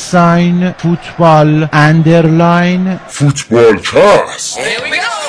_فوتبال_ فوتبال کست. Here we go.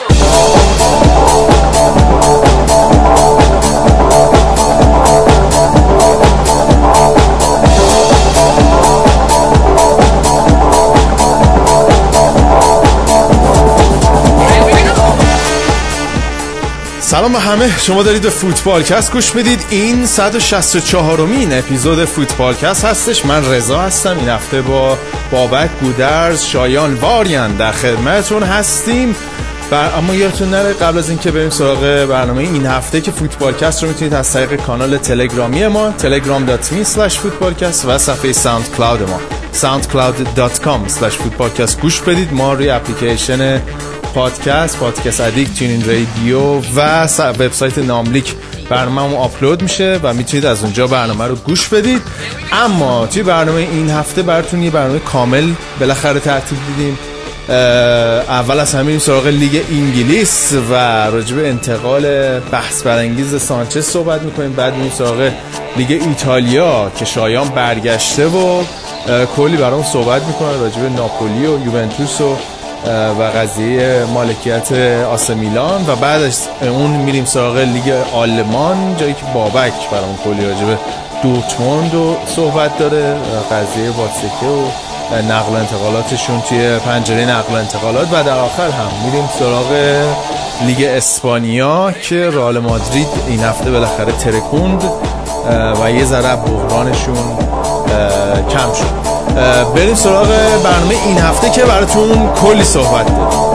سلام به همه، شما دارید به فوتبالکست گوش میدید. این 164مین اپیزود فوتبالکست هستش. من رضا هستم. این هفته با بابک، گودرز، شایان واریان در خدمتتون هستیم. اما یادتون نره قبل از اینکه بریم سراغ برنامه این هفته که فوتبالکست رو میتونید از طریق کانال تلگرامی ما telegram.me/footballcast و صفحه ساوند کلاود ما soundcloud.com/footballcast گوش بدید. ما روی اپلیکیشن پادکست ادیکت، تیونین رادیو و وبسایت ناملیک برنامه‌مون آپلود میشه و میتونید از اونجا برنامه رو گوش بدید. اما توی برنامه این هفته براتون یه برنامه کامل بالاخره ترتیب دیدیم. اول از همه سراغ لیگ انگلیس و راجع به انتقال بحث برانگیز سانچز صحبت میکنیم. بعد میریم سراغ لیگ ایتالیا که شایان برگشته و کلی برامون صحبت میکنه راجع به ناپولی و یوونتوس و قضیه مالکیت آس میلان. و بعد از اون میریم سراغ لیگ آلمان، جایی که بابک برامون کلی راجع به دورتموند و صحبت داره، قضیه واتسکه و نقل و انتقالاتشون توی پنجره نقل و انتقالات. و در آخر هم میریم سراغ لیگ اسپانیا که رئال مادرید این هفته بالاخره ترکوند و یه ذره بحرانشون کم شد. بریم سراغ برنامه این هفته که براتون کلی صحبت داریم.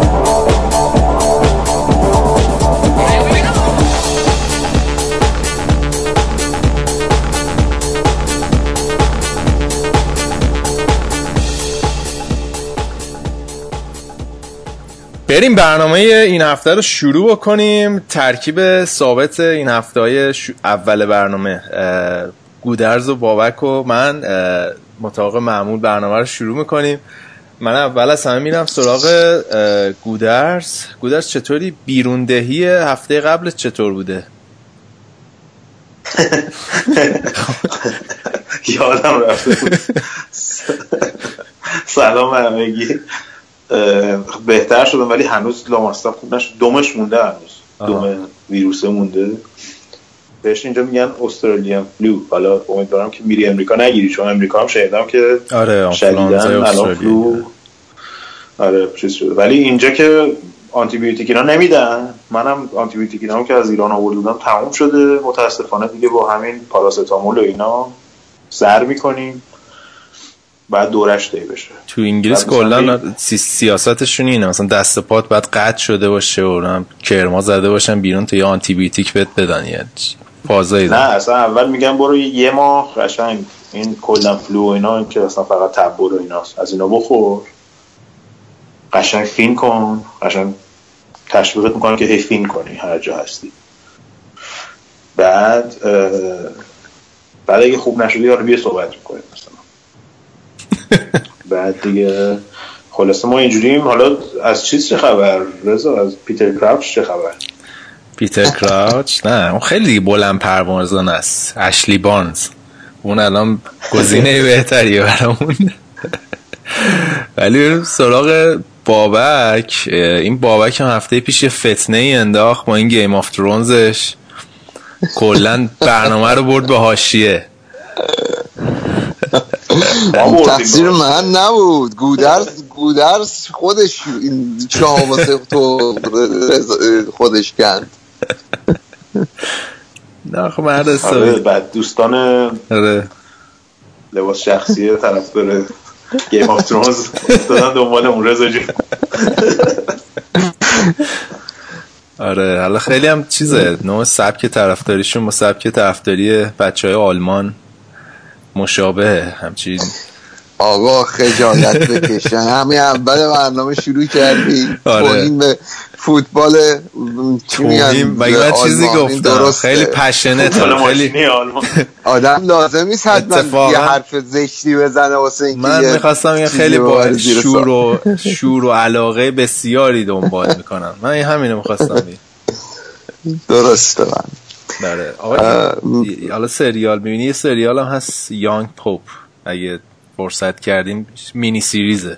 بریم برنامه این هفته رو شروع بکنیم. ترکیب ثابت این هفته‌های اول برنامه گودرز و بابک و من مطابق معمول برنامه رو شروع میکنیم. من اول از همه میرم سراغ گودرز. چطوری؟ بیروندهی هفته قبل چطور بوده؟ یادم رفته بود. سلام همگی. بهتر شدم ولی هنوز لاماستم خوب نشد. دومش مونده، هنوز دوم ویروسه مونده. بهش اینجا میگن استرالیان فلو. حالا امیدوارم که میری امریکا نگیری، چون امریکا هم شنیدم که شدیدن الان فلو چیز شده. ولی اینجا که آنتی بیوتیک اینا نمیدن. منم آنتی بیوتیک اینا که از ایران آوردم تموم شده متاسفانه دیگه. با همین پاراستامول و اینا سر میکنیم بعد دورش دی بشه. تو انگلیس کلا سیاستشون اینه، مثلا دست پات بعد قطع شده باشه و هم کرما زده باشن بیرون تا یه آنتی بیوتیک بهت بدن. یعنی فازایی نه اصلا اول میگن برو یه ماه قشنگ این کلا فلو اینا که اصلا فقط تبر و ایناست، از اینا بخور قشنگ فین کن، قشنگ تشویقت میکنن که هی فین کنی هر جا هستی. بعد اگه خوب نشدی یا رو بیه صحبت میکنیم مثلا. بعد دیگه خلاصه ما اینجوریم. حالا از چیز چه خبر رضا؟ از پیتر کراوچ چه خبر؟ پیتر کراوچ نه اون خیلی بلند پروازانه است. اشلی بارنز اون الان گزینه بهتریه برامون. ولی سراغ بابک. این بابک هم هفته پیش فتنه ای انداخت با این گیم آف ترونزش، کلن برنامه رو برد به حاشیه. تقصیر من نبود، گودرز خودش این چاه واسه تو خودش کند. نه خب مرد استوری. بعد دوستان لباس شخصی طرف داره گیم آف ترونز دادن دنبال اون رضا جون. آره حالا خیلی هم چیزه نوع سبک طرفداریشون با سبک طرفداری بچهای آلمان مشابه همچین. آقا خجالت بکشن. همین اول برنامه شروع کردی توهین به فوتبال توهین مگه چیزی گفتم؟ خیلی پشنت، خیلی آدم لازم نیست حتما یه حرف زشتی بزنه واسه اینکه من می‌خواستم یه خیلی با شور و علاقه بسیاری دنبال میکنم. من همینو می‌خواستم. درسته. من بله آقا حالا سریال می‌بینی؟ یه سریال هم هست یانگ پاپ، اگه فرصت کردیم مینی سیریزه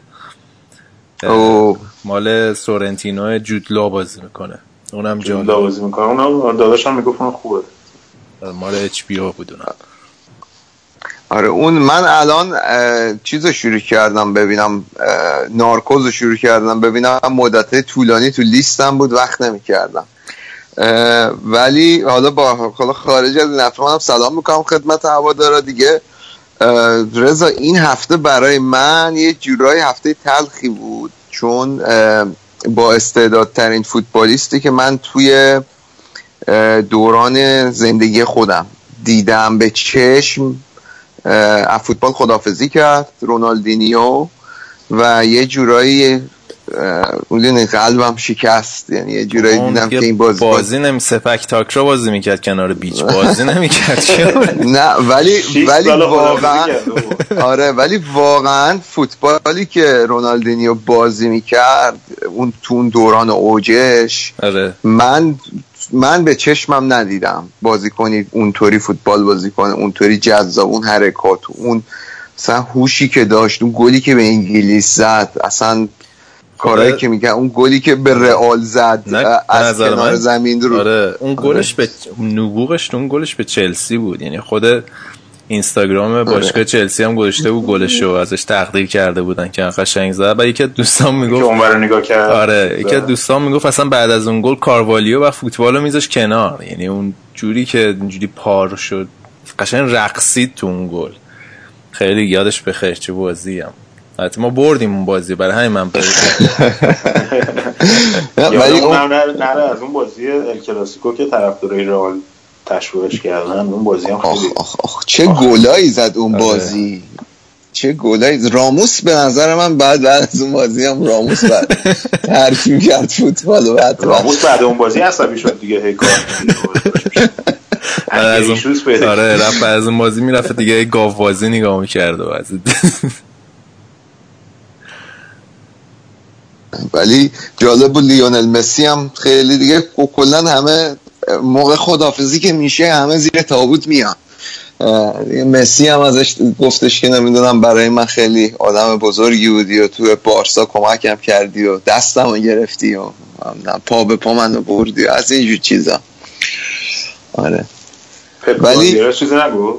مال سورنتینو جودلا بازی میکنه اونم جودلا بازی میکنه اونم داداشم میگفت اون خوبه مال اچ پی او بود اونم آره اون من الان چیزو شروع کردم ببینم نارکوزو شروع کردم ببینم مدت طولانی تو لیستم بود وقت نمی‌کردم ولی حالا با خارج از نفرمانم سلام میکنم خدمت هوادارا دیگه رضا این هفته برای من یه جورای هفته تلخی بود چون با استعدادترین فوتبالیستی که من توی دوران زندگی خودم دیدم به چشم از فوتبال خداحافظی کرد رونالدینیو و یه جورایی اون قلبم شکست یعنی یه جورایی دیدم که این بازی نمی سپک تاکرا بازی میکرد کنار بیچ بازی نمیکرد نه ولی واقعا آره ولی واقعا فوتبالی که رونالدینیو بازی میکرد اون تو اون دوران اوجش آره. من به چشمم ندیدم بازیکنی اونطوری فوتبال بازی کنه اونطوری جذاب اون حرکات اون مثلا هوشی که داشت اون گلی که به انگلیس زد اصلا کارهایی که میگه اون گلی که به رئال زد از کنار زمین رو آره اون گلش به نبوغش اون گلش به چلسی بود یعنی خود اینستاگرام باشگاه چلسی هم گذاشته بود گلشو ازش تقدیر کرده بودن که قشنگ زد و یکی از دوستان میگفت که اونورا نگاه کرد آره یکی از دوستان میگفت اصلا بعد از اون گل کاروالیو و فوتبالو میذاش کنار یعنی اون جوری که اینجوری پار شد قشنگ رقصید تو اون گل خیلی یادش بخیر چه بازی هم حتی ما بردیم اون بازی برای همین من ولی اون نره از اون بازی ال کلاسیکو که طرفدارای رئال تشویقش کردن اون بازی هم خیلی چه گلایی زد اون بازی چه گلایی راموس به نظر من بعد از اون بازی هم راموس بعد ترکیم کرد فوتبال و راموس بعد اون بازی عصبی شد دیگه هی کار آره رفت از اون بازی میرفت دیگه گاو بازی نگاه میکرد و ولی جالب بود لیونل مسی هم خیلی دیگه کلا همه موقع خداحافظی که میشه همه زیر تابوت میان مسی هم ازش گفتش که نمیدونم برای من خیلی آدم بزرگی بودی و تو بارسا کمکم کردی و دستمو گرفتی و پا به پا منو بردی از اینجور چیزا آره ولی چیزی نگو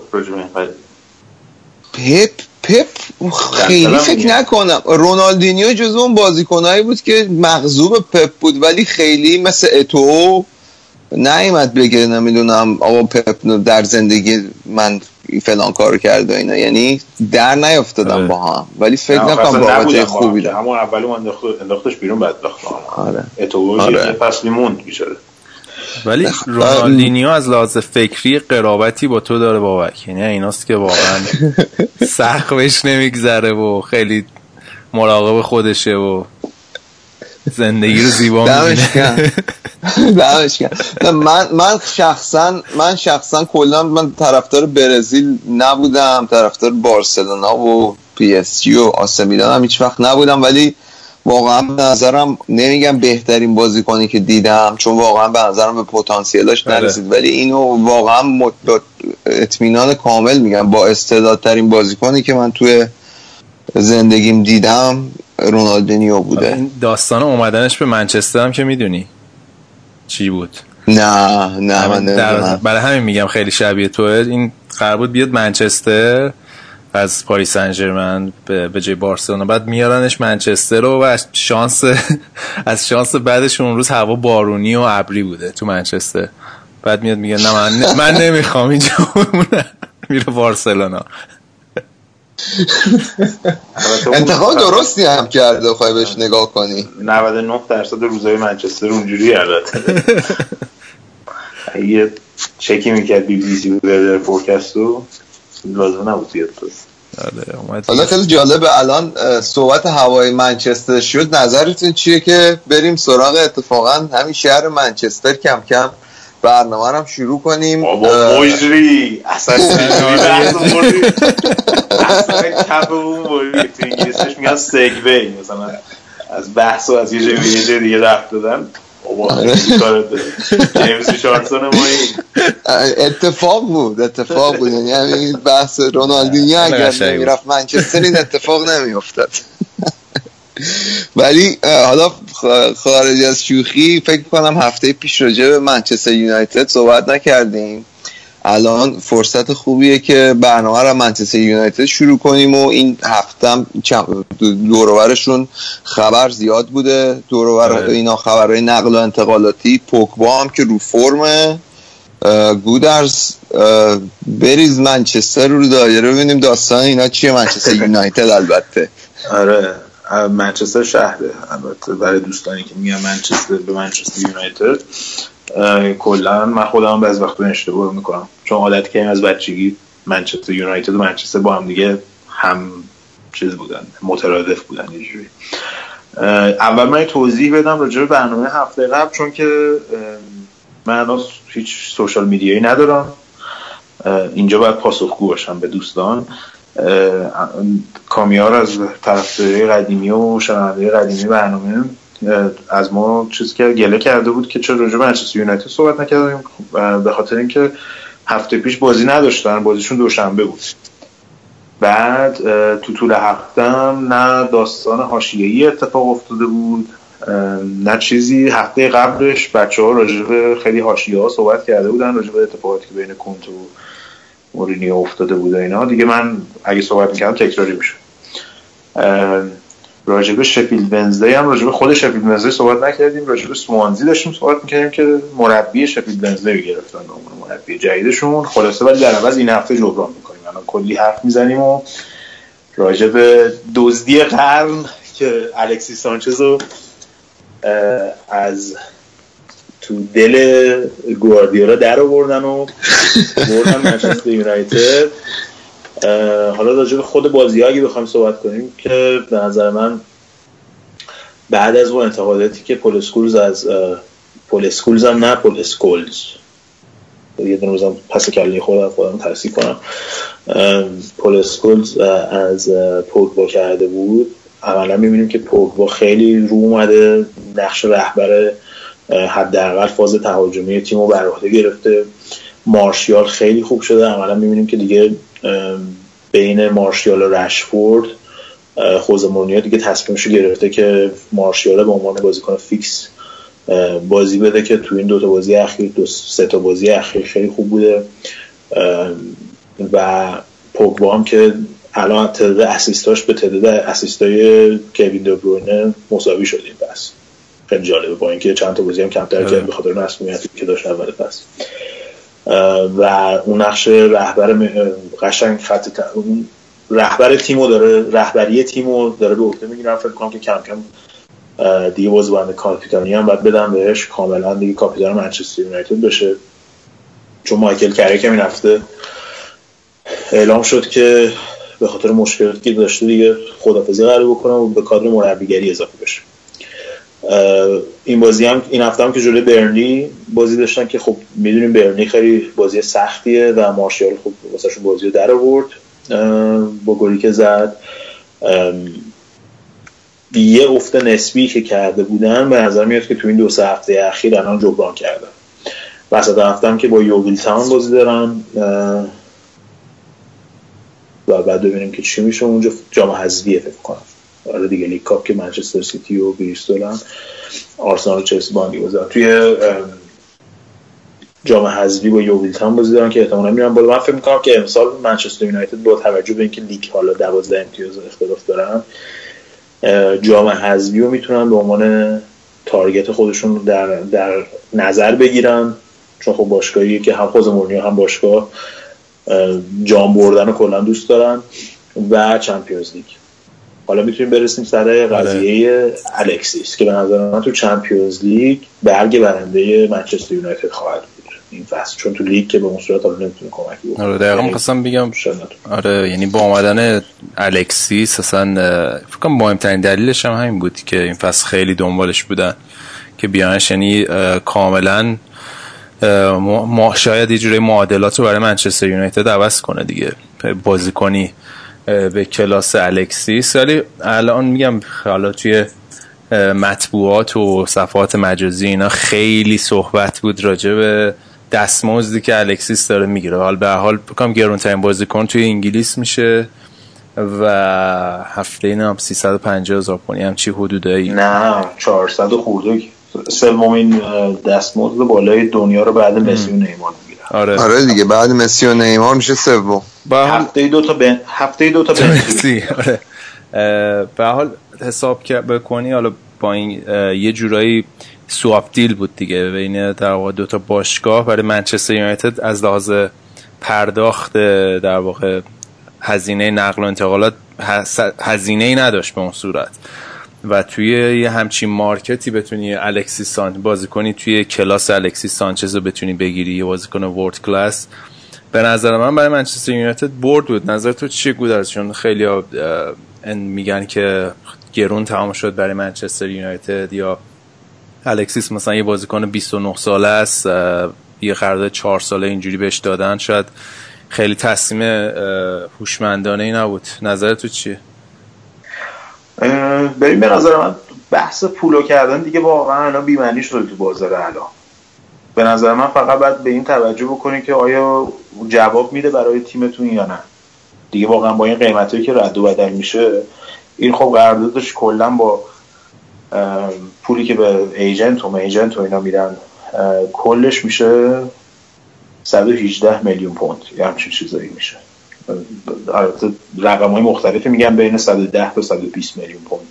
پپ خیلی فکر نکنم رونالدینیو جزو اون بازیکنایی بود که مغضوب پپ بود ولی خیلی مثل اتو نیامد بگه نمیدونم آقا پپ در زندگی من فلان کارو کرد و اینا یعنی در نیافتادم با هم ولی فکر نکنم بابت خوبی ده همون اولی من انداختش بیرون بعد آره اتو یه فصلی موند بیچاره ولی رونالدینیو از لحاظ فکری قرابتی با تو داره بابک یعنی ایناست که واقعا سقفش نمیگذره و خیلی مراقب خودشه و زندگی رو زیبا می‌بینه دمش گرم من شخصا کلا من طرفدار برزیل نبودم طرفدار بارسلونا و پی اس جی و آسه میلان هم هیچ وقت نبودم ولی واقعا به نظرم نمیگم بهترین بازیکنی که دیدم چون واقعا به نظرم به پتانسیلش نرسید ولی اینو واقعا اطمینان کامل میگم با استعدادترین بازیکنی که من توی زندگیم دیدم رونالدینیو بوده. این داستان اومدنش به منچستر هم که میدونی چی بود؟ نه من نمیدونم. برای همین میگم خیلی شبیه توه. این قرار بود بیاد منچستر از پاریس سن ژرمن به جای بارسلونا، بعد میارنش منچستر رو و از شانس بعدش اون روز هوا بارونی و ابری بوده تو منچستر، بعد میاد میگه نه من نمیخوام اینجا بمونم، میره بارسلونا. انتخاب درستی هم کرده خواهی بهش نگاه کنی. 99% روزای منچستر اونجوری البته. یه چکی میکرد BBC ویدر فورکاستو لازم نبود بیاد. حالا خیلی جالبه الان صحبت هوای منچستر شد، نظرتون چیه که بریم سراغ اتفاقا همین شهر منچستر کم کم برنامه رو هم شروع کنیم؟ بابا مجری اصلا کف اون بوری تو انگلیسش میگن سگوی، مثلا از بحث و از یه جای دیگه رفت دادن. جیمز ریچاردسون ما اتفاق بود. یعنی همین بحث رونالدینیو اگر نمیرفت منچستر این اتفاق نمیافتاد. ولی حالا خارج از شوخی فکر کنم هفته پیش راجع به منچستر یونایتد صحبت نکردیم. الان فرصت خوبیه که برنامه رو منچستر یونایتد شروع کنیم و این هفته دور و برشون خبر زیاد بوده. دور و بر اینا خبرهای نقل و انتقالاتی. پوگبا هم که رو فرمه. گودرز بریز منچستر رو دایره ببینیم داستان اینا چیه. منچستر یونایتد البته آره منچستر شهره. البته برای دوستانی که میگن منچستر به منچستر یونایتد، کلا من خودم بعضی وقتا اشتباه میکنم چون عادت کردم از بچگی منچستر یونایتد و منچستر با هم دیگه هم چیز بودن، مترادف بودن یه جوری. اول من توضیح بدم راجع به برنامه هفته قبل، چون که من هیچ سوشال میدیایی ندارم، اینجا باید پاسخگو باشم به دوستان. کامیار از طرفدارای قدیمی و شنوندگان قدیمی برنامه از ما چیز که گله کرده بود که چرا راجع به منچستر یونایتد صحبت نکردیم، به خاطر اینکه هفته پیش بازی نداشتن، بازیشون دوشنبه بود. بعد تو طول هفتم نه داستان حاشیه‌ای اتفاق افتاده بود نه چیزی. هفته قبلش بچه‌ها راجع به خیلی حاشیه‌ها صحبت کرده بودن، راجع به اتفاقاتی که بین کنت و مورینیو افتاده بود و اینا. دیگه من اگه صحبت می‌کردم تکراری میشه. راجع به شفیلد ونزدی هم راجع به خود شفیلد ونزدی صحبت نکردیم، راجع به سوانزی داشتیم صحبت می‌کردیم که مربی شفیلد ونزدی رو گرفتن به عنوان مربی جدیدشون. خلاصه ولی در عوض این هفته جبران می‌کنیم. الان کلی حرف می‌زنیم و راجع به دزدی قرن که الکسی سانچز رو از تو دل گواردیولا در آوردن و بردن منچستر یونایتد. حالا راجع به خود بازی‌ها اگه بخوایم صحبت کنیم که به نظر من بعد از اون انتقاداتی که پول اسکولز یه دونه روزم پس کله خودم تحصیل کنم، پول اسکولز از پوگبا کرده بود، عملا می‌بینیم که پوگبا خیلی رو اومده، نقش رهبر حداقل فاز تهاجمی تیمو بر عهده گرفته. مارشیال خیلی خوب شده. عملا می‌بینیم که دیگه بین مارشیال و رشفورد خوزه مورینیو دیگه تصمیمشو گرفته که مارشیال به عنوان بازیکن فیکس بازی بده که تو این سه تا بازی اخیر خیلی خوب بوده. و پوگبا هم که الان تعداد اسیستاش به تعداد اسیستای کوین دی بروینه مساوی شد این پس. خیلی جالبه با اینکه چند تا بازی هم کمتر کرد به خاطر مسئولیتی که داشت اول پس. و اون نقش رهبر قشنگ اون رهبر تیمو داره، رهبری تیمو داره به عهده میگیره. فکر کنم که کم کم دیگه بازیکن کاپیتانی هم باید بدن بهش، کاملا دیگه کاپیتان منچستر یونایتد بشه، چون مایکل کریک هم این هفته اعلام شد که به خاطر مشکلاتی که داشته دیگه خداحافظی قرار بکنه و به کادر مربیگری اضافه بشه. این بازی هم این هفته هم که جلوی برنلی بازی داشتن که خب میدونیم برنلی خیلی بازی سختیه و مارشال خب واسهشون بازی رو در آورد با گلی که زد. یه افت نسبی که کرده بودن به نظر میاد که تو این 2-3 هفته اخیر الان جبران کردن. وسط هفته هم که با یوویل تاون بازی دارن و بعد ببینیم که چی میشه. اونجا جام حذفیه فکر کنم. آره دیگه لیگ کاپ که منچستر سیتی و بریستولن، آرسنال و چلسی با هم دیگه بازی توی جام حذفی با یوویل تاون بازی دارن که احتمالاً میرن بالا. من فکر می‌کنم که امسال منچستر یونایتد با توجه به اینکه لیگ حالا 12 امتیاز اختلاف دارن، جام حذفی رو میتونن به عنوان تارگت خودشون در نظر بگیرن، چون خب باشگاهیه که هم خوزه مورینیو هم باشگاه جام بردن رو کلا دوست دارن و چمپیونز لیگ. حالا میتونیم برسیم سر قضیه الکسیس که به نظر من تو چمپیونز لیگ برگ برنده منچستر یونایتد خواهد بود این فصل، چون تو لیگ که به اون صورت حالا نمیتونه کمکی بکنه. آره دقیقاً می‌خواستم بگم آره، یعنی با اومدن الکسیس اصلا فکر کنم مهمترین دلیلش هم همین بود که این فصل خیلی دنبالش بودن که بیانش، یعنی کاملا شاید یه جوری معادلات رو برای منچستر یونایتد عوض کنه دیگه، بازیکنی به کلاس الکسیس. ولی الان میگم حالا توی مطبوعات و صفحات مجازی اینا خیلی صحبت بود راجع به دستمزدی که الکسیس داره میگیره. حال به حال بکنم گرونترین بازیکن توی انگلیس میشه و هفته اینا 350,000 پوند هم چی حدودایی؟ نه 400 خورده. سومین دستمزد بالای دنیا رو بعد مسی و نیمار میگیره. آره دیگه بعد مسی و نیمار میشه سوم. هفته دو تا مسی. آره به حال حساب که بکنی حالا با این یه جورایی سواب دیل بود دیگه بین در واقع دو تا باشگاه برای منچستر یونایتد از لحاظ پرداخت در واقع هزینه نقل و انتقالات هزینه‌ای نداشت به اون صورت و توی یه همچین مارکتی بتونی الکسیس بازیکنی توی کلاس الکسیس سانچز رو بتونی بگیری، یه بازیکن ورلد کلاس، به نظر من برای منچستر یونایتد برد بود. نظر تو چیه گودرز؟ چون خیلی میگن که گرون تمام شد برای منچستر یونایتد یا الکسیس مثلا یه بازیکن 29 ساله است یه قرارداد 4 ساله اینجوری بهش دادن، شاید خیلی تصمیم هوشمندانه ای نبود. نظر تو چیه؟ ببین به نظر من بحث پولو کردن دیگه واقعا الان بی‌معنی شده تو بازار الان. به نظر من فقط باید به این توجه بکنی که آیا جواب میده برای تیمتون یا نه دیگه. واقعا با این قیمتایی که رد و بدل میشه این خب قراردادش کلا با پولی که به ایجنت و اینا میدن کلش میشه 118 میلیون پوند یا همچین چیزایی میشه. البته رقم‌های مختلفی میگن بین 110 تا 120 میلیون پوند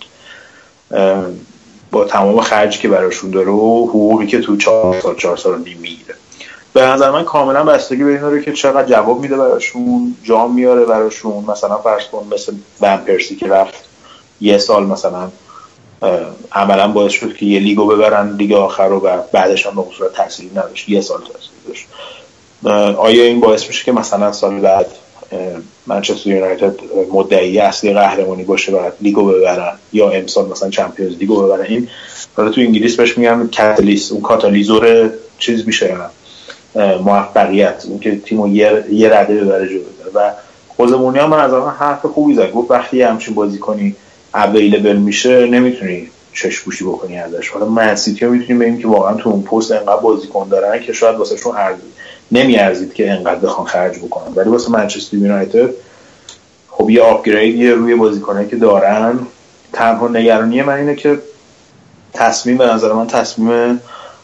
با تمام خرجی که براشون داره و حقوقی که تو 4 سال میگیره. به نظر من کاملا بستگی به این داره که چقدر جواب میده براشون، جام میاره براشون. مثلا فرض کن مثل ون پرسی که رفت یه سال مثلا عملا باعث شد که یه لیگو ببرن لیگ آخر رو و بعدش هم به صورت تأثیری نداشت، یه سال تأثیر داشت. آیا این باعث میشه که مثلا سال بعد منچستر یونایتد مدعی اصلی قهرمانی باشه و لیگو ببرن یا امسال مثلا چمپیونز لیگو ببرن؟ این حالا تو انگلیس بهش میگن کاتالیست، اون کاتالیزور چیز میشه موفقیت، اون که تیمو یه رده ببره جلو. و خوزمونی هم از اون حرف خوبی زد، گفت وقتی همچین بازیکنی اویلیبل میشه نمیتونی چشم‌پوشی بکنی ازش. حالا من سیتی ها میتونیم بگیم که واقعا تو اون پست انقدر بازیکن دارن که شاید واسهشون نمیارزید که انقدر بخوان خرج بکنن، ولی واسه منچستر یونایتد خب یه آپگریدی روی بازیکنایی که دارن. تنها نگرانی من اینه که تصمیم، به نظر من تصمیم،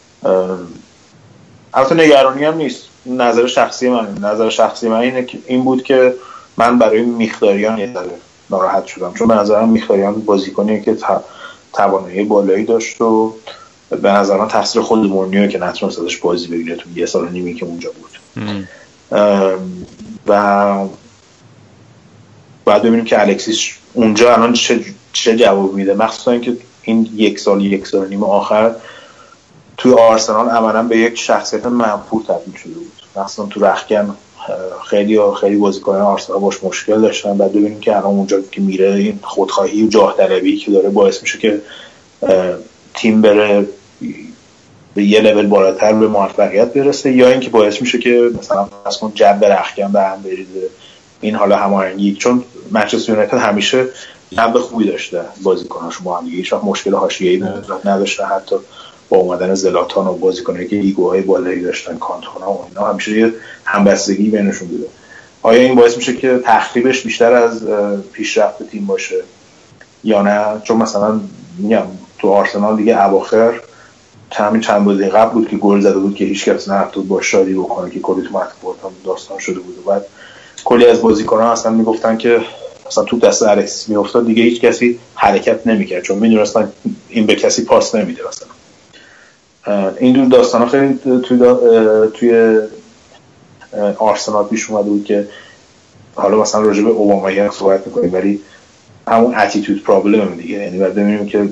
البته نگرانی هم نیست، نظر شخصی من اینه که این بود که من برای میخداریان یه ذره ناراحت شدم، چون به نظرم میخداریان بازیکنیه که توانایی بالایی داشت و به نظر من تقصیر خود مورینیو که نتونست ازش بازی بگیره تو یه سال و نیمی که اونجا بود. و بعد ببینیم که الکسیس اونجا الان چه جواب میده، مخصوصا اینکه این یک سال و نیم آخر توی آرسنال عملا به یک شخصیت منفور تبدیل شده بود. مخصوصا تو رختکن خیلی بازیکنان آرسنال باش مشکل داشتن. بعد ببینیم که الان اونجا که میره این خودخواهی و جاه طلبی که داره باعث میشه که تیم بره به یه لول بالاتر به موفقیت برسه، یا اینکه باعث میشه که مثلا اصلا جنب رختکن به هم بریزه. این حالا هماهنگی، چون منچستر یونایتد همیشه جنب خوبی داشته بازیکناش با هم دیگه، هیچ وقت مشکل حاشیه‌ای نداشته. حتی با اومدن زلاتان و بازیکنایی که ایگوهای بالایی داشتن، کانتونا و اینا، همیشه یه همبستگی بینشون بوده. آیا این باعث میشه که تخریبش بیشتر از پیشرفت تیم باشه یا نه؟ چون مثلا میگم تو آرسنال دیگه اواخر چند بازی قبل بود که گل زده بود که هیچ کس نرفت بود با شادی بکنه که کلی تو مطبوعات هم داستان شده بود و بعد کلی از بازیکن‌ها اصلا میگفتن که مثلا تو دست الکسیس میافتاد دیگه هیچ کسی حرکت نمیکرد، چون میدونستن این به کسی پاس نمیده. مثلا این دور داستانا خیلی توی آرسنال پیش اومده بود که حالا مثلا راجع به اوبامیانگ صحبت می‌کنیم، ولی همون اتیتود پرابلم دیگه. یعنی بعد ببینیم که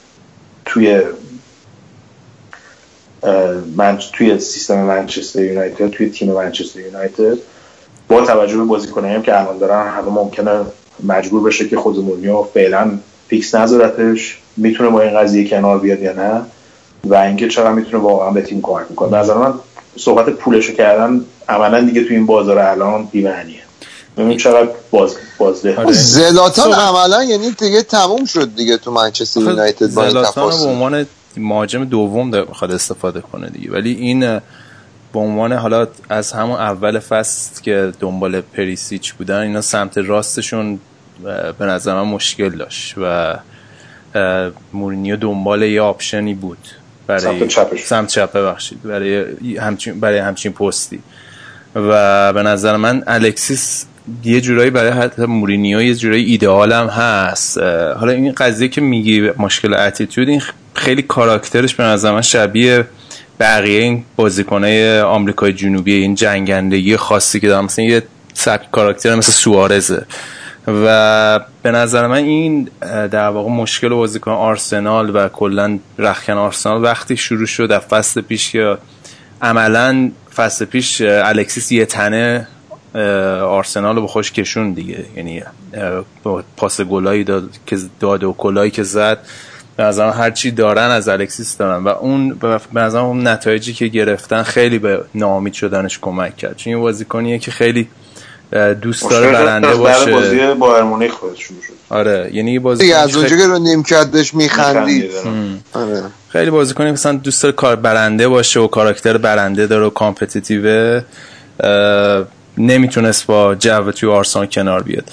توی سیستم منچستر یونایتد، توی تیم منچستر یونایتد، با توجه به بازیکنایی که الان دارن، حالا ممکنه مجبور بشه که خود مورینیو فعلا فیکس نذارتش، میتونه با این قضیه کنار بیاد یا نه، و اینکه چقدر میتونه واقعا به تیم کمک میکنه. به نظر من صحبت پولشو کردن عملا دیگه توی این بازار الان بی‌معنیه. ببین چقدر بازده. زلاتان عملا یعنی دیگه تموم شد دیگه تو منچستر یونایتد با این تفاصیل. به عنوان مهاجم دوم میخواد استفاده کنه دیگه، ولی این به عنوان حالا از همون اول فصل که دنبال پریسیچ بودن اینا سمت راستشون به نظر من مشکل داشت و مورینیو دنبال یه آپشنی بود برای سمت چپ ببخشید برای همچین پستی و به نظر من الکسیس یه جورایی برای حتی مورینیو یه جورایی ایدئال هم هست. حالا این قضیه که میگی مشکل اتیتود، این خیلی کاراکترش به نظر من شبیه بقیه این بازیکنای آمریکای جنوبی، این جنگندگی خاصی که دارن، مثلا یه سبک کاراکتر مثل سوارزه و به نظر من این در واقع مشکل بازیکن آرسنال و کلا رخکن آرسنال وقتی شروع شد در فصل پیش که عملاً فصل پیش الکسیس یه تنه آرسنال رو به خوش کشون دیگه، یعنی پاس گلایی داد و گلایی که زد به نظرم هر چی دارن از الکسیس دارن و اون به نظرم اون نتایجی که گرفتن خیلی به ناامید شدنش کمک کرد، چون این بازیکنیه که خیلی دوست داره برنده باشه. بازی بایر مونیخ خودش شروع شد. آره یعنی بازیکن از اونجا که رو نیمکت داشت میخندید. آره خیلی بازیکنی مثلا دوست داره کار برنده باشه و کاراکتر برنده داره و کامپتیتیو، نمیتونست با جو توی آرسنال کنار بیاد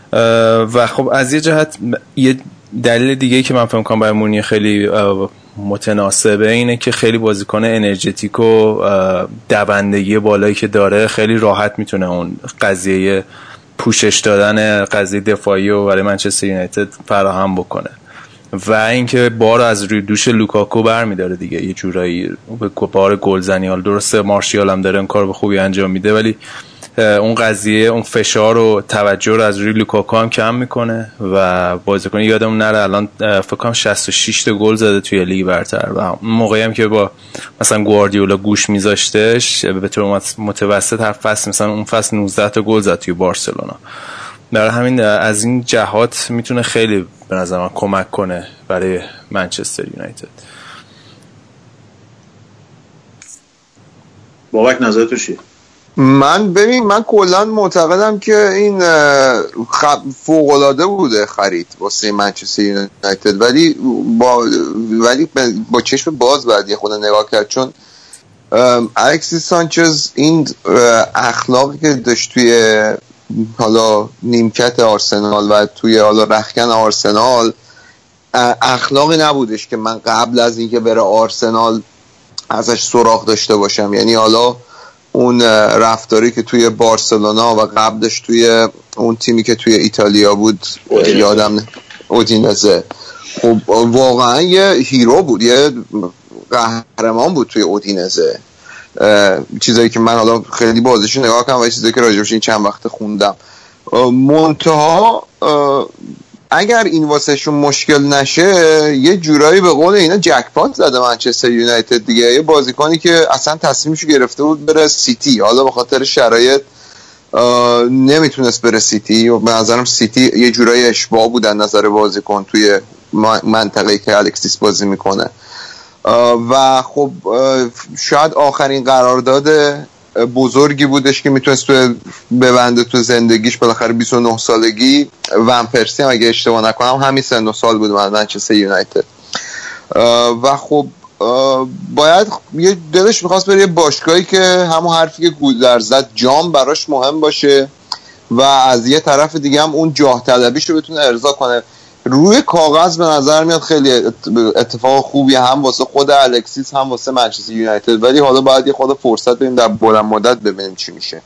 و خب از یه جهت یه دلیل دیگه که من فکر می‌کنم برای مورینیو خیلی متناسبه اینه که خیلی بازیکن انرژتیک و دوندگی بالایی که داره خیلی راحت میتونه اون قضیه پوشش دادن قضیه دفاعی رو برای منچستر یونایتد فراهم بکنه و اینکه بار از روی دوش لوکاکو برمی‌داره دیگه، یه جورایی به بار گلزنی. حالا درسته مارشیال هم داره این کارو به خوبی انجام میده ولی اون قضیه اون فشار و توجه رو از روی لوکاکو هم کم میکنه و بازیکن یادمون نره الان فکر کنم 66 تا گل زده توی لیگ برتر و اون موقعی هم که با مثلا گواردیولا گوش میذاشتش به طور متوسط هر فصل مثلا اون فصل 19 تا گل زد توی بارسلونا. برای همین از این جهات میتونه خیلی به نظر من کمک کنه برای منچستر یونایتد. بابک نظرت چیه؟ من کلا معتقدم که این فوق‌العاده بوده خرید واسه منچستر یونایتد، ولی با چشم باز باید یه خود نگاه کرد، چون الکسیس سانچز این اخلاقی که داشت توی حالا نیمکت آرسنال و توی حالا رخکن آرسنال اخلاقی نبودش که من قبل از اینکه بره آرسنال ازش سراغ داشته باشم. یعنی حالا اون رفتاری که توی بارسلونا و قبلش توی اون تیمی که توی ایتالیا بود یادم اودینزه، خب واقعا یه هیرو بود، یه قهرمان بود توی اودینزه. چیزایی که من حالا خیلی بازیشو نگاه کردم و چیزایی که راجبش این چند وقت خوندم، منتها اگر این واسهشون مشکل نشه یه جورایی به قول اینا جکپات زده منچستر یونایتد دیگه. یه بازیکنی که اصلا تصمیمشو گرفته بود بره سیتی، حالا به خاطر شرایط نمیتونست بره سیتی و به نظرم سیتی یه جورایی اشباع بود از نظر بازیکن توی منطقه‌ای که الکسیس بازی میکنه و خب شاید آخرین قرارداد بزرگی بودش که میتونست تو ببنده تو زندگیش. بالاخره 29 سالگی ون پرسی هم اگه اشتباه نکنم همین سن و سال بود منچستر یونایتد و خب باید یه دلش میخواست بره یه باشگاهی که همون حرفی که گودر زد جام براش مهم باشه و از یه طرف دیگه هم اون جاه طلبیش رو بتونه ارضا کنه. روی کاغذ به نظر میاد خیلی اتفاق خوبی هم واسه خود الکسیس هم واسه منچستر یونایتد، ولی حالا باید یه خود فرصت بدیم در بلند مدت ببینیم چی میشه.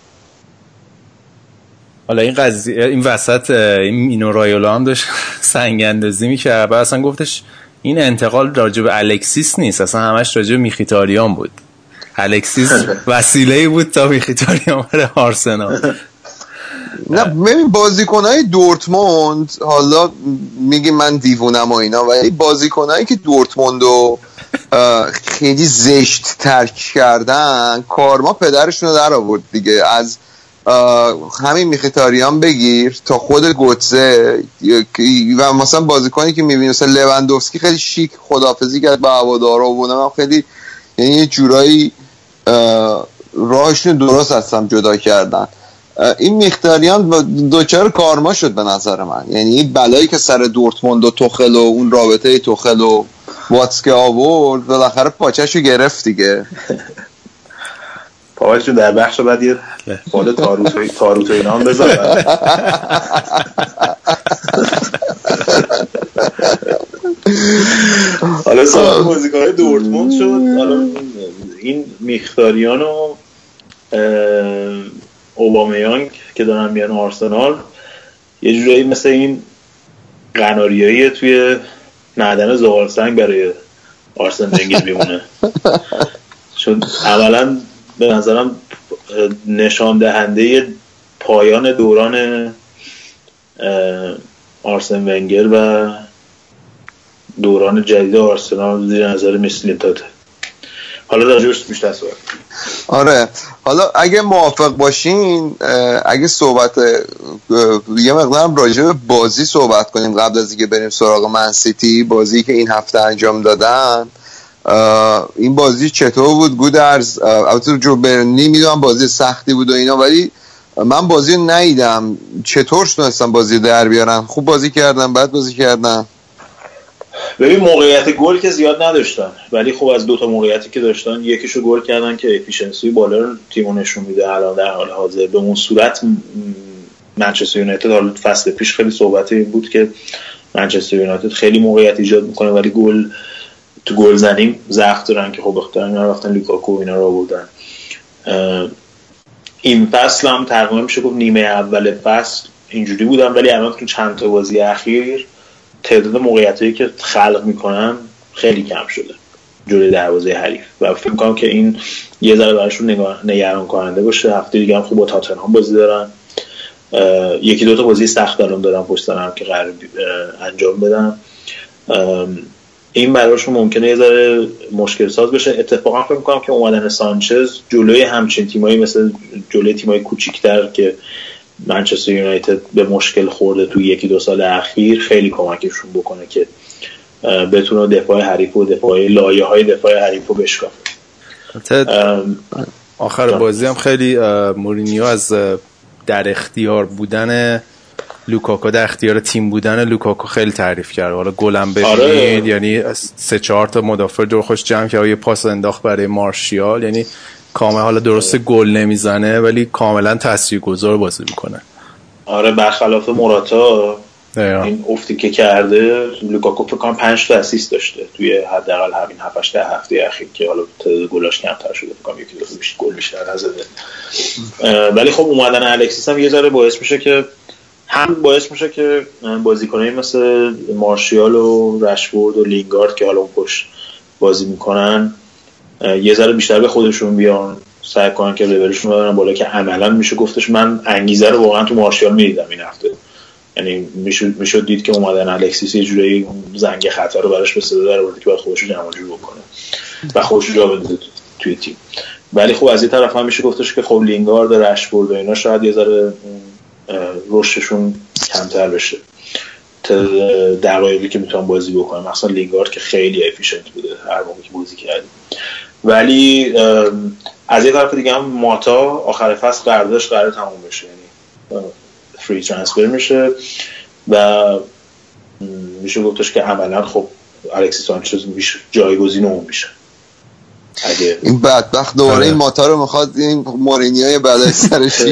حالا این قضیه این وسط اینو رایولا هم داشت سنگ اندازی میکرد و اصلا گفتش این انتقال راجع به الکسیس نیست، اصلا همش راجع به میخیتاریان بود. الکسیس وسیله‌ای بود تا میخیتاریان بره آرسنال. نه ببین بازیکنای دورتموند، حالا میگی من دیوونم و اینا، ولی بازیکنایی که دورتموندو خیلی زشت ترک کردن کارما پدرشون رو در آورد دیگه. از همین میخیتاریان بگیر تا خود گوتزه و مثلا بازیکنی که میبینی مثلا لواندوفسکی خیلی شیک خداحافظی کرد با هوادارا و اونم خیلی یعنی یه جورایی راهشون درست هستم جدا کردن. این میختاریان دوچار کارما شد به نظر من. یعنی این بلایی که سر دورتموند و توخل و اون رابطه توخل و واتسکه آورد بالاخره پاچه‌شو گرفت دیگه. پاوکشون در بخش بعد یه بالا تاروت و اینا هم بذارن. حالا سوال بازیکن‌های دورتموند شد. حالا این میختاریان و اوبامیانگ که دارن میان آرسنال یه جورایی مثل این قناریایی توی معدن زغالسنگ برای آرسن ونگر میمونه. چون اولا به نظرم نشان دهنده پایان دوران آرسن ونگر و دوران جدید آرسنال زیر نظر میسلیتاته. حالا راجعش بیشتر صحبت. آره حالا اگه موافق باشین اگه صحبت یه مقدارم راجع به بازی صحبت کنیم قبل از اینکه بریم سراغ من سیتی، بازی که این هفته انجام دادن. این بازی چطور بود گودرز؟ البته جو برنی میدونم بازی سختی بود و اینا، ولی من بازی ندیدم. چطور تونستن بازی در بیارن؟ خوب بازی کردن، بد بازی کردن؟ ببین موقعیت گل که زیاد نداشتن، ولی خب از 2 موقعیتی که داشتن یکیشو گل کردن که افیشنسی بالا رو تیمو نشون میده. الان در حال حاضر به اون صورت منچستر یونایتد حالا فصل پیش خیلی صحبت این بود که منچستر یونایتد خیلی موقعیت ایجاد میکنه ولی گل تو گل زنی ضعف دارن که خب اختیار اینا رفتن لوکاکو اینا رو آوردن. این فصل هم تقریبا میشه گفت نیمه اول فصل اینجوری بودن، ولی الان تو چند تا بازی اخیر تعداد موقعیتایی که خلق میکنن خیلی کم شده جلوی دروازه حریف و فکر می‌کنم که این یه ذره براشون نگران کننده باشه. هفته دیگه هم خوب با تاتنهام بازی دارن، 1-2 تا بازی سخت دارن پشت سر هم که قرار انجام بدن. این براشون ممکنه یه ذره مشکل ساز بشه. اتفاقا فکر می‌کنم که اومدن سانچز جلوی همچین تیمایی مثل جلوی تیمای کوچیک‌تر که منچستر یونایتد به مشکل خورده توی 1-2 سال اخیر خیلی کمکشون بکنه که بتونه دفاع حریف و لایه‌های دفاع حریف رو بشکافه. آخر بازی هم خیلی مورینیو از در اختیار بودن لوکاکو، در اختیار تیم بودن لوکاکو خیلی تعریف کرد. حالا گلم ببینید یعنی 3-4 تا مدافع دور خوش جمع کرد، یه پاس انداخت برای مارشیال. یعنی کامل حالا درسته گل نمیزنه ولی کاملا تاثیرگذار بازی میکنه. آره برخلاف موراتا این افتی که کرده لوکاکو فکر کنم 5 تا اسیست داشته توی حداقل همین 7-8 هفته اخیر که حالا تعداد گلاش کمتر شده، فکر کنم 1-2 گل بیشتر نزده. ولی خب اومدن الکسیس هم یه ذره باعث میشه که بازیکنایی مثل مارشیال و رشفورد و لینگارد که حالا اون پشت بازی میکنن یه ذره بیشتر به خودشون بیان، سعی کنن که لولشون رو ببرن بالا که عملا میشه گفتش من انگیزه رو واقعا تو مارشیال میدیدم این هفته. یعنی میشد دید که اومدن الکسیس یه جوری زنگ خطا رو براش به صدا در آورد که باید خودش رو جمع‌جور بکنه و خودش رو جا بده توی تیم. ولی خب از این طرف هم میشه گفتش که خب لینگارد و رشفورد و اینا شاید یه ذره رشدشون کمتر بشه دقایقی که میتونن بازی بکنن، مثلا لینگارد که خیلی افیشنت بوده هر موقعی که بازی کرد. ولی از یه طرف دیگه هم ماتا آخر فصل قراردادش تموم بشه، یعنی فری ترانسفر میشه و میشه گفتش که عملا خب الکسیس سانچز میشه جایگزین اون میشه. اگه این بدبخت دوباره این ماتا رو میخواد این مورینیو بلای سرش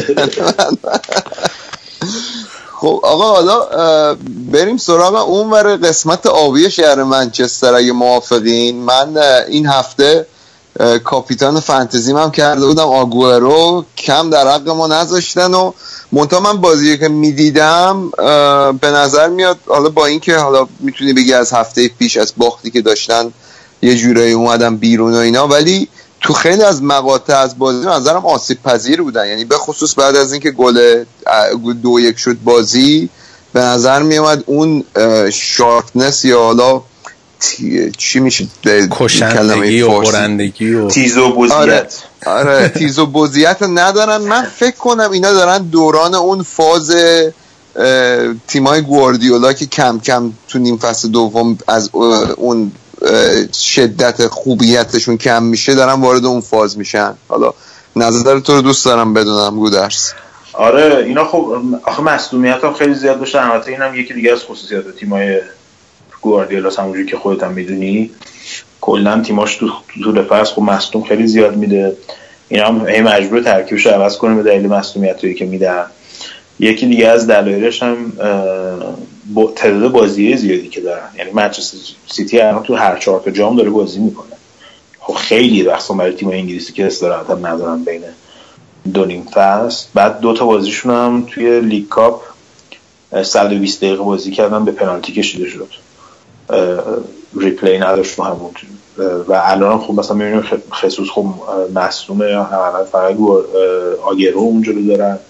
خب آقا حالا بریم سراغ اون ور قسمت آبی شهر منچستر اگه موافقین. من این هفته کاپیتان فانتزیم هم کرده بودم آگوئرو، کم در حق ما نذاشتن و منتها من بازی که میدیدم به نظر میاد حالا با این که حالا میتونی بگی از هفته پیش از باختی که داشتن یه جورایی اومدن بیرون و اینا، ولی تو خیلی از مقاطع از بازی به نظرم آسیب پذیر بودن. یعنی به خصوص بعد از اینکه گل 2-1 شد بازی به نظر می اومد اون شارپنس یا حالا چی میشه کشندگی و برندگی و تیزوبوزیت آره تیزوبوزیت ندارن. من فکر کنم اینا دارن دوران اون فاز تیمای گواردیولا که کم کم تو نیم فصل دوم از اون شدت خوبیتشون کم میشه دارن وارد اون فاز میشن. حالا نظر تو رو دوست دارم بدونم گودرس. آره اینا خب آخه مصدومیت هم خیلی زیاد داشته. البته اینم یکی دیگه از خصوصیات تیمای گواردیولا، همونجوری که خودت هم میدونی کلا تیماش تو طول فصل خب مصدوم خیلی زیاد میده. اینا هم مجبور ترکیبش رو عوض کنه به دلیل مصدومیتایی که میدن. یکی دیگه از دلایلش هم تعداد بازی زیادی که دارن، یعنی منچستر سیتی الان تو هر 4 تا جام داره بازی میکنه. خب خیلی وقتا برای تیم انگلیسی که استراحت هم ندارن بین 2 نیم فصل. بعد 2 تا بازیشون هم توی لیگ کاپ 120 دقیقه بازی کردن، به پنالتی کشیده شد، ریپلی نداشت همون. و الان خب مثلا میبینیم خصوص خب مصدومه، اولا فقط آگرو اونجا رو دارن.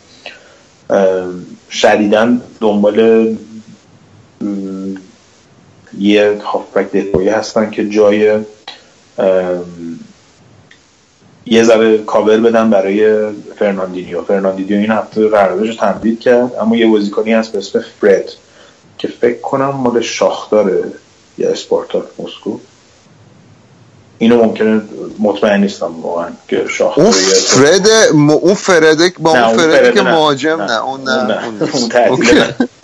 شدیداً دنبال یه هافبک دفاعی هستن که جای یه ذره کاور بدن برای فرناندینیو این هفته قراردادش تمدید کرد، اما یه بازیکنی هست به اسم فرد که فکر کنم مال شاختاره یا اسپارتاک مسکو. اینو ممکنه مطمئن نیستم واقعا که شاختاره. اون فرده با اون فرده که مهاجم نه اون تعطیل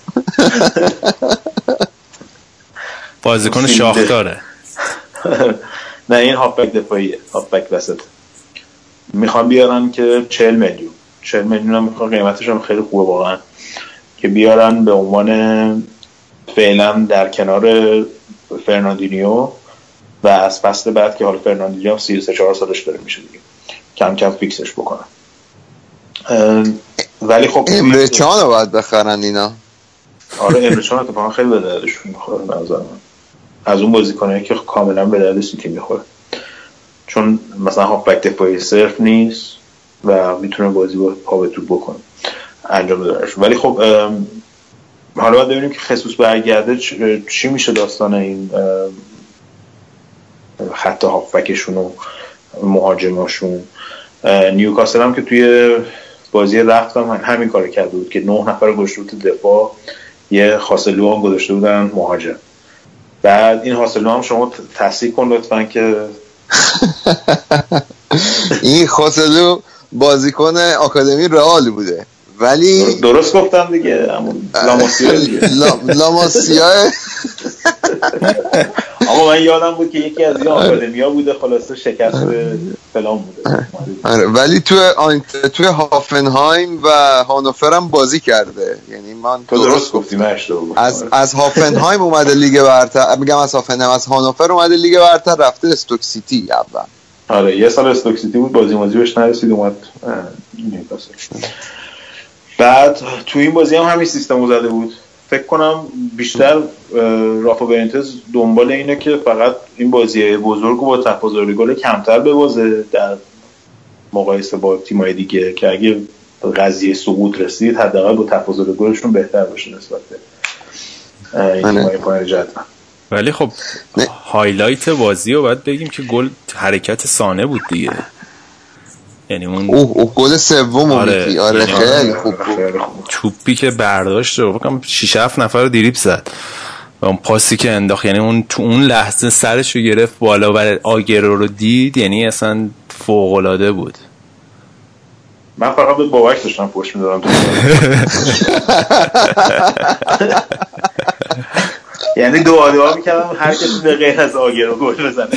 بازیکن شاختاره. نه این هافبک دفاعیه، هافبک وسط. میخوام بیارن که 40 میلیون هم میخوام، قیمتش هم خیلی خوبه واقعا، که بیارن به عنوان فعلا در کنار فرناندینیو و از فصل بعد که حالا فرناندینیو 33-4 سالش داره میشه دیگه کم کم فیکسش بکنن. ولی خب امره چان رو باید بخرن اینا. آره امره چان اتفاقا خیلی به دردشون میخوره به نظر من، از اون بازیکنایی که کاملا به درد سیتی میخوره، چون مثلا هافبک دفاعی صرف نیست و میتونه بازی با پا به توپ بکنه انجام بده. ولی خب حالا باید ببینیم که خصوص برگرده چی میشه داستان این خط هافبکشون و مهاجماشون. نیوکاسل هم که توی بازی رفت هم همین کار کرده بود که 9 نفر گذاشته بود دفاع، یه خاسلو هم گذاشته بودن مهاجم. بعد این خاسلو هم شما تصحیح کن لطفاً که این خاسلو بازیکن آکادمی رئال بوده، ولی درست گفتم دیگه، همون لاماسیا اما من یادم بود که یکی از این آکادمیا بوده، خلاصه شکست فلان بوده. ولی توی هافنهایم و هانوفر هم بازی کرده، یعنی من تو درست گفتی، من اشتباه گفتم. از هافنهایم اومده لیگ برتر، میگم از هافنهایم، از هانوفر اومده لیگ برتر رفته استوک سیتی اول. آره یه سال استوک سیتی بود، بازی بهش نرسید، اومد نیوکاسل. بعد تو این بازی هم همین سیستمو زده بود. فکر کنم بیشتر رافا بنیتز دنبال اینه که فقط این بازی بزرگ با تفاضل گل کمتر ببازه در مقایسه با تیم‌های دیگه، که اگه قضیه سقوط رسید حداقل با تفاضل گلشون بهتر باشه نسبت به این تیم‌های پایین جدول. ولی خب هایلایت بازی رو باید بگیم که گل حرکت سانه بود دیگه، یعنی اون گل سوم آره خیلی خوب بود. توپی که برداشت رو فکر کنم 6-7 نفر رو دریبل زد و اون پاسی که انداخت، یعنی اون تو اون لحظه سرش رو گرفت بالا و آگرو رو دید، یعنی اصلا فوق‌العاده بود. من فقط به بابک داشتم پشت می‌دادم یعنی دعا می‌کردم هر کسی به غیر از آگرو گل بزنه.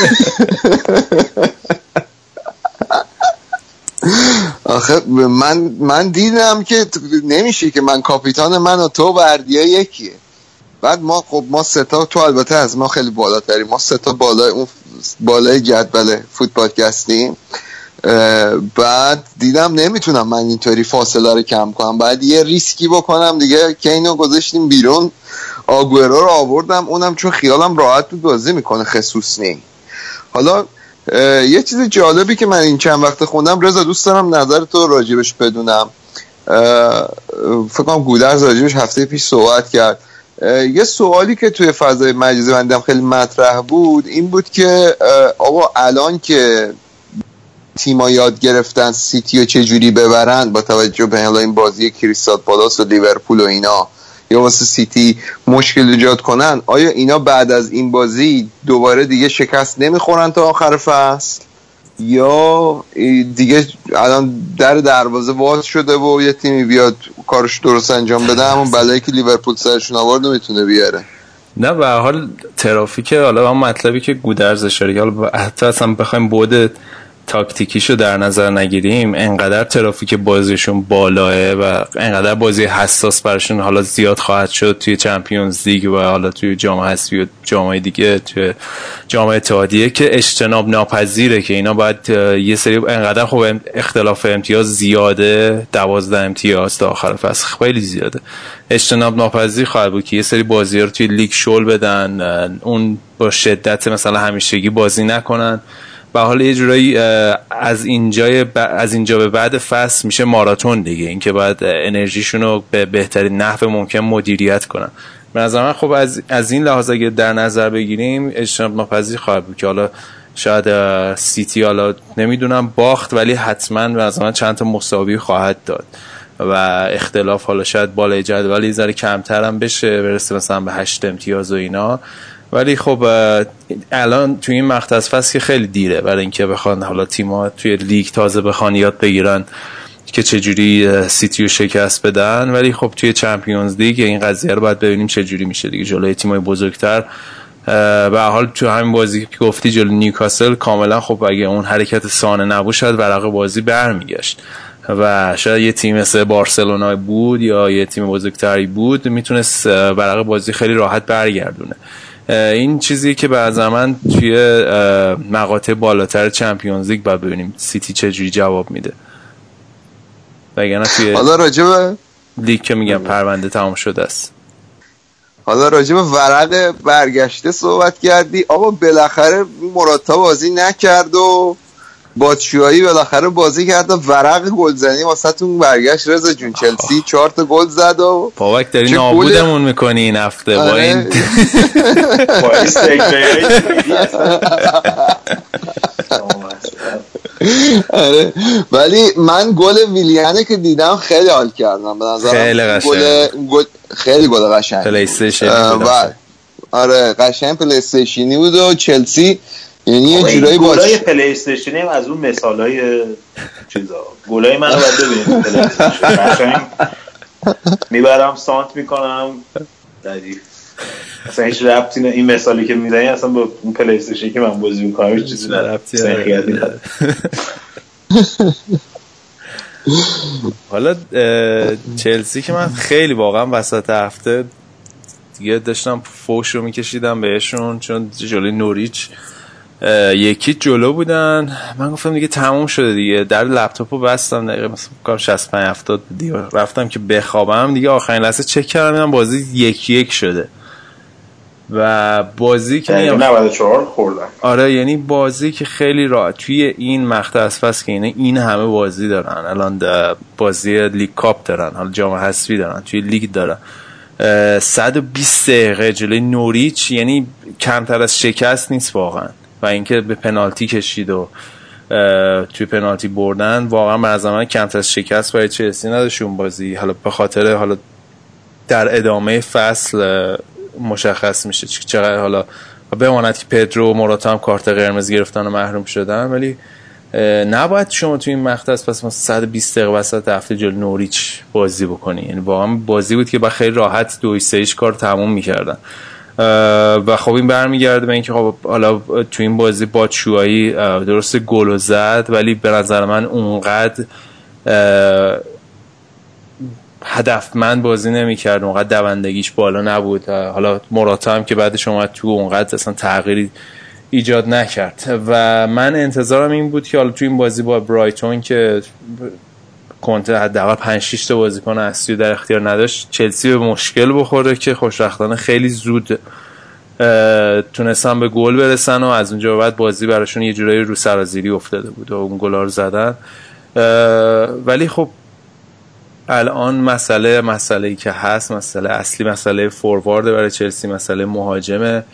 آخه من دیدم که نمیشه که من کاپیتان من و تو بردیا یکیه. بعد ما سه تا، تو البته از ما خیلی بالاتری، ما سه تا بالای جدول فوتبالکستیم. بعد دیدم نمیتونم من اینطوری فاصله رو کم کنم، بعد یه ریسکی بکنم دیگه که اینو گذاشتیم بیرون، آگورو رو آوردم، اونم چون خیالم راحت بود بازی میکنه خصوص نی. حالا یه چیز جالبی که من این چند وقت خوندم، رضا دوست دارم نظر تو راجبش بدونم، فکر کنم گودرز راجبش هفته پیش صحبت کرد. یه سوالی که توی فضای مجازی من دیدم خیلی مطرح بود این بود که آقا الان که تیم‌ها یاد گرفتن سیتی رو چجوری ببرن با توجه به این بازی کریستال پالاس و لیورپول و اینا، یا واسه سیتی مشکل ایجاد کنن، آیا اینا بعد از این بازی دوباره دیگه شکست نمیخورن تا آخر فصل یا دیگه الان در دروازه باز شده و یه تیمی بیاد کارش درست انجام بده همون بلایی که لیورپول سرشون آورد میتونه بیاره؟ نه به هر حال ترافیک، حالا اون مطلبی که گودرز اشاره کرد، حالا حتی اصلا بخوایم بعد تاکتیکیشو در نظر نگیریم، انقدر ترافیک بازیشون بالاه و انقدر بازی حساس براشون حالا زیاد خواهد شد توی چمپیونز لیگ و حالا توی جام حذفی و جام‌های دیگه، توی جام اتحادیه، که اجتناب ناپذیره که اینا باید یه سری انقدر خب اختلاف امتیاز زیاده، 12 امتیاز تا آخر فصل خیلی زیاده، اجتناب ناپذیر خواهد بود که یه سری بازی‌ها رو توی لیگ شل بدن، اون با شدت مثلا همیشگی بازی نکنن. به حال یه جورایی از اینجا به بعد فصل میشه ماراتون دیگه، این که باید انرژیشون رو به بهترین نحو ممکن مدیریت کنن. به نظر من خب از این لحاظ اگه در نظر بگیریم اجتناب ناپذیر خواهد بود که حالا شاید سیتی حالا نمیدونم باخت، ولی حتما به نظر من چند تا مساوی خواهد داد و اختلاف حالا شاید بالای جدول یه ذره کمتر هم بشه، برسه مثلا به 8 امتیاز و اینا. ولی خب الان توی این مقطع از فصل که خیلی دیره برای اینکه بخوان حالا تیم‌ها توی لیگ تازه بخوان یاد بگیرن که چجوری سیتی رو شکست بدن، ولی خب توی چمپیونز لیگ این قضیه رو باید ببینیم چجوری میشه دیگه جلوی تیم‌های بزرگتر. به هر حال تو همین بازی که گفتی جلوی نیوکاسل کاملا خب اگه اون حرکت سانه نبود شاید ورق بازی برمیگشت و شاید یه تیم مثل بارسلونا بود یا یه تیم بزرگتری بود میتونست ورق بازی خیلی راحت برگردونه. این چیزی که به نظر من توی مقاطع بالاتر چمپیونز لیگ باید ببینیم سیتی چجوری جواب میده. وگرنه توی حالا راجب لیگ که میگم پرونده تمام شده است. حالا راجب ورق برگشته صحبت کردی، آقا بالاخره موراتا بازی نکرد و باتشوایی بالاخره بازی کرد و ورق گلزنی واسهتون برگشت. رضا جون چلسی 4 تا گل زد و بابک داری نابودمون میکنی این هفته با این آره. ولی من گل ویلیانه که دیدم خیلی حال کردم، به نظرم خیلی قشنگ، خیلی گل قشنگ پلی استیشنی بود. آره قشنگ پلی استیشنی بود و چلسی یعنی یه جورایی گلای پلی استیشنی هم از اون مثالای چیزا، گلای منو باید ببینید پلی استیشن میبرم سانت میکنم ردیف، اصلا هیچ ربطی نه این مثالی که میزنی اصلا با اون پلی استیشنی که من بازی میکنم هیچ چیزی نداره. حالا چلسی که من خیلی واقعا وسط هفته دیگه داشتم فوش رو میکشیدم بهشون، چون جلوی نوریچ یکی جلو بودن، من گفتم دیگه تموم شده دیگه، در لپتاپو بستم دقیقه مثلا کار 65-70 دیگه رفتم که بخوابم دیگه. آخرین لحظه چک کردم دیدم بازی 1-1 شده و بازی که 94 خوردن. آره یعنی بازی که خیلی راحت توی این مقطع از فصل که این همه بازی دارن، الان بازی لیگ کاپ دارن، حالا جام حذفی دارن، توی لیگ دارن، 120 دقیقه جلوی نوریچ، یعنی کمتر از شکست نیست واقعا. و اینکه به پنالتی کشید و توی پنالتی بردن، واقعا به نظر من کمتر از شکست برای چلسی نداشت اون بازی. حالا به خاطر حالا در ادامه فصل مشخص میشه چقدر حالا بماند که پدرو و موراتا هم کارت قرمز گرفتن و محروم شدن، ولی نباید شما توی این مقطع از پس 120 دقیقه وسط هفته جلوی نوریچ بازی بکنی. یعنی واقعا بازی بود که با خیلی راحت 2-3 کار تموم میکردن و خب این برمیگرده به اینکه خب حالا توی این بازی باتشوایی درست گل زد، ولی به نظر من اونقدر هدفمند بازی نمی‌کرد، اونقدر دوندگیش بالا نبود. حالا موراتا هم که بعدش اومد تو اونقدر اصلا تغییری ایجاد نکرد و من انتظارم این بود که حالا تو این بازی با برایتون که کنته حداقل 5-6 تا بازیکن اصلی در اختیار نداشت، چلسی به مشکل بخوره که خوشبختانه خیلی زود تونستن به گل برسن و از اونجا بعد بازی براشون یه جورایی رو سرازیری افتاده بود و اون گلا رو زدن. ولی خب الان مسئله‌ای که هست، مسئله اصلی مسئله فوروارد برای چلسی، مسئله مهاجمه.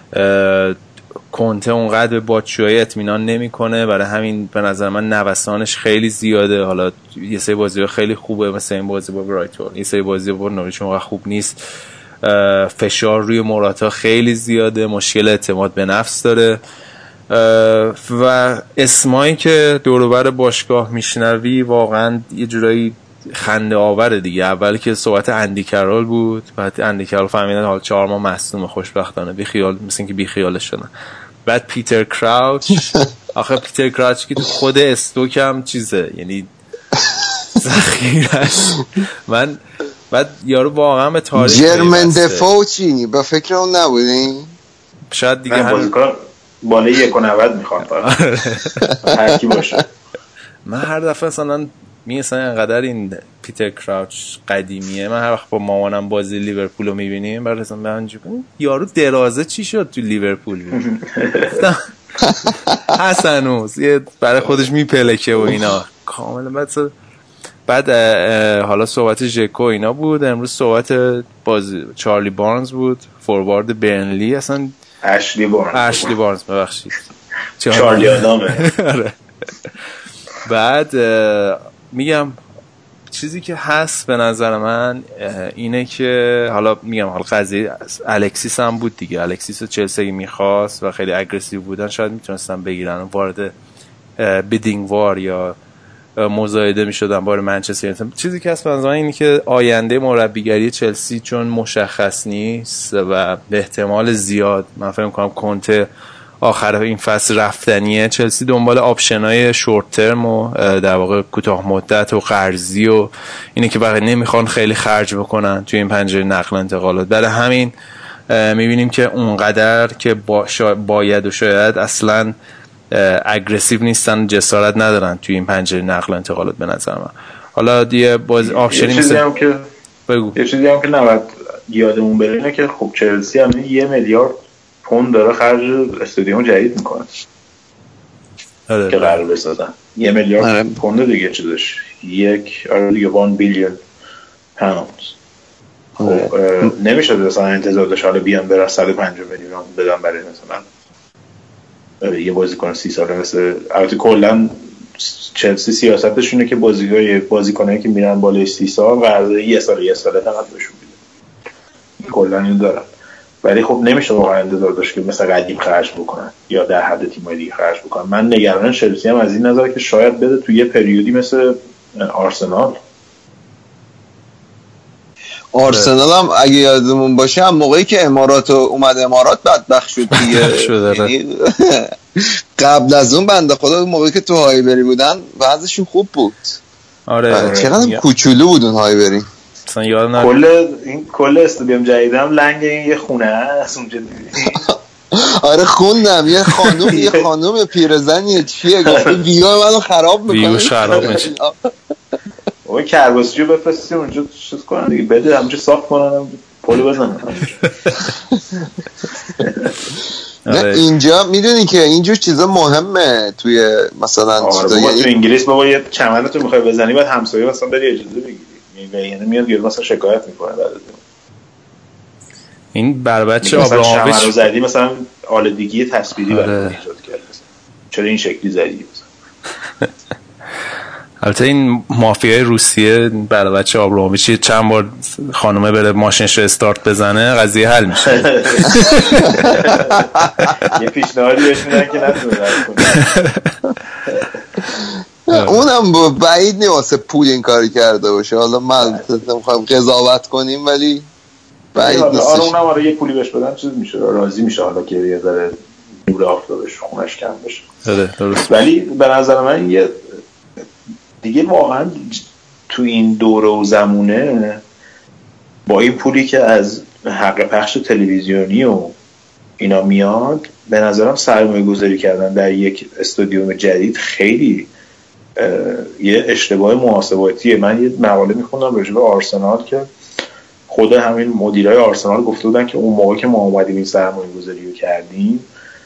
کنته اونقدر به باتشوایی اطمینان نمیکنه، برای همین به نظر من نوسانش خیلی زیاده. حالا یه سری بازی‌ها خیلی خوبه، مثلا این بازی با برایتون، یه سری بازی با نوریچ اونقدر خوب نیست. فشار روی موراتا خیلی زیاده، مشکل اعتماد به نفس داره و اسمایی که دور و بر باشگاه میشنوی واقعا یه جورایی خنده آوره دیگه. اول که صحبت اندی کرول بود، بعد اندی کرول فهمیدن حال 4 ماه مصدوم خوشبختانه، بی خیال، مثل اینکه بی خیالش شدن. بعد پیتر کراوچ آخه پیتر کراوچ که تو خود استوک هم چیزه، یعنی ذخیرش من بعد یارو واقعا به تاریخ جرمن دفاعی با فکر اون نبودین شاید دیگه بازیکن بالای 1.90 میخوام هر کی باشه. من هر دفعه مثلا میگم انقدر این پیتر کراوچ قدیمیه، من هر وقت با مامانم بازی لیورپول رو میبینیم بعد مثلا منجوری یارو درازه چی شد تو لیورپول حسنوس یه برای خودش میپلکه و اینا کاملا. بعد حالا صحبت ژکو اینا بود، امروز صحبت بازی چارلی بارنز بود، فوروارد برنلی. اصلا اشلی بارنز ببخشید چارلی آدامه. بعد میگم چیزی که هست به نظر من اینه که حالا میگم حالا قضیه الکسیس هم بود دیگه. الکسیس رو چلسی میخواست و خیلی اگریسیو بودن، شاید میتونستن بگیرن وارد بیدینگ وار یا مزایده میشدن بار منچستر. چیزی که هست به نظر من اینه که آینده مربیگری چلسی چون مشخص نیست و به احتمال زیاد من فکر می‌کنم کنته آخر این فصل رفتنیه، چلسی دنبال آپشنای شورت ترم و در واقع کوتاه مدت و قرضی و اینه که بقیه نمیخوان خیلی خرج بکنن توی این پنجره نقل و انتقالات. برای همین میبینیم که اونقدر که باید و شاید اصلا اگریسیو نیستن، جسارت ندارن توی این پنجره نقل و انتقالات به نظر من. حالا دیگه باز آپشنی مثل بگو یه چیزی هم که نباید یادمون بره اینه که خب چلسی هم 1 میلیارد پوند داره خرج استادیوم جدید میکنه که قرار بسازن. 1 میلیارد پوند دیگه چیزش دیگه 1 بیلیون پوند. نمیشه مثلا انتظار داشت حالا بیان برن 150 میلیون بدن برای مثلا یه بازیکن 30 ساله. مثل البته کلا چلسی سیاستشونه که بازیکنایی که میرن بالای 30 سال قرارداد یه ساله فقط بهشون میده، کلا اینو دارن. ولی خب نمیشه واقعا انتظار داشت که مثلا قدیم خرج بکنن یا در حد تیم‌های دیگه خرج بکنن. من نگران چلسی هم از این نظر که شاید بده تو یه پریودی مثل آرسنال هم اگه یادمون باشه هم موقعی که امارات بدبخت شد دیگه قبل از اون بنده خدا موقعی که تو هایبری بودن وضعشون خوب بود. آره چقدر کوچولو بود اون هایبری. مثلا یادم کل استادیوم جدیدم لنگ این یه خونه است اونجا دیدی. آره خوندم یه خانم پیرزنیه چیه گفت ویو منو خراب میکنه. اون کرباسیو بفرستی اونجا چیز کنن دیگه، بده همونجا صاف کنن پلی بزنن. نه اینجا میدونی که اینجور چیزا مهمه توی مثلا چیزا، یعنی تو انگلیس بابا یه چمنتو میخوای بزنی بعد همسایه مثلا بری اجازه بگیری، یعنی میاد یه مثلا شکایت میکنه بعد این بر بچه آبراهاموویچ رو زدی مثلا آلودگی تصویری برای ایجاد کرد، چرا این شکلی زدی؟ البته این مافیای روسیه برای بچه آبراهاموویچ چند بار خانومه بره ماشینش رو استارت بزنه قضیه حل میشه. یه پیشنهادی بهش میدن که نتونه کنه. اونم بعید نیست واسه پول این کاری کرده باشه. حالا من نمیخوام قضاوت کنیم ولی بعید نیست. آره اونم آره یه پولی بهش بدن چیز میشه، راضی میشه حالا که یه ذره نور آفتابش خونش کم بشه. درست. ولی به نظر من یه دیگه واقعا تو این دوره و زمونه با این پولی که از حق پخش تلویزیونی و اینا میاد به نظرم سرمایه گذاری کردن در یک استادیوم جدید خیلی یه اشتباه محاسباتیه. من یه مقاله میخوندم راجع به آرسنال که خود همین مدیرای آرسنال گفته بودن که اون موقع که ما اومدیم این سرمایه گذاری رو کردیم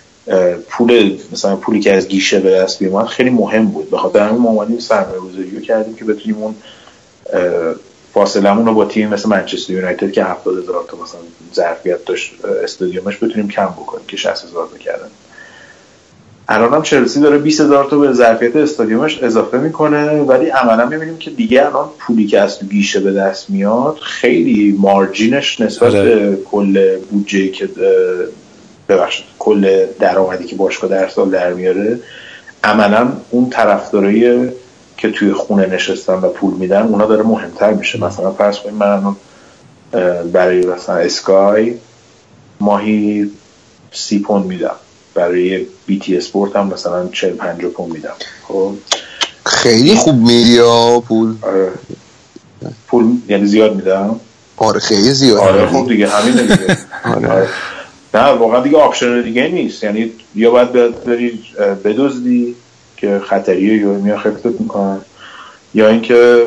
پولی که از گیشه به دست بیومد خیلی مهم بود، به خاطر همین ما اومدیم سرمایه گذاری رو کردیم که بتونیم اون فاصله‌مون رو با تیم مثل منچستر یونایتد که 70,000 تا مثلا ظرفیت داشت استادیومش بتونیم کم بکنیم که 60,000 تا کردن. الان هم چلسی داره 20,000 تا به ظرفیت استادیومش اضافه میکنه، ولی عملا میبینیم که دیگه الان پولی که از گیشه به دست میاد خیلی مارجینش نسبت به کل بودجه‌ای که ببخشید کل درآمدی که باشگاه در سال در میاره عملاً اون طرفدارایی که توی خونه نشستن و پول میدن اونا داره مهمتر میشه. مثلا فرض کنید من برای مثلا اسکای ماهی 30 پوند میدم، برای بیتی اسپورت هم مثلا 40-50 پوند میدم. خب خیلی خوب میدی پول. آره. پول یعنی زیاد میدم. آره خیلی زیاد. آره خب دیگه همین دیگه. آره. نه واقعا دیگه آپشن دیگه نیست، یعنی یا باید بری بدزدی که خطریه یا میان خفتت میکنن، یا اینکه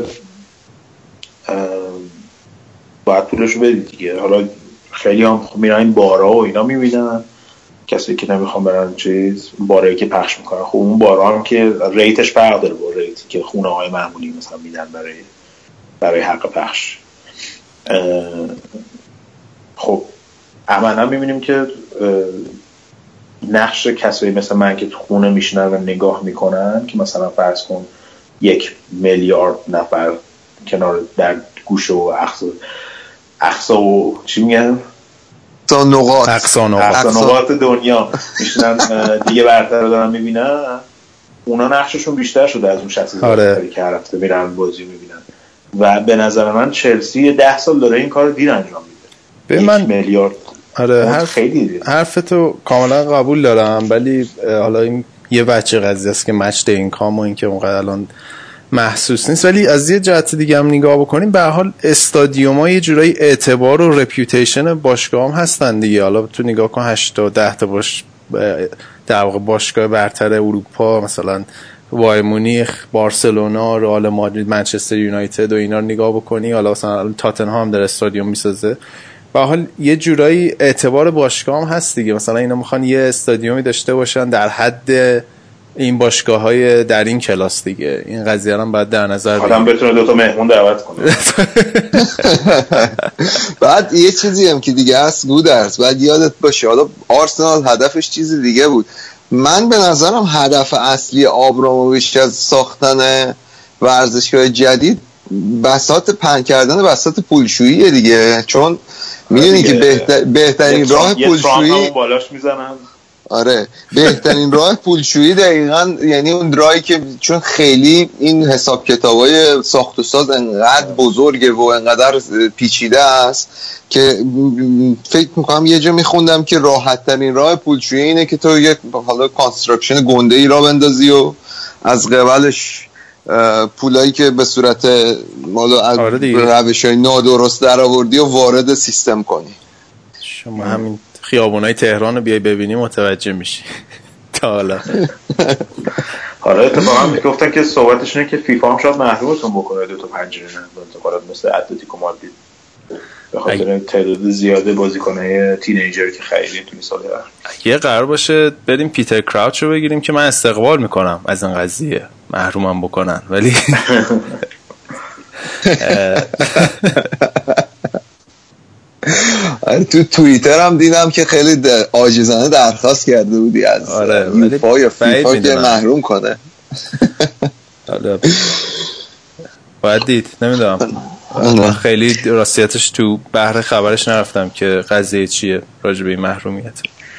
باید پولشو بدی دیگه. حالا خیلی هم میرن این بارا و اینا میبینن، کسی که نمیخوام برن چیز بارایی که پخش میکنن. خب اون بارا هم که ریتش فرق داره با ریتی که خونه های معمولی مثلا میدن برای حق پخش. خب عملا میبینیم که نقش کسایی مثل من که تو خونه میشنن و نگاه میکنن که مثلا فرض کن 1 میلیارد نفر کنار در گوشه و اقصا و چی میگن؟ اقصا نقاط دنیا میشنن دیگه برتر دارن میبینن. اونا نقششون بیشتر شده از اون 60,000 نفری که هر هفته میرن بازی میبینن. و به نظر من چلسی 10 سال داره این کار دیر انجام میده. 1 میلیارد. آره حرفتو کاملا قبول دارم، ولی حالا این یه بچه قضیه است که مچ اینکام و این که اونقدر الان محسوس نیست. ولی از یه جهت دیگه هم نگاه بکنیم، به هر حال استادیوم‌ها یه جورایی اعتبار و رپیوتیشن باشگاه هم هستن دیگه. حالا تو نگاه کن 8 تا 10 تا در واقع باشگاه برتر اروپا، مثلا بایر مونیخ، بارسلونا، رئال مادرید، منچستر یونایتد و اینا رو نگاه بکنی، حالا مثلا تاتنهام در استادیوم میسازه. به هر حال یه جورایی اعتبار باشگاه هم هست دیگه. مثلا اینا میخوان یه استادیومی داشته باشن در حد این باشگاه‌های در این کلاس دیگه. این قضیه هم باید در نظر بگیریم. آدم بتونه 2 تا مهمون دعوت کنه. بعد یه چیزی هم که دیگه هست گودرز، بعد یادت باشه، حالا آرسنال هدفش چیز دیگه بود. من به نظرم هدف اصلی آبراموویچ از ساختن ورزشگاه جدید بساط پهن کردن بساط پولشویی دیگه، چون میدونی که بهترین راه پولشویی بالاش میزنن. آره بهترین راه پولشویی دقیقاً یعنی اون راهی که چون خیلی این حساب کتابای ساخت و ساز انقدر بزرگه و انقدر پیچیده است که فکر میکنم یه جا میخوندم که راحت ترین راه پولشویی اینه که تو یک حالا کانستراکشن گنده ای را بندازی و از قبلش پولایی که به صورت روش‌های نادرست در آوردی و وارد سیستم کنی. شما همین خیابونای تهران رو بیای ببینی متوجه میشی. تا حالا حالا اتفاقا میگفتن که صحبتش اینه که فیفا هم شاید محرومتون بکنه 2 تا پنجره انتقالات مثل اتلتیکو مادرید به خاطر تعداد زیاده بازیکن‌های تینیجر که خریدین تو سال اخیر. یه قرار باشه بریم پیتر کراوچ رو بگیریم که من استقبال میکنم از این قضیه، محرومم بکنن. ولی تو توییتر هم دیدم که خیلی عاجزانه درخواست کرده بودی از یوفا یا فیفا که محروم کنه. باید دید، نمیدونم خیلی راستیتش تو بحر خبرش نرفتم که قضیه چیه راجع به این محرومیت.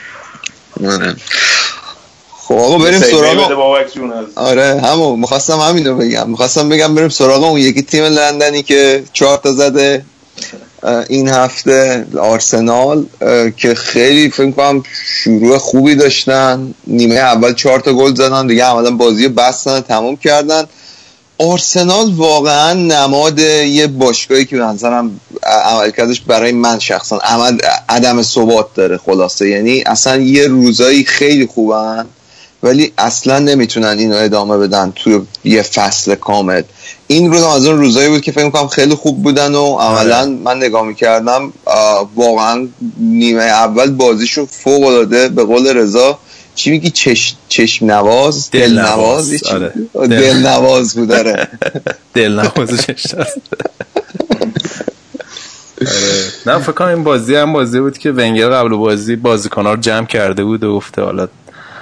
خب آقا بریم سراغ. آره میخواستم همینو بگم بریم سراغ اون یکی تیم لندنی که 4 تا زده این هفته، آرسنال، که خیلی فکر کنم شروع خوبی داشتن. نیمه اول 4 تا گل زدن دیگه، عملا بازی رو بستن تموم کردن. آرسنال واقعا نماد یه باشگاهی که به نظرم عملکردش برای من شخصا عدم ثبات داره. خلاصه یعنی اصلا یه روزایی خیلی خوبن ولی اصلا نمیتونن اینو ادامه بدن تو یه فصل کامل. این روز از اون روزایی بود که فکر می‌کنم خیلی خوب بودن و عملا من نگاه می‌کردم واقعا نیمه اول بازیشون فوق‌العاده، به قول رضا چی میگی، چشم نواز، دل نواز دل نواز بود. داره دل نوازش هست. نه فکر کنم این بازی هم بازی بود که ونگر قبل بازی بازیکن‌ها رو جمع کرده بود و گفته حالا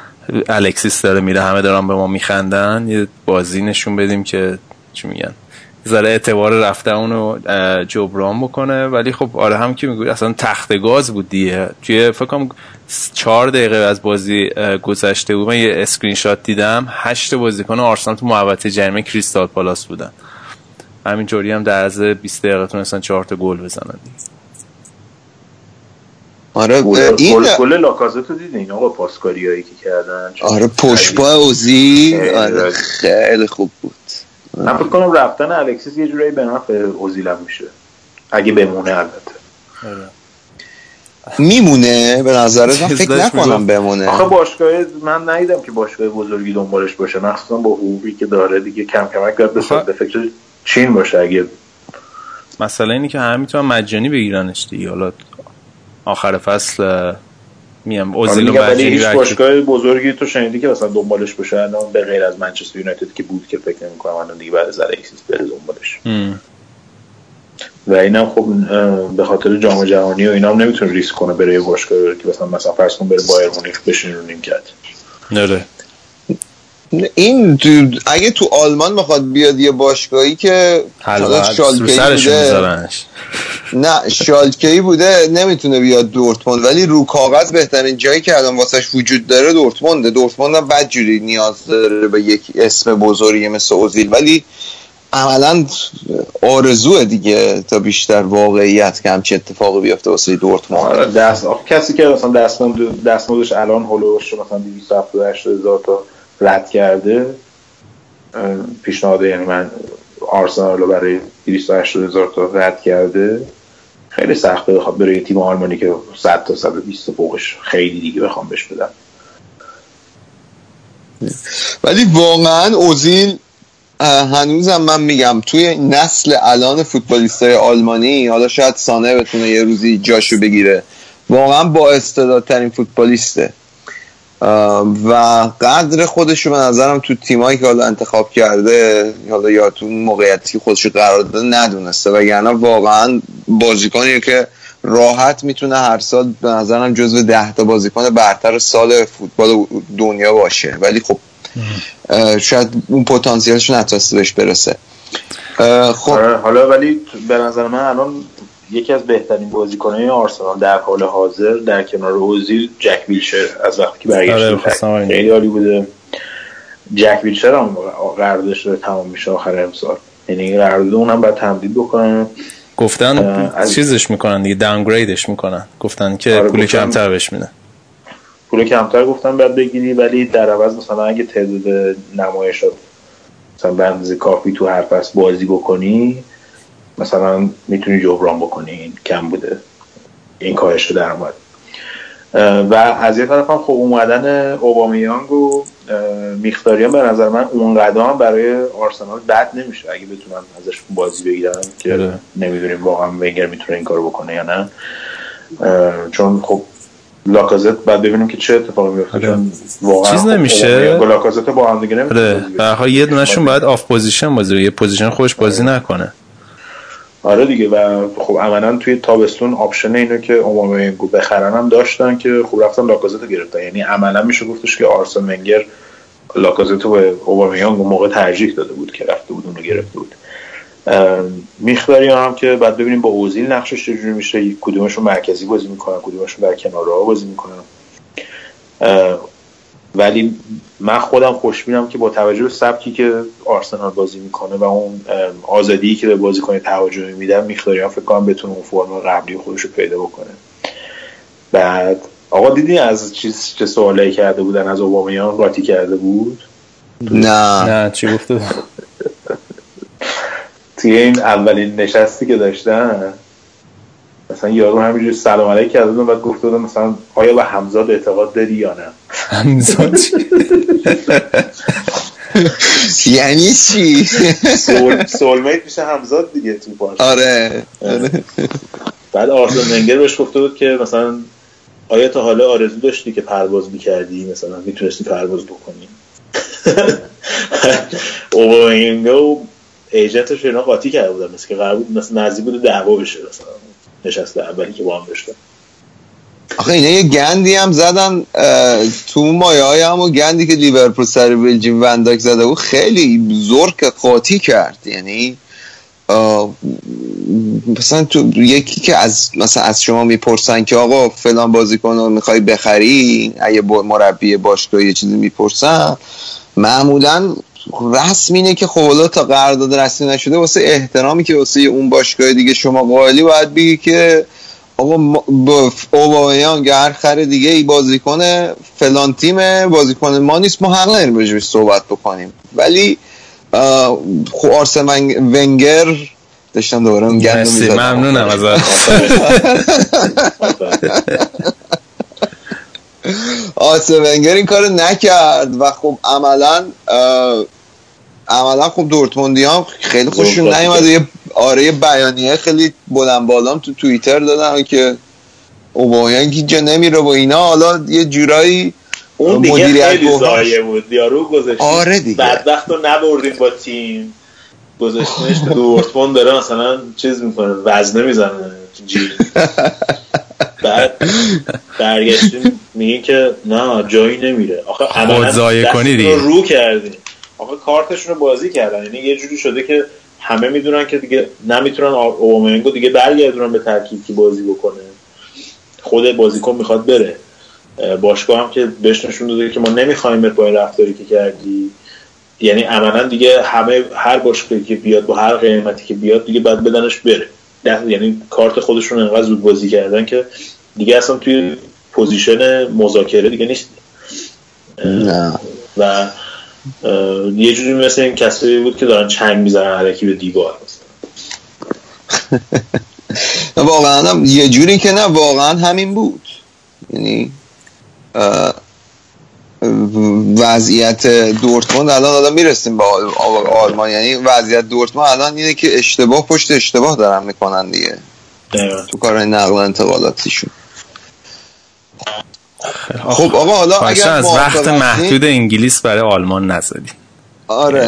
الکسیس داره میره همه دارن به ما میخندن، یه بازی نشون بدیم که چی میگن زره اعتبار رفته اونو جبران بکنه. ولی خب آره هم که میگوی اصلا تخت گاز بود دیگه. توی فکر کنم 4 دقیقه از بازی گذشته بود من یه اسکرین شات دیدم 8 بازیکن آرسنال تو محوطه جریمه کریستال پالاس بودن. همینجوری هم در از 20 دقیقه تونستن 4 تا گل بزنن. آره این گل لاکازتو دیدین آقا پاسکاریایی که کردن؟ آره پشت‌پا اوزیل آره خیلی خوب بود. من فکر کنم رفتن الکسیس یه جورایی به نفع اوزیل هم میشه اگه بمونه. البته میمونه به نظرت؟ من فکر نکنم بمونه. آخه باشگاه من ندیدم که باشگاه بزرگی دنبالش باشه، مخصوصا با حقوقی که داره دیگه کم کمک باید به فکر چین باشه. اگه مسئله اینی که همه میتونن مجانی بگیرنش دیگه. حالا آخر فصل میام اوزیل و ولی هیچ باشگاه بزرگی تو شنیدی که مثلا دنبالش باشه الان به غیر از منچستر یونایتد که بود که فکر نمی‌کنم الان دیگه بعد از الکسیس بره دنبالش. و اینم خب به خاطر جام جهانی و اینا هم نمیتونه ریسک کنه بره یه باشگاه که مثلا فرض کن بره بایر مونیخ بشین رو نیمکت. نه این اگه تو آلمان بخواد بیاد یه باشگاهی که شالکه‌ای بوده نمیتونه بیاد دورتموند، ولی رو کاغذ بهترین جایی که الان واسش وجود داره دورتمونده. دورتموند هم بدجوری نیاز داره به یک اسم بزرگی مثل اوزیل، ولی عملا آرزوه دیگه تا بیشتر واقعیت که همچین اتفاقی بیفته واسه دورتموند. کسی که مثلا دستمزدش الان هولوش مثلا 278,000 تا رد کرده پیشنهاد، یعنی من آرسنال رو برای 280,000 تا رد کرده، خیلی سخته بخواد بره یه تیم آلمانی که 100 تا 120 فوقش خیلی دیگه بخوام بهش بدم. ولی واقعا اوزیل هنوزم من میگم توی نسل الان فوتبالیستای آلمانی، حالا شاید سانه بتونه یه روزی جاشو بگیره، واقعا با استعدادترین فوتبالیسته و قدر خودشو به نظرم تو تیمایی که حالا انتخاب کرده حالا یا تو موقعیتی خودشو قرار داده ندونسته، وگرنه واقعا بازیکنیه که راحت میتونه هر سال به نظرم جزو 10 تا بازیکن برتر سال فوتبال دنیا باشه، ولی خب شاید اون پتانسیلش نتونسته بهش برسه. خب حالا ولی به نظر من الان یکی از بهترین بازیکن‌های آرسنال در حال حاضر در کنار اوزیل جک ویلشر از وقتی که برگشته خیلی عالی بوده. جک ویلشر هم قراردادش داره تمام میشه آخر امسال، یعنی قرارداد اونم باید تمدید بکنن. گفتن چیزش میکنن دیگه، داونگریدش میکنن، گفتن که پول کمتر بهش میدن. پول کمتر گفتن بعد بگیری، ولی در عوض مثلا اگه تعداد نمایشات مثلا به اندازه کافی تو هر فصل بازی بکنی مثلا میتونی جبران بکنی این کم بوده این کاهش درآمد. و از یه طرف هم خب اومدن اوبامیانگ و میختاریان به نظر من اونقدر هم برای آرسنال بد نمیشه اگه بتونن ازش بازی بگیرن که نمیدونیم واقعا ونگر میتونه این کارو بکنه یا نه، چون خب لاکازت بعد ببینیم که چه اتفاقی میفته، چون واقعا چیز نمیشه لاکازت با هم دیگه نمیتونه بازی یه دونهشون باید آف پوزیشن بازی یه پوزیشن خودش بازی نکنه. آره دیگه. و خب عملاً توی تابستون آپشن اینو که اوبامیانگو بخرن هم داشتن که خب رفتن لاکازتو گرفتن، یعنی عملاً میشه گفتش که آرسن ونگر لاکازتو به اوبامیانگو موقع ترجیح داده بود که رفته بود اونو گرفته بود. میخداریان هم که بعد ببینیم با اوزیل نقشش چجوری میشه، کدومشون مرکزی بازی میکنن کدومشون در کنارها بازی میکنن. ولی من خودم خوشبینم که با توجه به سبکی که آرسنال بازی میکنه و اون آزادی که به بازیکن تهاجمی میدن، میخداریان فکر کنم بتونه اون فرم قبلی خودش رو پیدا بکنه. بعد آقا دیدی از چه سوالی کرده بودن از اوبامیان قاطی کرده بود؟ نه چی گفته؟ توی این اولین نشستی که داشتن مثلا یارو همینجوری سلام علیک کرده بود، بعد گفته بود مثلا آیا به همزاد اعتقاد داری یا نه؟ همزاد یعنی چی؟ سولمیت میشه همزاد دیگه تو پاش. آره. بعد آرسن ونگر بهش گفته بود که مثلا آیا تا حالا آرزو داشتی که پرواز میکردی، مثلا میتونستی پرواز بکنی؟ اوبامیانگو ایجنتش اینا قاطی کرده بودن، مثل که قرار بود مثلا نزدیک بود دعوا بشه مثلا نشست اولی که با هم داشتن. آخه اینا یه گندی هم زدن تو مایه‌های همون گندی که لیورپول سر بلژیم ونداک زده بود، خیلی زرک قاطی کرد، یعنی مثلا تو یکی که مثلا از شما میپرسن که آقا فلان بازیکن رو میخوای بخری، اگه مربی باشگاه یه چیزی میپرسن، معمولا رسم اینه که خب حالا تا قرارداد رسمی نشده واسه احترامی که واسه اون باشگاه دیگه شما قائلی باید بگی که آقا اوبامیانگ هر خر دیگه ای بازیکن فلان تیم بازیکن ما نیست، ما حق نداریم راجعش صحبت بکنیم. ولی خب آرسن ونگر داشتم دوباره اون گند رو میزدم. ممنونم ازت. آرسن ونگر این کارو نکرد و خب عملا خب دورتموندی هم خیلی خوششون نیومد. یه بیانیه خیلی بلند بالام تو توییتر دادن که اوبامیانگ هیچ جا نمیره و اینا. حالا یه جورایی اون دیگه خیلی زایه بود، یارو گذاشت. آره دیگه بدبخت رو نبردیم با تیم، گذاشتنش تو دورتموند داره مثلا چیز میکنه، وزنه میزنه جی. بعد برگشتیم میگه که نه جایی نمیره. آخه خود ضایع کنی دیگه رو کردیم. آخه کارتشون رو بازی کردن، یعنی یه جوری شده که همه میدونن که دیگه نمیتونن اوبامیانگو دیگه برگردونن به ترکیب که بازی بکنه. خود بازیکن میخواد بره، باشگاه هم که بهش نشون داده که ما نمیخوایم با این رفتاری که کردی. یعنی عملا دیگه همه هر باشگاهی که بیاد با هر قیمتی که بیاد دیگه بعد بدنش بره. یعنی کارت خودشون انقدر زود بازی کردن که دیگه اصلا توی پوزیشن مذاکره دیگه نیست. و یه جوری مثل این کسایی بود که دارن چنگ میزنن الکی به دیوار مثلا. واقعا یه جوری که نه، واقعا همین بود. یعنی وضعیت دورتموند الان میرسیم به آلمان، یعنی وضعیت دورتموند الان اینه که اشتباه پشت اشتباه دارن میکنن دیگه تو کارهای نقل و انتقالاتیشون. خب آقا حالا اگر از وقت محدود انگلیس برای آلمان نذاریم. آره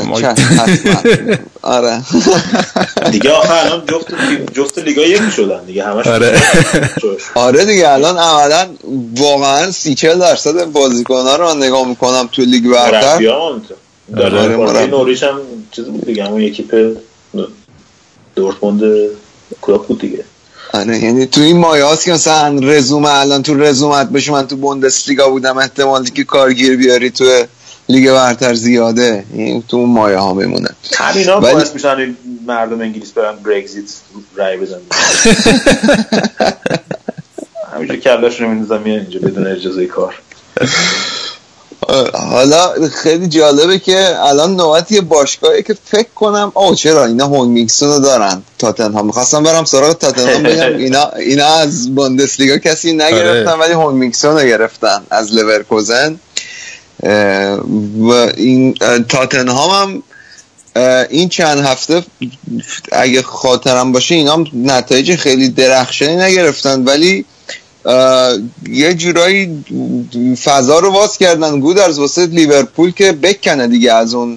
آره دیگه آخه الان جفت لیگا یکی شدن دیگه همش. آره دیگه الان عملا واقعا 30-40% بازیکن‌ها رو من نگاه میکنم تو لیگ برتر داره. نوریش هم چیز بود دیگه، همون اکیپ دورتموند کلوب بود دیگه. آره یعنی تو این مایه هاست که مثلا رزومه الان تو رزومت بشه من تو بوندسلیگا بودم، احتمالی که کارگیر بیاری تو لیگ برتر زیاده. این تو اون مایه ها بمونه. همینا باعث میشن مردم انگلیس برن برگزیت رای بدن. همینجور کلاشون رو میندازن میان اینجا بدون اجازه کار. حالا خیلی جالبه که الان نوبت یه باشگاهی که فکر کنم چرا اینا هونگ میکسون رو دارن. تاتنهام میخواستم برم سراغ تاتنهام بگم اینا از بوندسلیگا کسی نگرفتن ولی هونگ میکسون رو گرفتن از لورکوزن. و این تاتنهام هم این چند هفته اگه خاطرم باشه اینا نتایج خیلی درخشانی نگرفتن ولی یه جورایی فضا رو واس کردن گودرز واسه لیورپول که بکنه دیگه از اون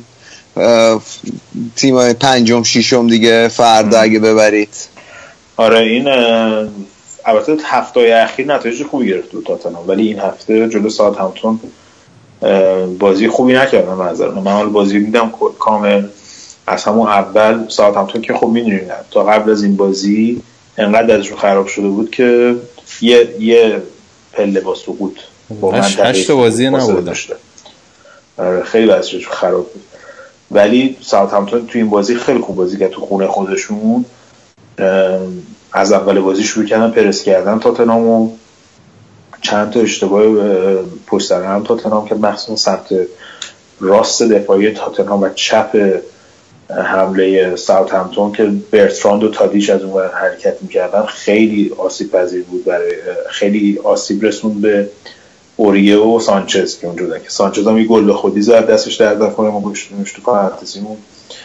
تیم 5م 6م دیگه فردا اگه ببرید. آره این البته هفته اخیر نتایج خوبی گرفت تو تاتنهام ولی این هفته جلو ساوثهامپتون بازی خوبی نکردن. من بازی دیدم کامل از همون اول. ساوثهامپتون که خب میدونید تا قبل از این بازی انقدر ازشون خراب شده بود که یه پله با سقوط با من 8 بازی نبود. خیلی وضعیتش خراب بود ولی ساوثهامپتون تو این بازی خیلی خوب بازی کرد. تو خونه خودشون از اول بازی شروع کردن پرس کردن تاتنهامو. چند تا اشتباه پشت سر هم تاتنهام که مخصوصا سمت راست دفاعی تاتنهام و چپ حمله ساوثهامپتون که برتراند و تادیش از اون حرکت میکردن خیلی آسیب پذیر بود. برای خیلی آسیب رسوند به اوریه و سانچز که اونجا که سانچز هم یه گل خودی زد دستش درد کنه ما گوشتونش تو پرانتزیمون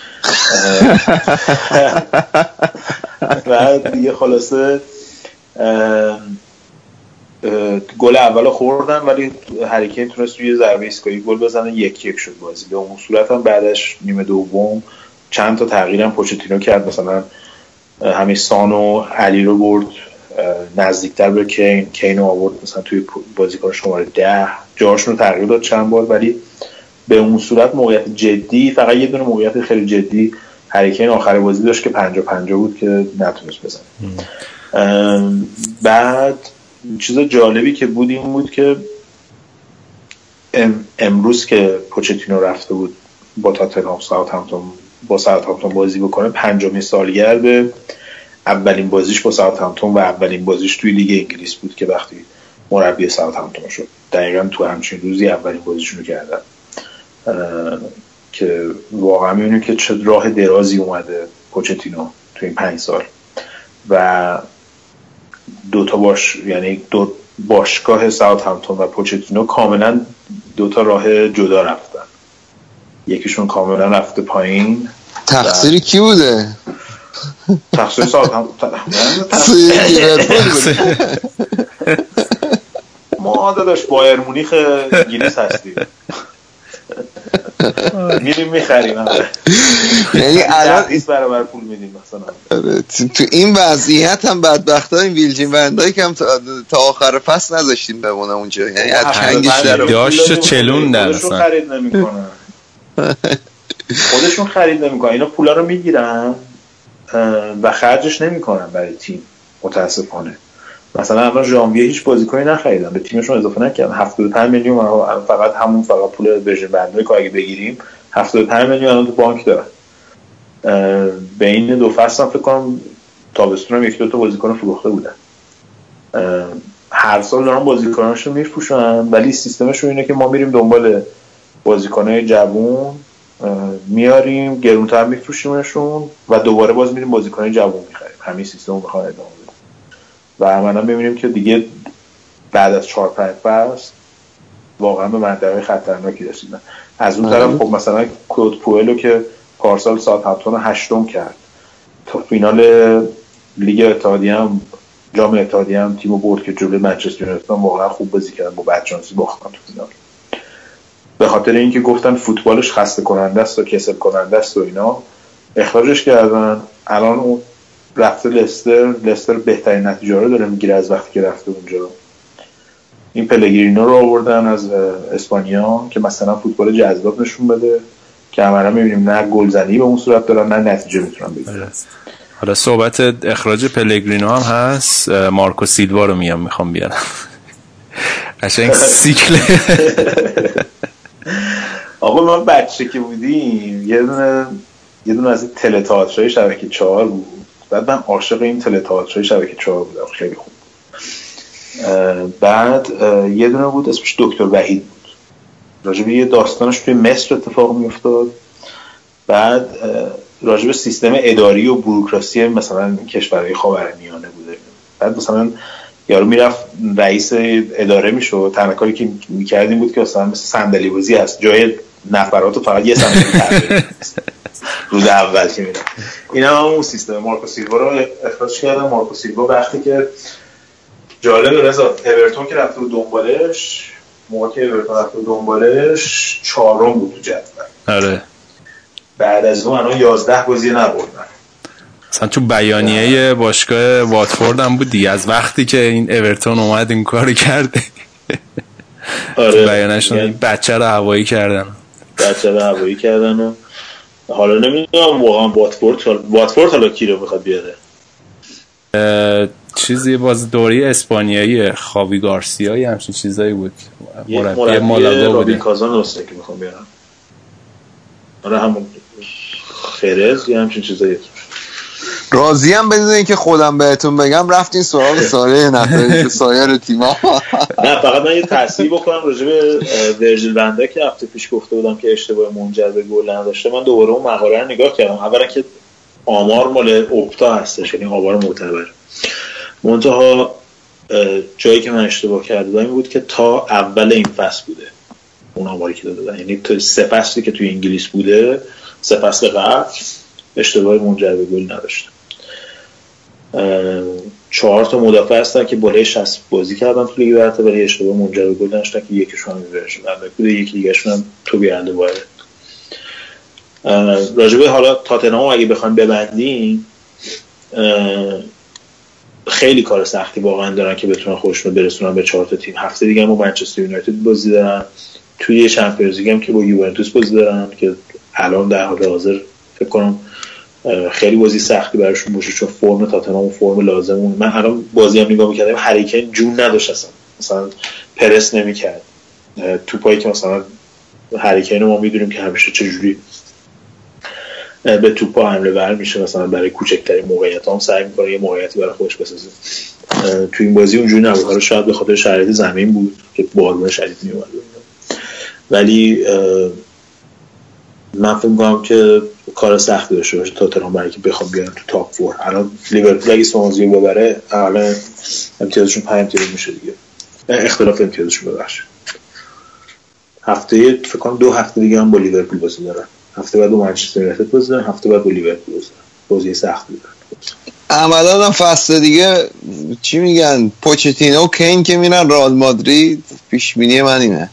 و دیگه خلاصه گل اول خوردن ولی هری کین تونست توی ضربه ایستگاهی گل بزنه. 1-1 شد بازی. به اون صورت هم بعدش نیمه دوم چند تا تغییرم پوچتینو کرد. مثلا همین سان و علی رو برد نزدیکتر به کین رو آورد مثلا توی بازیکن شماره 10 جاشون رو تغییر داد چند بار ولی به اون صورت موقعیت جدی فقط یه دونه موقعیت خیلی جدی هری کین آخر بازی داشت که 50-50 بود که نتونست بزنه. بعد چیز جالبی که بود این بود که امروز که پوچتینو رفته بود با تاتنهام ساوثهامپتون بازی بکنه، 50مین سالگرد اولین بازیش با ساوثهامپتون و اولین بازیش توی لیگ انگلیس بود که وقتی مربی ساوثهامپتون شد. دقیقاً تو همچین روزی اولین بازیشون رو کردن که واقعا می‌بینیم که چه راه درازی اومده پوچتینو تو این 5 سال و یعنی دو باشگاه ساوثهامپتون و پوچتینو کاملا 2 راه جدا رفتن. یکیشون کاملا رفته پایین. تقصیر کی بوده؟ تقصیر ساوثهامپتون. ما داداش بایر مونیخ انگلیس هستیم، میریم میخریم، یعنی الان برابر پول میدیم مثلا. تو این وضعیت هم بدبختا این ویلجین وندایک هم تا آخر فصل نذاشتیم بمونه اونجا، یعنی از چنگش در داشت چلون در خودشون خرید نمیکنن. خودشون خرید نمیکنن، اینا پولا رو میگیرن و خرجش نمیکنن برای تیم. متاسفانه مثلا الان ژانویه هیچ بازیکنی نخریدن، به تیمشون اضافه نکردن. 75 میلیون فقط پول ورژن بندای که اگه بگیریم 75 میلیون الان تو بانک دارن. بین 2 فصل فکر کنم تابستون هم 1-2 تا بازیکن فروخته بودن. هر سال دارن بازیکناشو میفروشن، ولی سیستمشون اینه که ما میریم دنبال بازیکنای جوون میاریم، گرونتر میفروشیمشون و دوباره باز میریم بازیکنای جوون میخریم. همین سیستمو میخوان ادامه بدن و منم ببینیم که دیگه بعد از 4-5 فصل واقعا به منطقه خطرناکی رسیدن. از اون طرف خب مثلا کلود پوئلو که پارسال ساوثهامپتون 8م کرد، تا فینال لیگ اتحادیه هم جام اتحادیه هم تیمو برد که جلوی منچستر یونایتد واقعا خوب بازی کردن، با بدشانسی باختن تو فینال. به خاطر اینکه گفتن فوتبالش خسته کننده است و کسل کننده است و اینا اخراجش کردن. الان اون رفته لستر بهترین نتیجه رو داره میگیره از وقتی که رفته اونجا. این پلگرینو رو آوردن از اسپانیا که مثلا فوتبال جذاب نشون بده که عملا میبینیم نه گلزنی به اون صورت دارن نه نتیجه میتونن بگیرن. حالا صحبت اخراج پلگرینو هم هست، مارکو سیلوا رو میخوام بیارم. قشنگ سیکل. آقا ما بچه که بودیم یه دونه از این تلتئاترهای شبکه 4 بود. بعد من عاشق این تلتئاترهای شبکه 4 بودم، خیلی خوب. بعد یه دونه بود اسمش دکتر وحید بود، راجب یه داستانش توی مصر اتفاق میافتاد. بعد راجب سیستم اداری و بوروکراسی مثلا کشورهای خاورمیانه بوده. بعد مثلا یارو میرفت رئیس اداره میشد، تنها کاری که میکردیم بود که مثلا مثل صندلی بازی هست، جای نفراتو فقط یه صندلی تعبیر روز اول که میرم. این هم اون سیستم. مارکو سیلوا رو اخراج کردن. مارکو سیلوا وقتی که جالب رضا اورتون که رفته بود دنبالش، موقع که اورتون رفته بود دنبالش 4م بود تو جدول. آره. بعد از اون الان 11 بازی نبردن. مثلا تو بیانیه باشگاه واتفورد هم بود دیگه، از وقتی که این اورتون اومد این کارو کرده. آره. بیانشون این بچه رو هوایی کردن و حالا نمیدونم واقعا واتفورد حالا کی رو میخواد بیاره. چیزی باز دوری اسپانیایی خاوی گارسیا یا همچین چیزایی بود، مربی مالاگا بود. کازان دوسته که میخوام بیارم. آره همون خرز یا همچین چیزایی. راضیم بدون اینکه خودم بهتون بگم رفتین سراغ ساره نتایج سایر تیم‌ها. نه فقط من یه تصحیح بکنم راجع به ورژیل وندا که هفته پیش گفته بودم که اشتباه منجر به گل نداشته. من دوباره اون مقاله رو نگاه کردم. اولا که آمار مال اپتا هستش، یعنی آمار معتبر. منتها جایی که من اشتباه کردم این بود که تا اول این فصل بوده اون آماری که دادن، یعنی تو 3 فصلی که توی انگلیس بوده 3 فصل قبل اشتباه منجر به گل نداشته. 4 تا مدافع هستن که بالای 60 بازی کردن تو لیگ برتر ولی اشتباه منجر به گل نداشتن که یکیشون هم ورژن بوده، یکی دیگه‌شون هم توبی اندوبایه. راجبه حالا تاتنهام اگه بخوایم ببندیم خیلی کار سختی واقعا دارن که بتونن خودشون رو برسونن به 4 تا تیم. هفته دیگه هم با منچستر یونایتد بازی دارن، توی چمپیونز لیگ هم که با یوونتوس بازی دارن که الان در حال حاضر فکر کنم خیلی بازی سختی براشون باشه، چون فرم تاتنهام و فرم لازمون. من الان بازی هم نگاه می‌کردم، هری کین جون نداشت مثلا پرس نمی‌کرد توپایی که مثلا هری کین ما می‌دونیم که همیشه چجوری به توپا حمله ور میشه، مثلا برای کوچکترین موقعیت‌ها هم سعی می‌کنه یه موقعیتی برای خودش بسازه. تو این بازی اونجوری نبود، حالا شاید به خاطر شرایط زمین بود که بارون شدید میومد، ولی من فکر می‌کنم که کار سختی داشته باشه تاتنهام برای که بخوام بیان تو تاپ 4. الان لیورپول اگه سوانزی رو ببره الان امتیازشون 5 امتیاز میشه دیگه، اختلاف امتیازشون ببخشید. هفته فکر کنم 2 هفته دیگه هم با لیورپول بازی دارن، هفته بعد با منچستر یونایتد بازی دارن، هفته بعد با لیورپول بازی سختی دارن. عملاً هم فصل دیگه چی میگن پوچتینو و کین که میرن رئال مادرید، پیش بینی من اینه.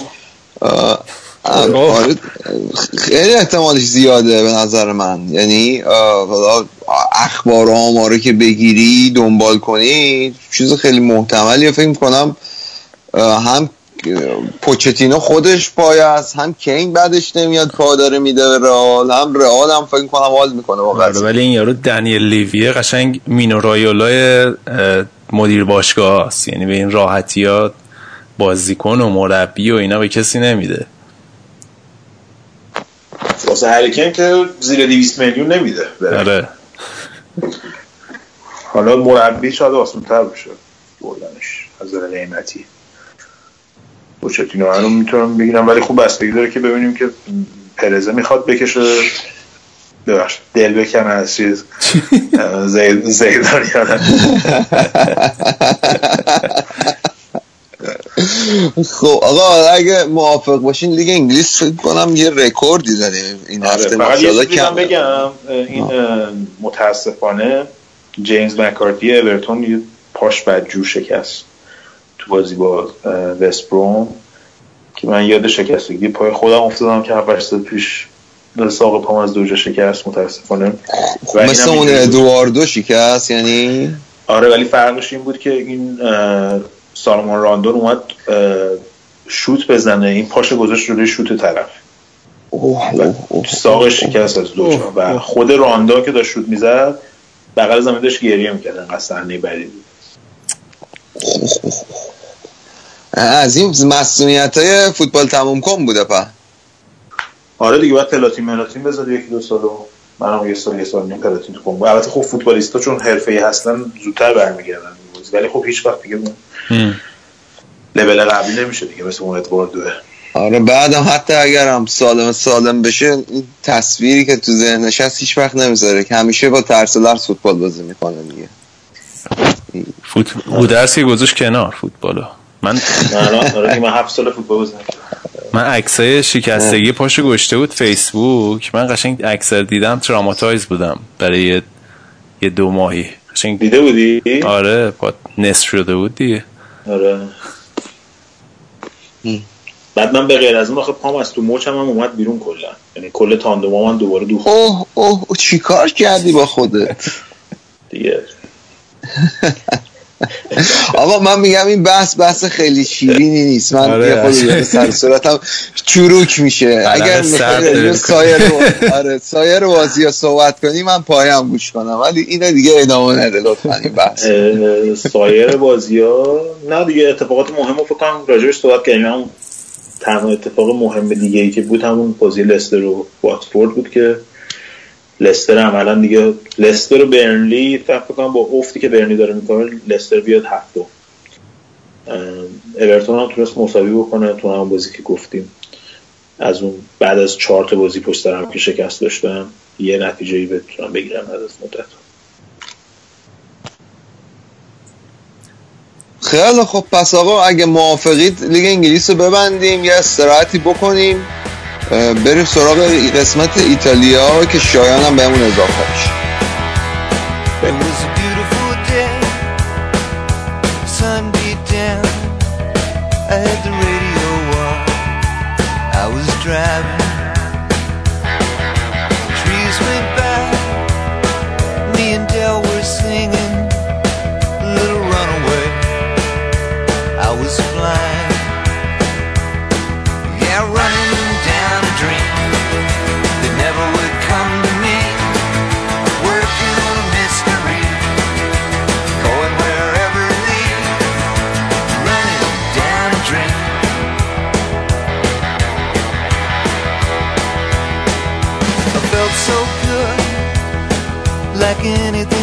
خیلی احتمالش زیاده به نظر من، یعنی حالا اخبار و آماره که بگیری دنبال کنی چیز خیلی محتملیه. فکر میکنم هم پوچتینو خودش پای است، هم کین بعدش نمیاد پا داره میده به رئال، هم رئال هم فکر میکنم حال میکنه واقعا. ولی این یارو دنیل لیویه قشنگ مینو رایولای مدیر باشگاه است، یعنی به این راحتی ها بازیکن و مربی و اینا به کسی نمیده. واسه هری کین که زیر 200 میلیون نمیده. آره. حالا مربی شاید آسان‌تر بشه بردنش از نظر قیمتی. پوچتینو الان میتونم بگیرم، ولی خوب بستگی داره که ببینیم که پرزه میخواد بکشه ببخشید دل بکنه از چیز زیدان یا نه. خب آقا اگه موافق باشین لیگ انگلیس فکر کنم یه رکوردی داره این هفته. فقط یه چیزی بگم، این متاسفانه جیمز مکارتی اورتون یه پاش بدجور شکست تو بازی با وست بروم که من یاد شکستگی پای خودم افتادم که 7 سال پیش ساق پام از دو جا شکست متاسفانه. مثل اون ادواردو شکست یعنی. آره ولی فرقش این بود که این سالمون راندون اومد شوت بزنه، این پاشو گذاشت روی شوت طرف، ساقش شکست از دو جا و خود راندون که داشت شوت میزد بغل زمین داشت گریه میکرد، انقدر صحنه بدی بود. از این مسئولیت‌های فوتبال تموم کن بوده پا. آره دیگه باید پلاتین بذاری 1-2 سالو، منم یه سال نیم پلاتین تو کنم. البته خب فوتبالیستا چون حرفه‌ای هستن زودتر برمیگردن ولی خب هیچ وقت دیگه لول قبلی نمیشه دیگه مثل اون ادواردوه. آره بعدم حتی اگر هم سالم بشه این تصویری که تو ذهنش هست هیچ وقت نمیذاره که همیشه با ترس و لرز فوتبال بازی میکنه دیگه. گودرسی گذاشت کنار فوتبالو. من 7 سال فوتبال بازی کردم. من عکسای شکستگی پاشو گشته بود فیسبوک، من قشنگ عکسر دیدم تراماتایز بودم برای یه 2 ماهی. قشنگ دیده بودی؟ آره پا نصف شده بود دیگه. آره بعد من به غیر از اون آخه پام از تو موچم هم اومد بیرون کلا، یعنی کل تاندومم من دوباره دوخت. اوه چیکار کردی با خودت دیگه؟ آقا من میگم این بحث خیلی شیرینی نیست، من یه خود سر صورتم چروک میشه. اگر میخوای سایر بازی‌ها صحبت کنی من پایم گوش کنم، ولی اینا دیگه ادامه نده لطفا این بحث. سایر بازی‌ها نه دیگه، اتفاقات مهمو فکر کنم راجعش صحبت کردیم. تنها اتفاق مهم دیگه‌ای که بود همون بازی لستر و واتفورد بود که لستر عملا دیگه لستر و برنلی فکر کنم با افتی که برنلی داره میکنه لستر بیاد هفتم. اورتون هم تونست مساوی بکنه تو همون بازی که گفتیم، از اون بعد از 4 تا بازی پشت سر هم که شکست داشتن یه نتیجه‌ای بتونن بگیرن بعد از مدت. خیلی خب پس آقا اگه موافقید لیگ انگلیس رو ببندیم، یه استراحتی بکنیم، بریم سراغ قسمت ایتالیا که شایان هم بهمون اضافه میشه.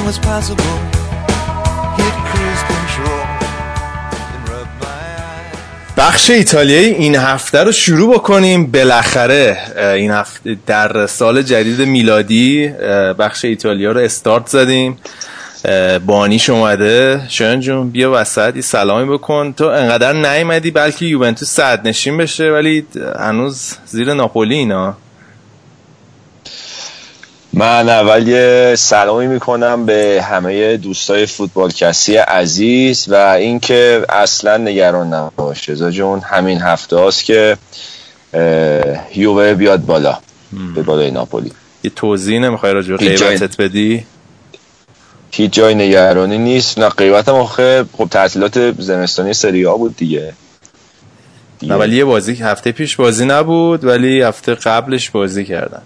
anything was possible. Hit cruise control and rub my eyes. بخش ایتالیایی این هفته رو شروع بکنیم. بالاخره این هفته در سال جدید میلادی بخش ایتالیا رو استارت زدیم. بانیش اومده. شایان جون بیا وسط یه سلامی بکن. تو انقدر نیومدی بلکه یوونتوس صدرنشین بشه ولی هنوز زیر ناپولی اینا. من اول یه سلامی میکنم به همه دوستای فوتبالکستی عزیز و اینکه اصلا نگران نباش رضا جون، همین هفته هاست که یووه بیاد بالا به بالای ناپولی. یه توضیح نمیخوای راجع به غیبتت بدی؟ هیچ جای نگرانی نیست. نه غیبتم آخه خب تعطیلات زمستانی سری آ بود دیگه. نه ولی یه بازی هفته پیش بازی نبود ولی هفته قبلش بازی کردن.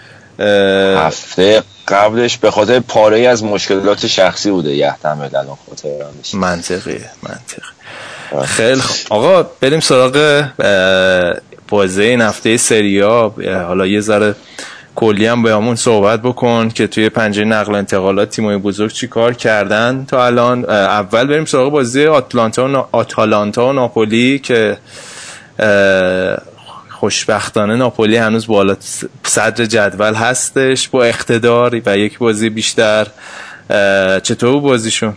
هفته قبلش به خاطر پاره‌ای از مشکلات شخصی بوده یحتمل الان خاطرم نیست. منطقی. خیلی آقا بریم سراغ بازی این هفته سری آ. حالا یه ذره کلی هم بهمون صحبت بکن که توی پنجره نقل و انتقالات تیم‌های بزرگ چی کار کردن تا الان. اول بریم سراغ بازی آتالانتا و ناپولی که خوشبختانه ناپولی هنوز بالا صدر جدول هستش با اقتدار و یک بازی بیشتر. چطور بازیشون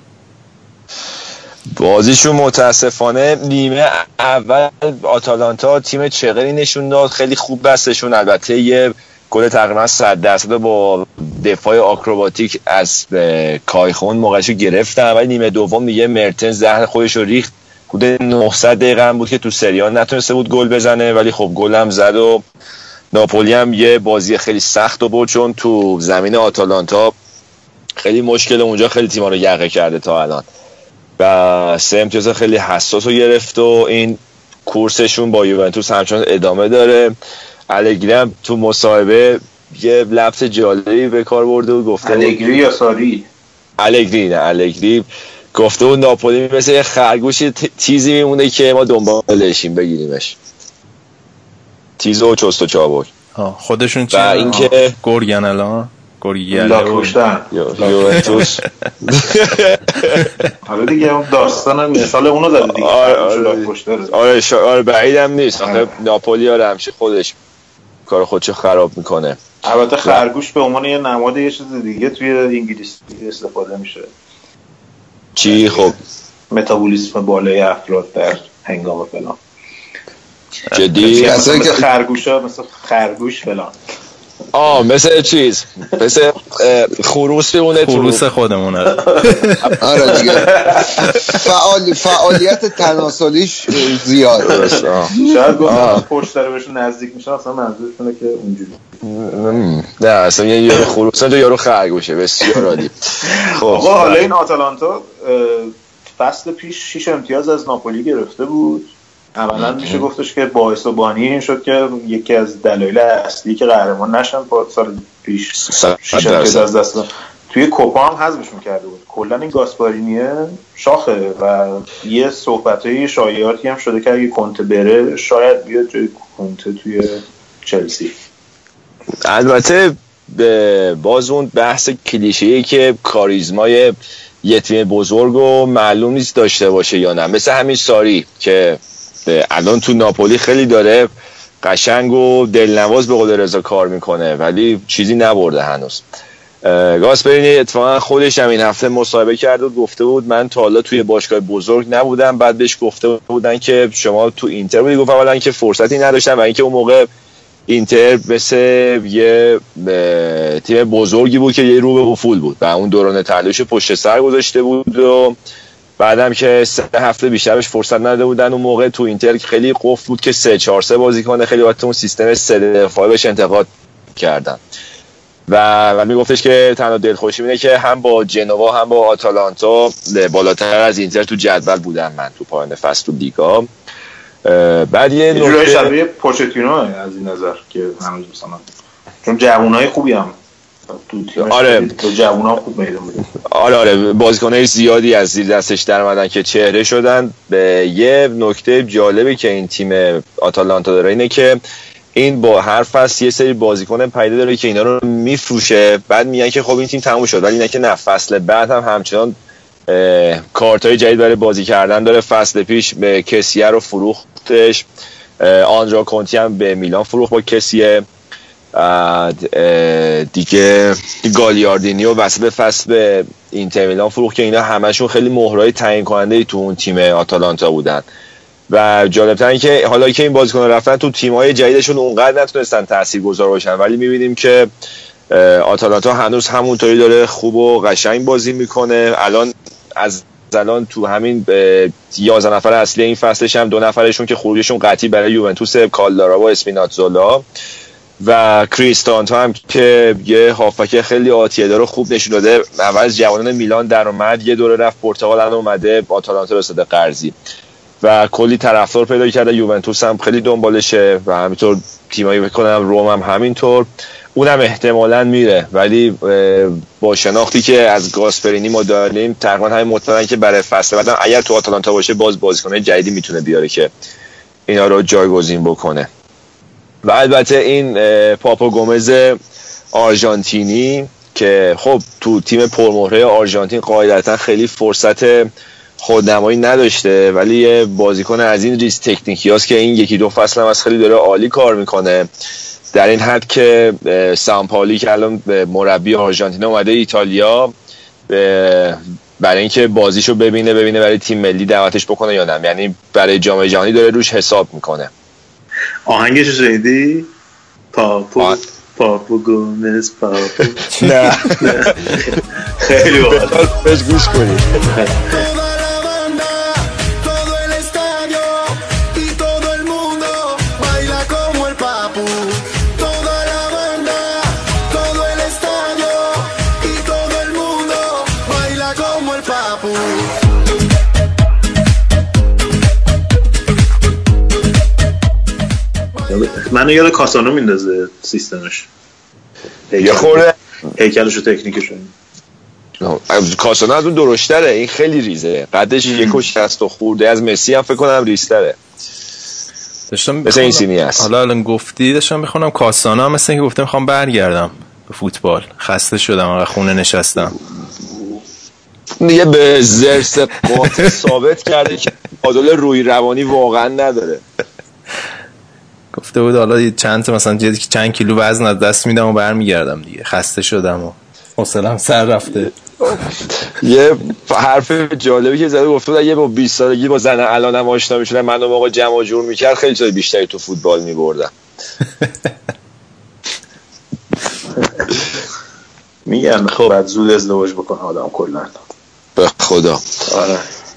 متاسفانه نیمه اول آتالانتا تیم چغری نشون داد، خیلی خوب بستشون. البته یه گل تقریبا 100% با دفاع آکروباتیک از کایخون موقعشو گرفتن ولی نیمه دوم دیگه مرتنز زهر خودش رو ریخت. حدود 900 دقیقه هم بود که تو سری آ نتونسته بود گل بزنه ولی خب گل هم زد و ناپولی هم یه بازی خیلی سخت بود چون تو زمین آتالانتا خیلی مشکل اونجا خیلی تیم‌ها رو یقه کرده تا الان و 3 امتیاز خیلی حساس رو گرفت و این کورسشون با یوونتوس همچنان ادامه داره. الگری هم تو مصاحبه یه لفظ جالبی به کار برده و گفته الگری یا ساری؟ الگری گفته بود ناپولی مثل یه خرگوش تیزی میمونه که ما دنبالشیم بگیریمش. تیز و چست و چابک. خودشون چی؟ اینکه گرگن الان لا کشتن یوونتوس. حالا دیگه داستان مثال اونو زده دیگه. آره بعیدم نیست. آخه ناپولی همیشه خودش کار خودشو خراب میکنه. البته خرگوش به عنوان یه نماد یه چیز دیگه توی انگلیسی استفاده میشه. چی؟ خب متابولیسم بالای افراد در هنگام فلان. جدی؟ مثل خرگوشا مثل خرگوش فلان. مثل چیز مثل خروس بمونه تو خروس خودمونه. آره دیگه فعالیت تناسلیش زیاده. شاید گفتم پشت داره بهشون نزدیک میشن اصلا منظورشونه که اونجوری نه اصلا یه یارو خروسه تو یارو خرگوشه. بسیار عالی. خب حالا این آتالانتا فصل پیش 6 امتیاز از ناپولی گرفته بود. اولا میشه گفتش که باعث و بانی این شد که یکی از دلایل اصلی که قهرمان نشن سال پیش 6 امتیاز از دست دادن. توی کوپا هم حذفشون کرده بود. کلا این گاسپارینیه شاخه و یه صحبتای شایعاتی هم شده که اگه کنته بره شاید بیاد جای کنته توی چلسی. البته باز اون بحث کلیشه‌ای که کاریزمای یه تیم بزرگو معلوم نیست داشته باشه یا نه، مثل همین ساری که الان تو ناپولی خیلی داره قشنگ و دلنواز به قول رضا کار میکنه ولی چیزی نبرده هنوز. گاسپرینی اتفاقا خودش هم این هفته مصاحبه کرد و گفته بود من تا حالا توی باشگاه بزرگ نبودم. بعد بهش گفته بودن که شما تو اینتر بودی، گفت اولا که فرصتی نداشتم و اینکه اون موقع اینتر مثل یه تیم بزرگی بود که یه رو به افول بود و اون دوران تعلیمش پشت سر گذاشته بود و بعدم که 3 هفته بیشتر بهش فرصت نداده بودن. اون موقع تو اینتر خیلی قفل بود که 3-4-3 بازی کنه، خیلی وقت اون سیستم 3 دفاعی بهش انتقاد کردن و میگفتش که تنها دلخوشی اینه که هم با جنوا هم با آتالانتا بالاتر از اینتر تو جدول بودم من تو پایان فصل تو لیگا. بعد یه نکته شبیه پوچتینو از این نظر که هنوز مثلا چون جوانای خوبی هم آره تو جوونا خوب میدون میده. آره بازیکنای زیادی از زیر دستش در اومدن که چهره شدن. به یه نکته جالبی که این تیم آتالانتا داره اینه که این با هر فصل یه سری بازیکن پیدا داره که اینا رو میفروشه، بعد میگن که خب این تیم تموم شد، ولی نه که نه، فصل بعد هم همچنان کارتای جدید برای بازی کردن داره. فصل پیش به کسیه رو فروختش، آندرا کونتی هم به میلان فروخت با کسیه، دیگه گالیاردینیو وسط فصل به اینتر میلان فروخت که اینا همشون خیلی مهرهای تعیین کننده تو اون تیم آتالانتا بودن. و جالب‌تر این که حالا که این بازیکن‌ها رفتن تو تیم‌های جدیدشون اونقدر نتونستن تاثیرگذار باشن، ولی می‌بینیم که آتالانتا هنوز همونطوری داره خوب و قشنگ بازی میکنه. الان تو همین 11 نفر اصلی این فصلش هم 2 نفرشون که خروجشون قطعی برای یوونتوس، کالدارا و اسپیناتزولا و کریستانتا هم که یه هافک خیلی آتیه داره خوب نشون داده. اول از جوانان میلان در اومد، یه دوره رفت پرتغال، الان اومده آتالانتا رسیده قرضی و کلی طرفدار پیدا کرده. یوونتوس هم خیلی دنبالشه و همینطور تیمایی بکنم روم هم همینطور، اونم احتمالاً میره، ولی با شناختی که از گاسپرینی ما داریم تقریبا همین مطمئنن که برای فصل بعدم اگر تو آتالانتا باشه بازیکن جدیدی میتونه بیاره که اینا رو جایگزین بکنه. و البته این پاپا گومز آرژانتینی که خب تو تیم پرمهره آرژانتین قاعدتا خیلی فرصت خودنمایی نداشته، ولی یه بازیکن از این ریز تکنیکیاست که این 1-2 فصل هم از خیلی داره عالی کار میکنه، در این حد که سامپاولی که الان مربی آرژانتین اومده ایتالیا برای اینکه بازیشو ببینه برای تیم ملی دعوتش بکنه یا نه، یعنی برای جام جهانی داره روش حساب میکنه. آهنگش رو شنیدی؟ پاپو گومز پاپو نه خیلی باحال، بهش گوش کنید. منو یاد کاسانو میندازه سیستمش، یه خورده هیکلش و تکنیکش. کاسانو از اون درشتره، این خیلی ریزه، قدش 1.60 خورده، از مسی هم فکر کنم ریزتره. مثل این سینی هست. حالا الان گفتی داشتم میخونم کاسانو هم مثل اینکه گفتم میخوام برگردم به فوتبال، خسته شدم و خونه نشستم. دیگه به زرس قاطع ثابت کرده که عادل روی روانی واقعا نداره. گفته بود حالا چند کیلو وزن از دست میدم و برمیگردم دیگه، خسته شدم و حوصله‌ام سر رفته. یه حرف جالبی که زده، گفته اگه با 20 سالگی با زن الانم آشنا میشدم، من اون موقع جمع و جور میکرد، خیلی چیز بیشتری تو فوتبال میبردم. میگن خب بعد زود ازدواج بکن آدم کلا. به خدا. آره.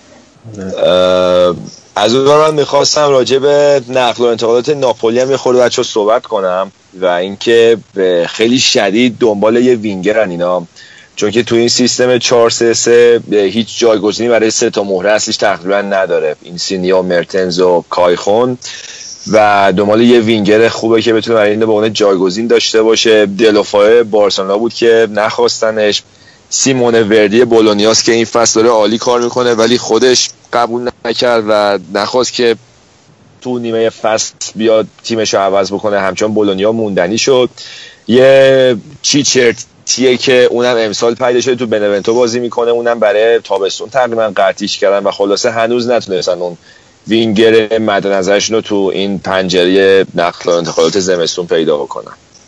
از اون من میخواستم راجع به نقل و انتقالات ناپولی هم یه خورده بچه‌ها صحبت کنم و اینکه خیلی شدید دنبال یه وینگرن اینا، چون که تو این سیستم 4-3-3 هیچ جایگزینی برای 3 تا مهره اصلیش تقریبا نداره، اینسینیا، مرتنز و کایخون، و دنبال یه وینگر خوبه که بتونه برای این به عنوان جایگزین داشته باشه. دلوفای بارسلونا بود که نخواستنش. سیمون وردی بولونیاس که این فصل داره عالی کار میکنه ولی خودش قبول نکرد و نخواست که تو نیمه فصل بیاد تیمش رو عوض بکنه، همچنان بولونیا موندنی شد. یه چیچرتیه که اونم امسال پیدا شده تو بنونتو بازی میکنه، اونم برای تابستون تقریبا قطعیش کردن و خلاصه هنوز نتونستن اون وینگر مد نظرشون رو تو این پنجره نقل و انتقالات زمستون پیدا بکنن.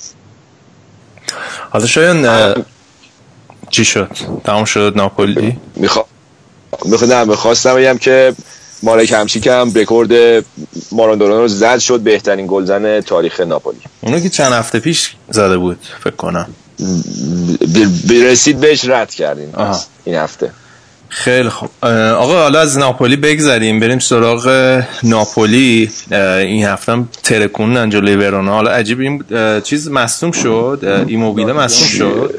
حالا شاید چی شد؟ تمام شد ناپولی؟ میخواستم بگم که مارک همشیک هم رکورد ماراندونا رو زد، شد بهترین گلزن تاریخ ناپولی. اونو که چند هفته پیش زده بود فکر کنم، برسید بهش رد کردیم این هفته. خیلی خوب آقا، حالا از ناپولی بگذریم بریم سراغ ناپولی. این هفته هم ترکوندن جلوی ورونا. حالا عجیب این چیز مصدوم شد، ایموبیله مصدوم شد.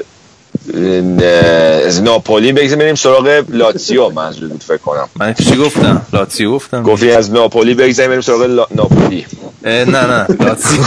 از ناپولی بریم سراغ لاتزیو منظور بود فکر کنم. من چی گفتم؟ لاتزیو گفتم. گفتی از ناپولی بریم سراغ ناپولی. نه لاتزیو.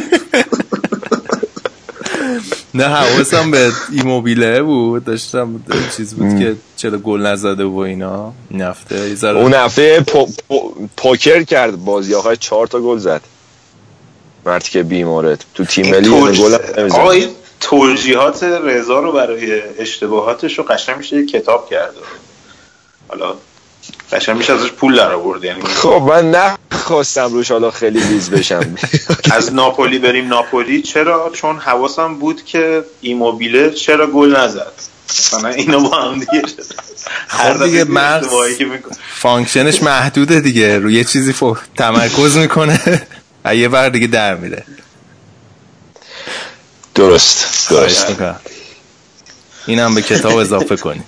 نه حواسم به ایموبیله بود، داشتم چیز بود که چرا گل نزده و اینا. این هفته اون هفته پوکر کرد بازی، آخر 4 تا گل زد. مرتی که بیماره تو تیم ملی گل نمیزنه. آقا این توجیهات رضا رو برای اشتباهاتش رو قشنگ میشه یک کتاب کرده. حالا قشنگ میشه ازش پول در آورد. یعنی خب من نخواستم روش حالا خیلی ریز بشم. از ناپولی بریم ناپولی چرا؟ چون حواسم بود که ایموبیله چرا گل نزد. مثلا اینو با هم دیگه خب دیگه مغز فانکشنش محدوده دیگه، روی یه چیزی تمرکز میکنه یه بار دیگه در میره. درست اینم به کتاب اضافه کنی.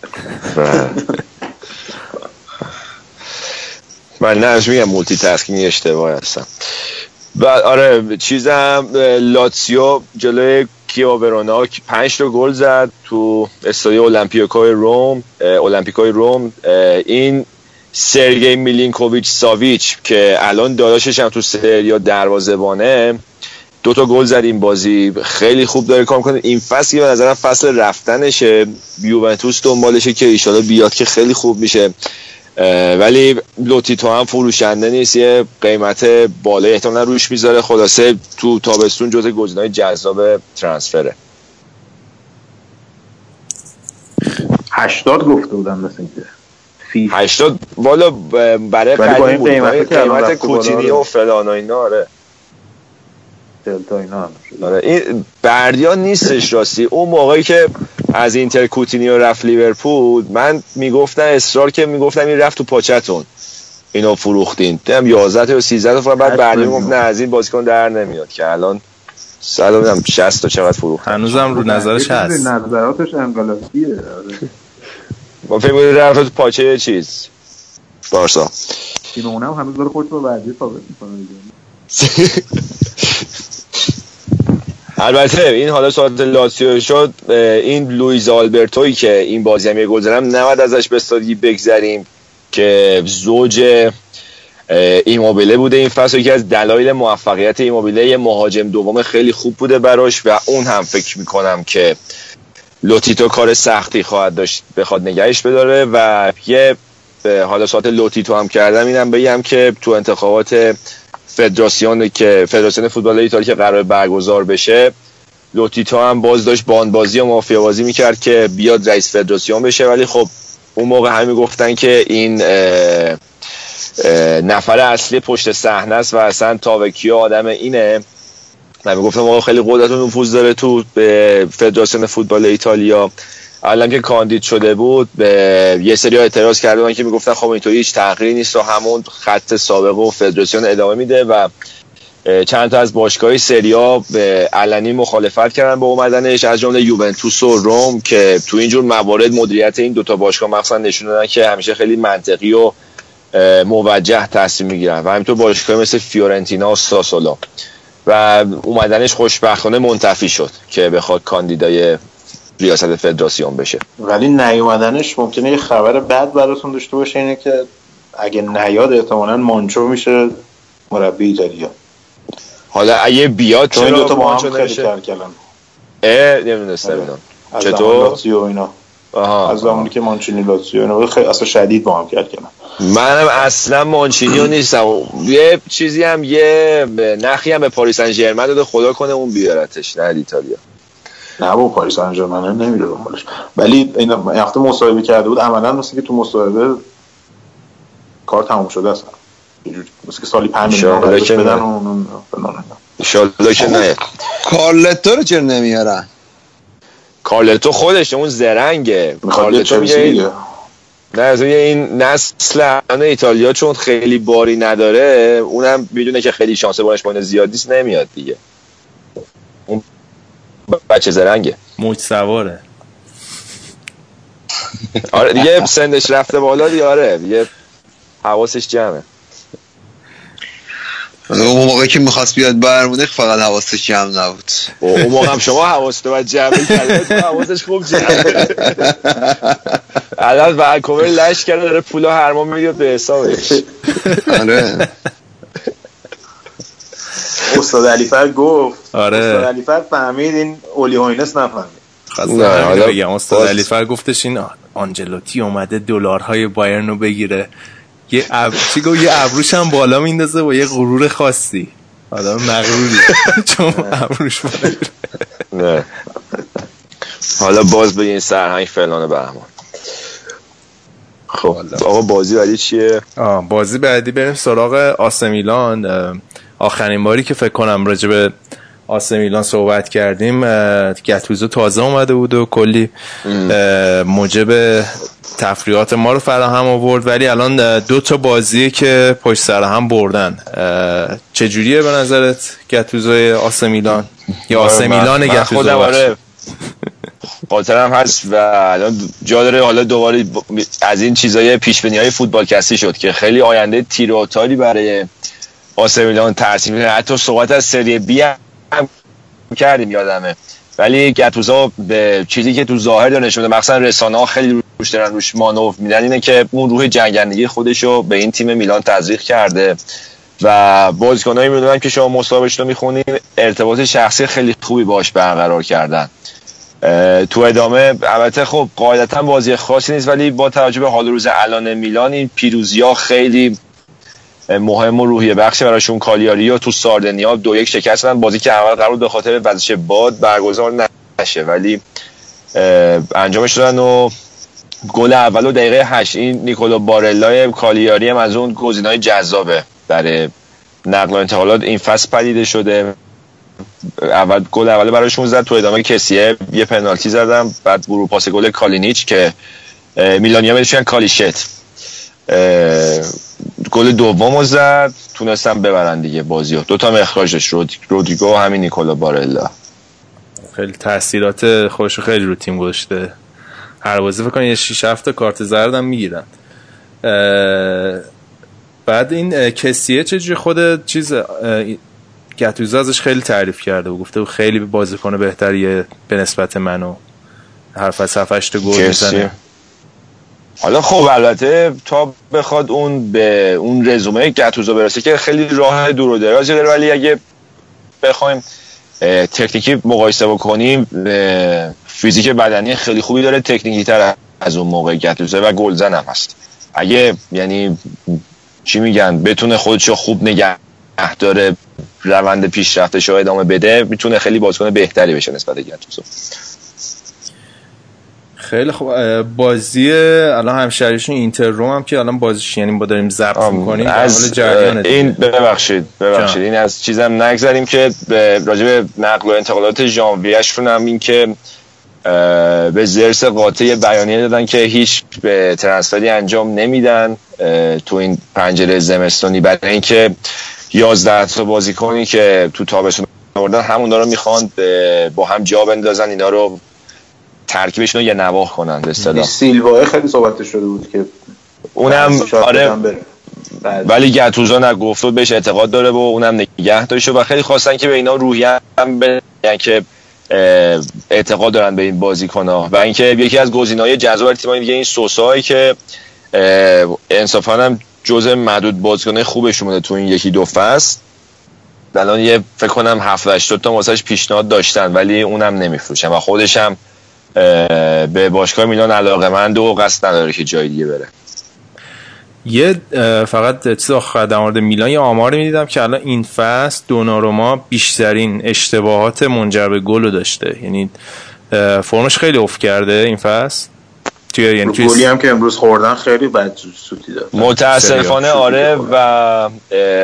من نه میگم مولتی تاسکینگ اشتباهی هستم. بعد آره چیزم لاتسیو جلوی کیو ورونا 5 تا گل زد تو استادیوم المپیکوی روم. این سرگئی میلینکوویچ ساویچ که الان داداشش هم تو سری آ دروازه‌بانه 2 تا گل زد این بازی. خیلی خوب داره کار میکنه. این فصل به نظرم فصل رفتنشه، یوونتوس دنبالشه که ان شاءالله بیاد که خیلی خوب میشه. ولی لوتیتو هم فروشنده نیست، یه قیمت بالای احتمالاً روش میذاره. خلاصه تو تابستون جزء گزینه‌های جذاب ترانسفره. 80 گفته بودم مثل اینکه 80 والا برای قدیم بود، قیمت کوتینیو و فلان و اینا. آره این بردیا نیستش راستی. اون موقعی که از اینتر کوتینیو رفت لیورپول من میگفتن اصرار که میگفتم این رفت تو پاچتون اینو فروختین دم 11 تا یا 13 تا، بعد بردیا میگفت نه از این بازیکن در نمیاد که الان 160 تا چقدر فروخت. هنوزم رو نظرش هست. نظراتش انقلابیه. ما فکر می‌کنیم رفت تو پاچه چیز بارسا. اونم هنوز داره خودش رو بردیا ثابت می‌کنه دیگه. البته این حالا ساعت لاتسیو شد، این لوئیز آلبرتویی که این بازی هم یه گل زدم نباید ازش به استادی بگذریم که زوج ایموبیله بوده این فصل. یکی از دلایل موفقیت ایموبیله یه مهاجم دوم خیلی خوب بوده براش و اون هم فکر میکنم که لوتیتو کار سختی خواهد داشت بخواد نگهش بداره. و یه حالا ساعت لوتیتو هم کردم اینم بگم که تو انتخابات فدراسیون فوتبال ایتالیا که قرار برگزار بشه لوتیتو هم باز داشت باندبازی و مافیا بازی میکرد که بیاد رئیس فدراسیون بشه، ولی خب اون موقع همه گفتن که این نفر اصلی پشت صحنه است و اصلا تاوکیو آدم اینه. من گفتم آقا خیلی قدرت و نفوذ داره تو فدراسیون فوتبال ایتالیا. الان که کاندید شده بود به یه سری اعتراض کردن که میگفتن خب اینطوری هیچ تغییری نیست و همون خط سابقه و فدراسیون ادامه میده و چند تا از باشگاه‌های سری آ به علنی مخالفت کردن با اومدنش، از جمله یوونتوس و روم که تو اینجور موارد مدیریت این دوتا باشگاه مخصوصا نشون دادن که همیشه خیلی منطقی و موجه تصمیم میگیرن و همینطور باشگاه مثل فیورنتینا و ساسولو. و اومدنش خوشبختانه منتفی شد که بخواد کاندیدای ریاست فدراسیون بشه. ولی نیومدنش ممکنه یه خبر بد براتون داشته باشه، اینه که اگه نیاد احتمالاً مانچو میشه مربی ایتالیا. حالا اگه بیاد چون دو تا با هم خیلی کار کردن. نمیدونستم اینا. چطور؟ لاتزیو اینا. از زمانی که مانچینی لاتزیو اینا خیلی اصلا شدید با هم کردن. منم اصلا مانچینیو نیستم. یه چیزی هم یه نخی هم به پاریس سن ژرمن داده، خدا کنه اون بیارتش نه ایتالیا. نه با پاریس سن ژرمن نمیره دنبالش. ولی این وقتی مصاحبه کرده بود عملاً مثل که تو مصاحبه کار تموم شده است. مثل که سالی 5 میلیون بهش بدن اون ان شاءالله که نه. کارلتو رو چرا نمیارن؟ کارلتو خودش اون زرنگه. کارلتو میگه نه از این نسل ایتالیا چون خیلی باری نداره، اونم میدونه که خیلی شانس بارش با زیاد نیست نمیاد دیگه. اون بچه زرنگه، موج سواره. آره دیگه سنش رفته بالا دیگه. آره دیگه حواسش جمعه. اون موقعی که میخواست بیاد بایر مونیخ فقط حواسش جمع نبود. اون موقع هم شما حواست باید جمع کنید، حواسش خوب جمعه. الان ونکوور لش کرده داره پولا هرمان میدید به حسابش. آره استاد علیفر گفت. آره استاد علیفر فهمید، این اولی هوینس نفهمید. حالا بگم استاد علیفر گفتش این آنجلوتی اومده دلارهای بایرن رو بگیره، یه ابروش هم بالا میندازه با یه غرور خاصی. آدم مغروری چون ابروش بالا. نه حالا باز به این سرهنگ فلان بهمان. خب آقا بازی بعدی چیه؟ بازی بعدی بریم سراغ آسه میلان. آخرین باری که فکر کنم راجع به آسه میلان صحبت کردیم گتوزو تازه اومده بود و کلی موجب تفریحات ما رو فراهم آورد، ولی الان 2 تا بازیه که پشت سر هم بردن. چجوریه به نظرت گتوزوی آسه میلان یا آسه میلان گتوزو؟ خاطرم هست و الان جا داره حالا دوباره از این چیزای پیش بینی‌های فوتبال کستی شد که خیلی آینده تیر و تاری برای آسه میلان ترسیم، حتی صحبت از سری بی هم کردیم یادمه، ولی گتوزو به چیزی که تو ظاهر داره نشون میده، مثلا رسانه‌ها خیلی روش دارن روش مانور میدن، اینه که اون روح جنگندگی خودشو به این تیم میلان تزریق کرده و بازیکنایی میدونن که شما مصاحبهش رو میخونین ارتباط شخصی خیلی خوبی باش برقرار کردن. تو ادامه البته خب قاعدتا بازی خاصی نیست، ولی با توجه به حال روز الان میلان این پیروزی‌ها خیلی مهم و روحیه بخش براشون. کالیاری و تو ساردنیا 2-1 شکستن، بازی که اول قرار به خاطر وزش باد برگزار نشه ولی انجامش دادن و گل اولو دقیقه 8 این نیکولو بارلا کالیاری هم از اون گزینه‌های جذابه برای نقل و انتقالات این فصل پدیده شده. اول گل اول براشون زد، تو ادامه کسیه یه پنالتی زدم، بعد برو پاس گل کالینیچ که میلانیا بهشون کالیشت گل دومو زد، تونستم ببرن دیگه بازیو. 2 تا اخراج داشت رودریگو و همین نیکولا بارلا. خیلی تاثیرات خوشو خیلی رو تیم گذاشته، هر بازی فکر کنم یه 6-7 تا کارت زرد هم میگیرن. بعد این کسیه چجوری خود چیز گتوزو ازش خیلی تعریف کرده و گفته خیلی بازیکن بهتریه به نسبت منو، حرف از 7-8 گل میزنه. حالا خب البته تا بخواد اون به اون رزومه گتوزو برسه که خیلی راه دور و درازی داره، ولی اگه بخوایم تکنیکی مقایسه بکنیم فیزیک بدنی خیلی خوبی داره، تکنیکی تر از اون موقع گتوزو و گلزن هم هست. اگه یعنی چی میگن بتونه خودشو خوب نگه داره، روند پیشرفتش رو ادامه بده، میتونه خیلی بازیکن بهتری بشه نسبت به گتوزو. خیلی خوب. بازی الان همشهریشون اینتر روم هم که الان بازیش یعنی با داریم ضبط می‌کنیم از این ببخشید این از چیزم نگذاریم که راجع به نقل و انتقالات ژانویه‌شون هم این که به زرس قاطع بیانیه دادن که هیچ به ترنسفری انجام نمیدن تو این پنجره زمستانی، برای اینکه 11 تا بازیکنی که تو تابستون آوردن همونا رو میخوان با هم جا بندازن، اینا رو ترکیبشون رو یه نواخت کنن به اصطلاح. سیلوا خیلی صحبت شده بود که اونم آره، ولی گتوزو نگفت بهش اعتقاد داره و اونم نگه داشته و خیلی خواستن که به اینا روحیه هم بدن که اعتقاد دارن به این بازیکن‌ها و اینکه یکی از گزینه‌های جذاب تیم‌های دیگه این سوسایی که انصافاً هم جزء معدود بازیکن‌های خوبشون بوده تو این 1-2 فصل. الان یه فکر کنم 7-8 تا واسش پیشنهاد داشتن ولی اونم نمیفروشن و خودش هم به باشگاه میلان علاقه‌مند و قصد نداره که جای دیگه بره. یه فقط چیز آخر در مورد میلان یه آماری میدیدم که الان این فصل دوناروما بیشترین اشتباهات منجر به گل رو داشته، یعنی فرمش خیلی افت کرده این فصل. توی گلی هم که امروز خوردن خیلی بد سوتی داد متاسفانه. آره و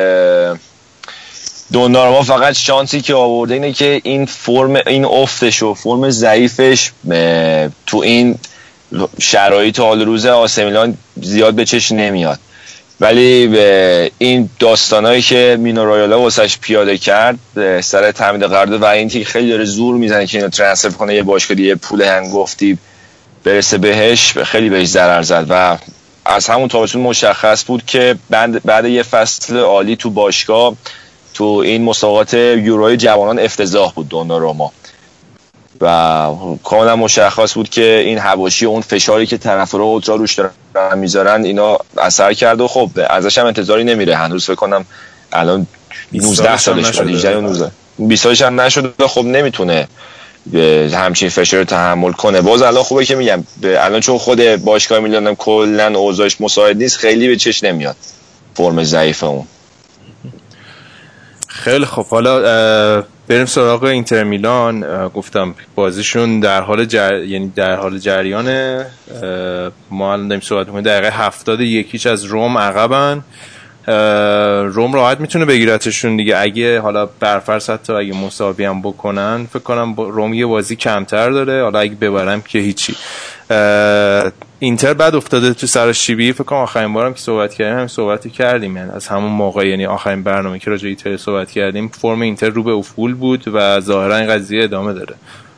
دوناروما فقط شانسی که آورده اینه که این فرم این افتش و فرم ضعیفش تو این شرایط حال روز آسه میلان زیاد به چشم نمیاد، ولی به این داستانایی که مینو رایالا واسش پیاده کرد سر تامین قرارداد و این که خیلی داره زور میزنه که اینو ترانسفر کنه یه باشگاه دیگه پول هنگفتی برسه بهش، خیلی بهش ضرر زد و از همون تابستون مشخص بود که بعد یه فصل عالی تو باشگاه تو این مسابقات یوروی جوانان افتضاح بود دوناروما و کاملا مشخص بود که این حواشی و اون فشاری که طرفدارا اوترا روش دارن میذارن اینا اثر کرد و خب ازش هم انتظاری نمیره. هنوز فکر کنم الان 19 سالش شده، 18 و 19 20 سالش هم نشده، خب نمیتونه همچین فشار رو تحمل کنه. باز الان خوبه که میگم الان چون خود باشگاه میلان کلا اوضاعش مساعد نیست، خیلی به چش نمیاد فرم ضعیف اون. خیلی خب، حالا بریم سراغ اینتر میلان. گفتم بازیشون در حال یعنی در حال جریانه. ما الان داریم صحبت می‌کنیم دقیقه 71 از روم عقبن. روم راحت میتونه بگیرتشون دیگه، اگه حالا برفرض حتی اگه مساوی هم بکنن. فکر کنم روم یه بازی کمتر داره، حالا اگه ببرم که هیچی. اینتر بعد افتاده تو سر شیبی. فکر کنم آخرین بارم که صحبت کردیم هم صحبتی کردیم، یعنی از همون موقع، یعنی آخرین برنامه که راجع به اینتر صحبت کردیم، فرم اینتر رو به افول بود و ظاهرا این قضیه ادامه داره.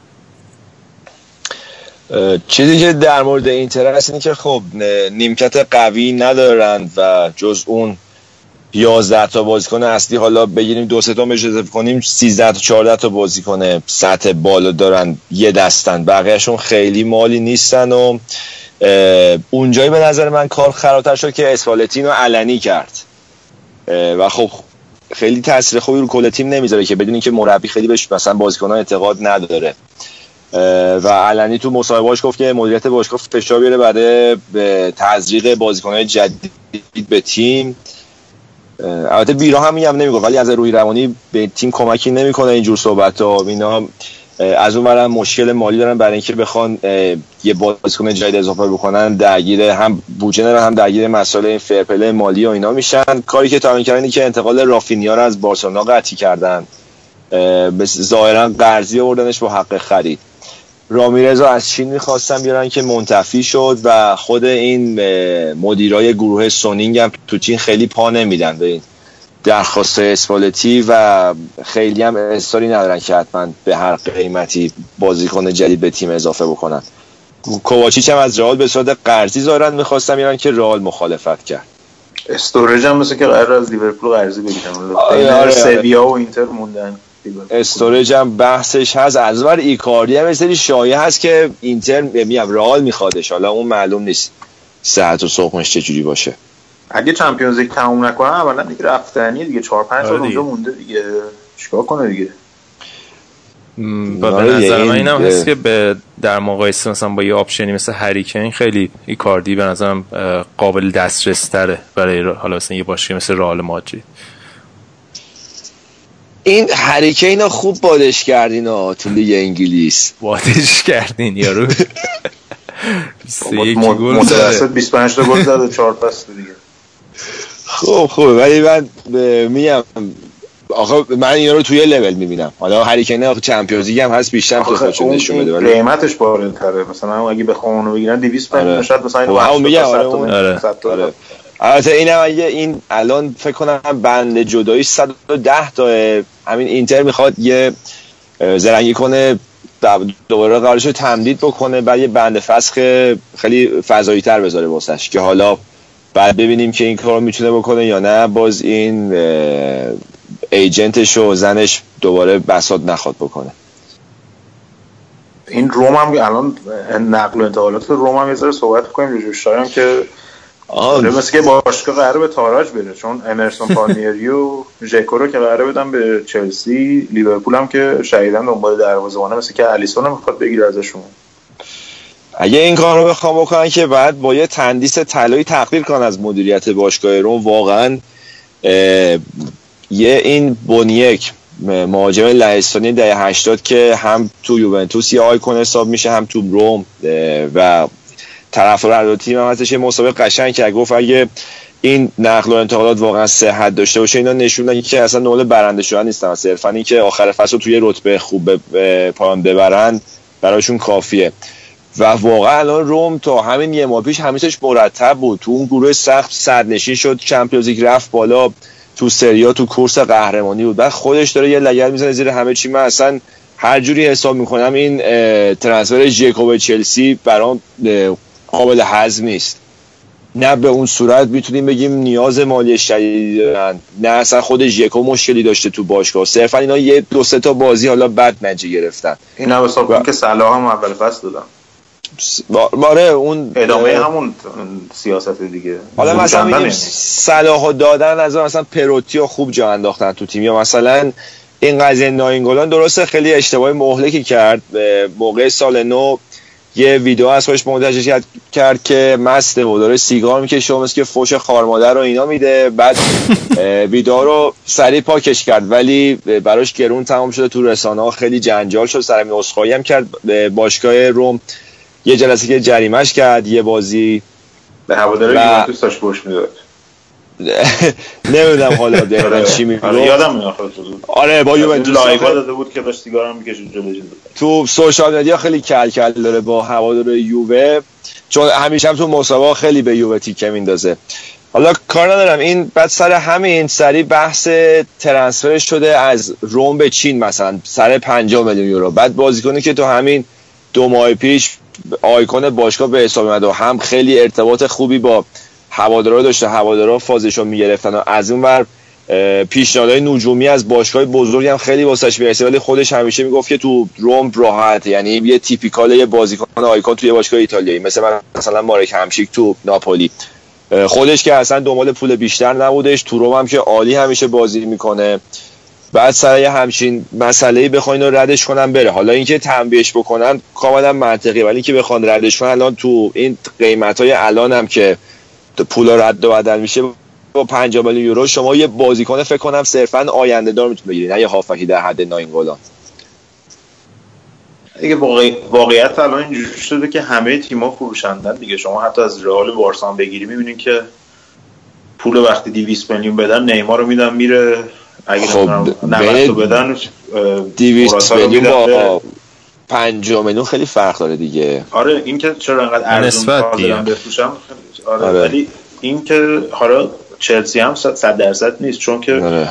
چیزی که در مورد اینتر هست اینه که خب نیمکت قوی ندارن و جز اون 11 تا بازیکن اصلی، حالا بگیریم 2-3 تا اضافه کنیم 13 تا 14 تا بازیکن سطح بالا دارن، یه دستن، بقیهشون خیلی مالی نیستن و اونجایی به نظر من کار خرابتر شد که اسپالتی رو علنی کرد و خب خیلی تاثیر خوبی رو کل تیم نمیذاره که بدونین که مربی خیلی بهش مثلا بازیکن‌ها اعتقاد نداره و علنی تو مصاحبه‌اش گفت که مدیریت باشگاه فشار بیاره برای تزریق بازیکن‌های جدید به تیم. البته بیرا هم میگم نمیگه، ولی از روی روانی به تیم کمکی نمیکنه اینجور صحبت‌ها. اینا از اون برم مشکل مالی دارن برای اینکه بخوان یه بازیکن جدید اضافه بکنن، درگیر هم بودجه ندارن، هم درگیر مسائل فرپلی مالی و اینا میشن. کاری که تا کردن که انتقال رافینیا رو از بارسلونا قطعی کردن، ظاهرا قرضی آوردنش با حق خرید. رامیرز از چین می‌خواستن بیارن که منتفی شد و خود این مدیرای گروه سونینگ هم تو چین خیلی پا نمیدن به این درخواست اسپالتی و خیلی هم اصراری ندارن که حتما به هر قیمتی بازیکن جدید به تیم اضافه بکنن. کوواچیچ هم از رئال به صورت قرضی ظاهرا می‌خواستن بیارن که رئال مخالفت کرد. استوریج هم مثل که قرار از لیورپول قرضی بگیرن، سویا و اینتر موندن. استوریج هم بحثش هست. از ور ایکاردی هم مثلی شایعه هست که اینتر میگم رئال میخوادش، حالا اون معلوم نیست صحت و سقمش چجوری باشه. اگه چمپیونز لیگ تموم نکنه اولا دیگه رفتنیه دیگه، 4-5 سال اونجا مونده دیگه، چیکار کنه دیگه. به نظر من اینم هست که در مقایسه مثلا با یه آپشنی مثل هری کین خیلی ایکاردی به نظرم قابل دسترس تره برای حالا مثلا یه باشگاه مثل رئال مادرید. این هری کین رو خوب بادش کردین تو لیگ انگلیس، بادش کردین یارو. 21 گل زد، 25 تا گل زد و 4 پاس دیگه. خوبه، ولی من میگم آخه من اینا رو توی لول میبینم. حالا هری کین چمپیونز لیگ هم هست بیشتر تو خودش نشون بده، ولی قیمتش بالاتره. مثلا اگه بخوام اونو بگیرن 205 شاید مثلا همون میگم. آره البته این الان فکر کنم بند جدایی 110 تا همین اینتر میخواد یه زرنگی کنه، دوباره قراردادشو تمدید بکنه، بعد یه بند فسخ خیلی فضایی تر بذاره واسش که حالا بعد ببینیم که این کارو میتونه بکنه یا نه. باز این ایجنتش و زنش دوباره بساط نخواد بکنه. این روم هم الان نقل و انتقالات روم هم یه ذره صحبت کنیم روش. شاید که مثل که باشگاه قراره به تاراج بره، چون امرسون پالمیری و ژکو رو که قراره بدن به چلسی، لیورپول هم که شایدن دنبال دروازه‌بانه مثل که الیسون هم میخواد بگیره ازشون. اگه این کار رو بخوام بکنن که بعد با یه تندیس طلایی تقدیر کنن از مدیریت باشگاه روم. واقعا یه این بونیک مهاجم لهستانی دهه 80 که هم تو یوونتوس یه آیکون حساب میشه، هم تو روم و طرفدار تیم هم ازش مسابقه قشنگ که گفت اگه این نقل و انتقالات واقعا صحت داشته باشه اینا نشوندن که اصلا نول برنده شدن نیستن، صرفا این که آخر فصل توی رتبه خوب پایان ببرن براشون کافیه. و واقعا الان روم تا همین یه ماه پیش همیشش مرتب بود، تو اون گروه سخت صدرنشین شد، چمپیونز لیگ رفت بالا، تو سری تو کورس قهرمانی بود، بعد خودش داره یه لگد میزنه زیر همه چی. من اصلا هر جوری حساب میکنم این ترانسفر ژکو به چلسی برام قابل هضم نیست. نه به اون صورت میتونیم بگیم نیاز مالی شدیدی دارن، نه اصلا خود ژکو مشکلی داشته تو باشگاه، صرفا اینا یه 2-3 تا بازی حالا بد نتیجه گرفتن. اینا حساب کن که صلاح هم اول فصل دادن. باره اون ادامه همون سیاست دیگه. حالا مثلا میگیم صلاحو دادن از مثلا پروتیو خوب جا انداختن تو تیم، یا مثلا این قضیه ناینگولان درسته خیلی اشتباه مهلکی کرد موقع سال نو یه ویدیو از خودش منتشر کرد که مسته و داره سیگار میکشه و مثل که فوش خارمادر رو اینا میده. بعد ویدیو رو سریع پاکش کرد ولی براش گرون تمام شده تو رسانه ها، خیلی جنجال شد. سرمی عذرخواهی هم کرد. باشگاه روم یه جلسه که جریمه‌اش کرد یه بازی به هواداری یوونتوس داشت پوش میداد. نمیدونم حالا دقیقاً چی میگه. یادم میاد. آره با یوونتوس لایو داده بود که داشت سیگار میکشه جلوی تو سوشال مدیا خیلی کل داره با هواداری یووه، چون همیشه هم تو مسابقه خیلی به یووه تیکه میندازه. حالا کار ندارم. این بعد سر همین سری بحث ترنسفر شده از روم به چین مثلا سر 50 میلیون یورو. بعد بازیکنی که تو همین 2 ماه پیش آیکون باشگاه به حساب اومد و هم خیلی ارتباط خوبی با هوادارا داشته، هوادارا فازشو میگرفتن و از اون ور پیشنهادهای نجومی از باشگاه بزرگی هم خیلی واسش میرسه، ولی خودش همیشه میگفت که تو روم راحت، یعنی یه تیپیکال یه بازیکن آیکون توی باشگاه ایتالیایی مثلا مارک همشیک تو ناپولی. خودش که اصلا دنبال پول بیشتر نبودش، تو روم هم که عالی همیشه بازی میکنه. بعد سر یه همچین مسئله‌ای بخواین رو ردش کنن بره. حالا اینکه تنبیهش بکنن کاملا منطقی، ولی اینکه بخوان ردش کنن الان تو این قیمت‌های الان هم که پول رد و بدل میشه با 50 میلیون یورو شما یه بازیکن فکر کنم صرفاً آینده دار میتونید بگیرید، نه یه هافکی در حد ناینگولان. دیگه واقعیت الان اینجوری شده که همه تیم‌ها فروشندن دیگه. شما حتی از رئال بارسا بگیری می‌بینید که پول وقتی 200 میلیون بدن نیمار رو میدن میره، اگه خب 90 تا بدن 200 میلیون با 50 میلیون خیلی فرق داره دیگه. آره این که چرا انقدر ارزون حاضرن بفروشن. آره ولی این که حالا چلسی هم 100% نیست، چون که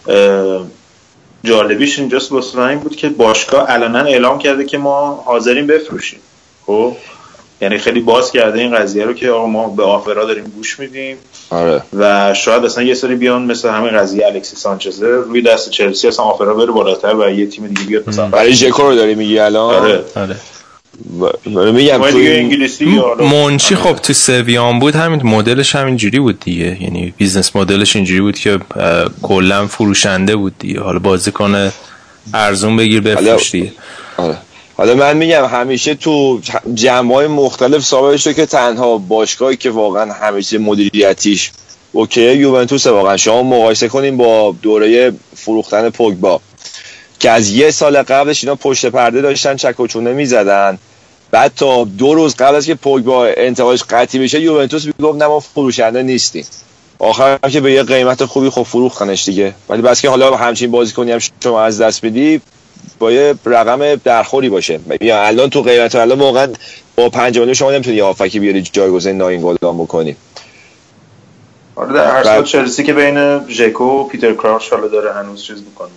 جالبیش اینجاست واسه این بود که باشگاه علنا اعلام کرده که ما حاضرین بفروشیم. خب یعنی خیلی باز کرده این قضیه رو که آقا ما به آفرها داریم گوش میدیم. آره. و شاید اصلا یه سری بیان مثل همین قضیه الکسی سانچز روی دست چلسی اصلا آفرها بره بالاتر و یه تیم دیگه بیاد مثلا برای ژکو رو داری میگی الان. آره میگم منچی خب تو سویان بود، همین مدلش همین جوری بود دیگه، یعنی بیزنس مدلش اینجوری بود که کلا فروشنده بود دیگه، حالا بازیکن ارزون بگیر بفروش دیگه. آره حالا من میگم همیشه تو جمع‌های مختلف ثابت شده که تنها باشگاهی که واقعا همیشه مدیریتیش اوکی یوونتوس. واقعا شما مقایسه کنیم با دوره فروختن پوگبا که از یه سال قبلش اینا پشت پرده داشتن چک و چونه میزدن، بعد تا 2 روز قبل از که پوگبا انتقالش قطعی بشه یوونتوس میگفت نه ما فروشنده نیستیم. آخر هم که به یه قیمت خوبی خب فروختنش دیگه، ولی بس که حالا همچین بازیکنی هم شما از دست بدی با یه رقم درخوری باشه. یا الان تو قیمت الان واقعا با 5 میلیون شما نمیتونی یه هافکی بیاری جایگزین ناینگولان بکنی. آره در هر صورت چلسی که بین ژکو و پیتر کراش حالا داره هنوز چیز میکنه.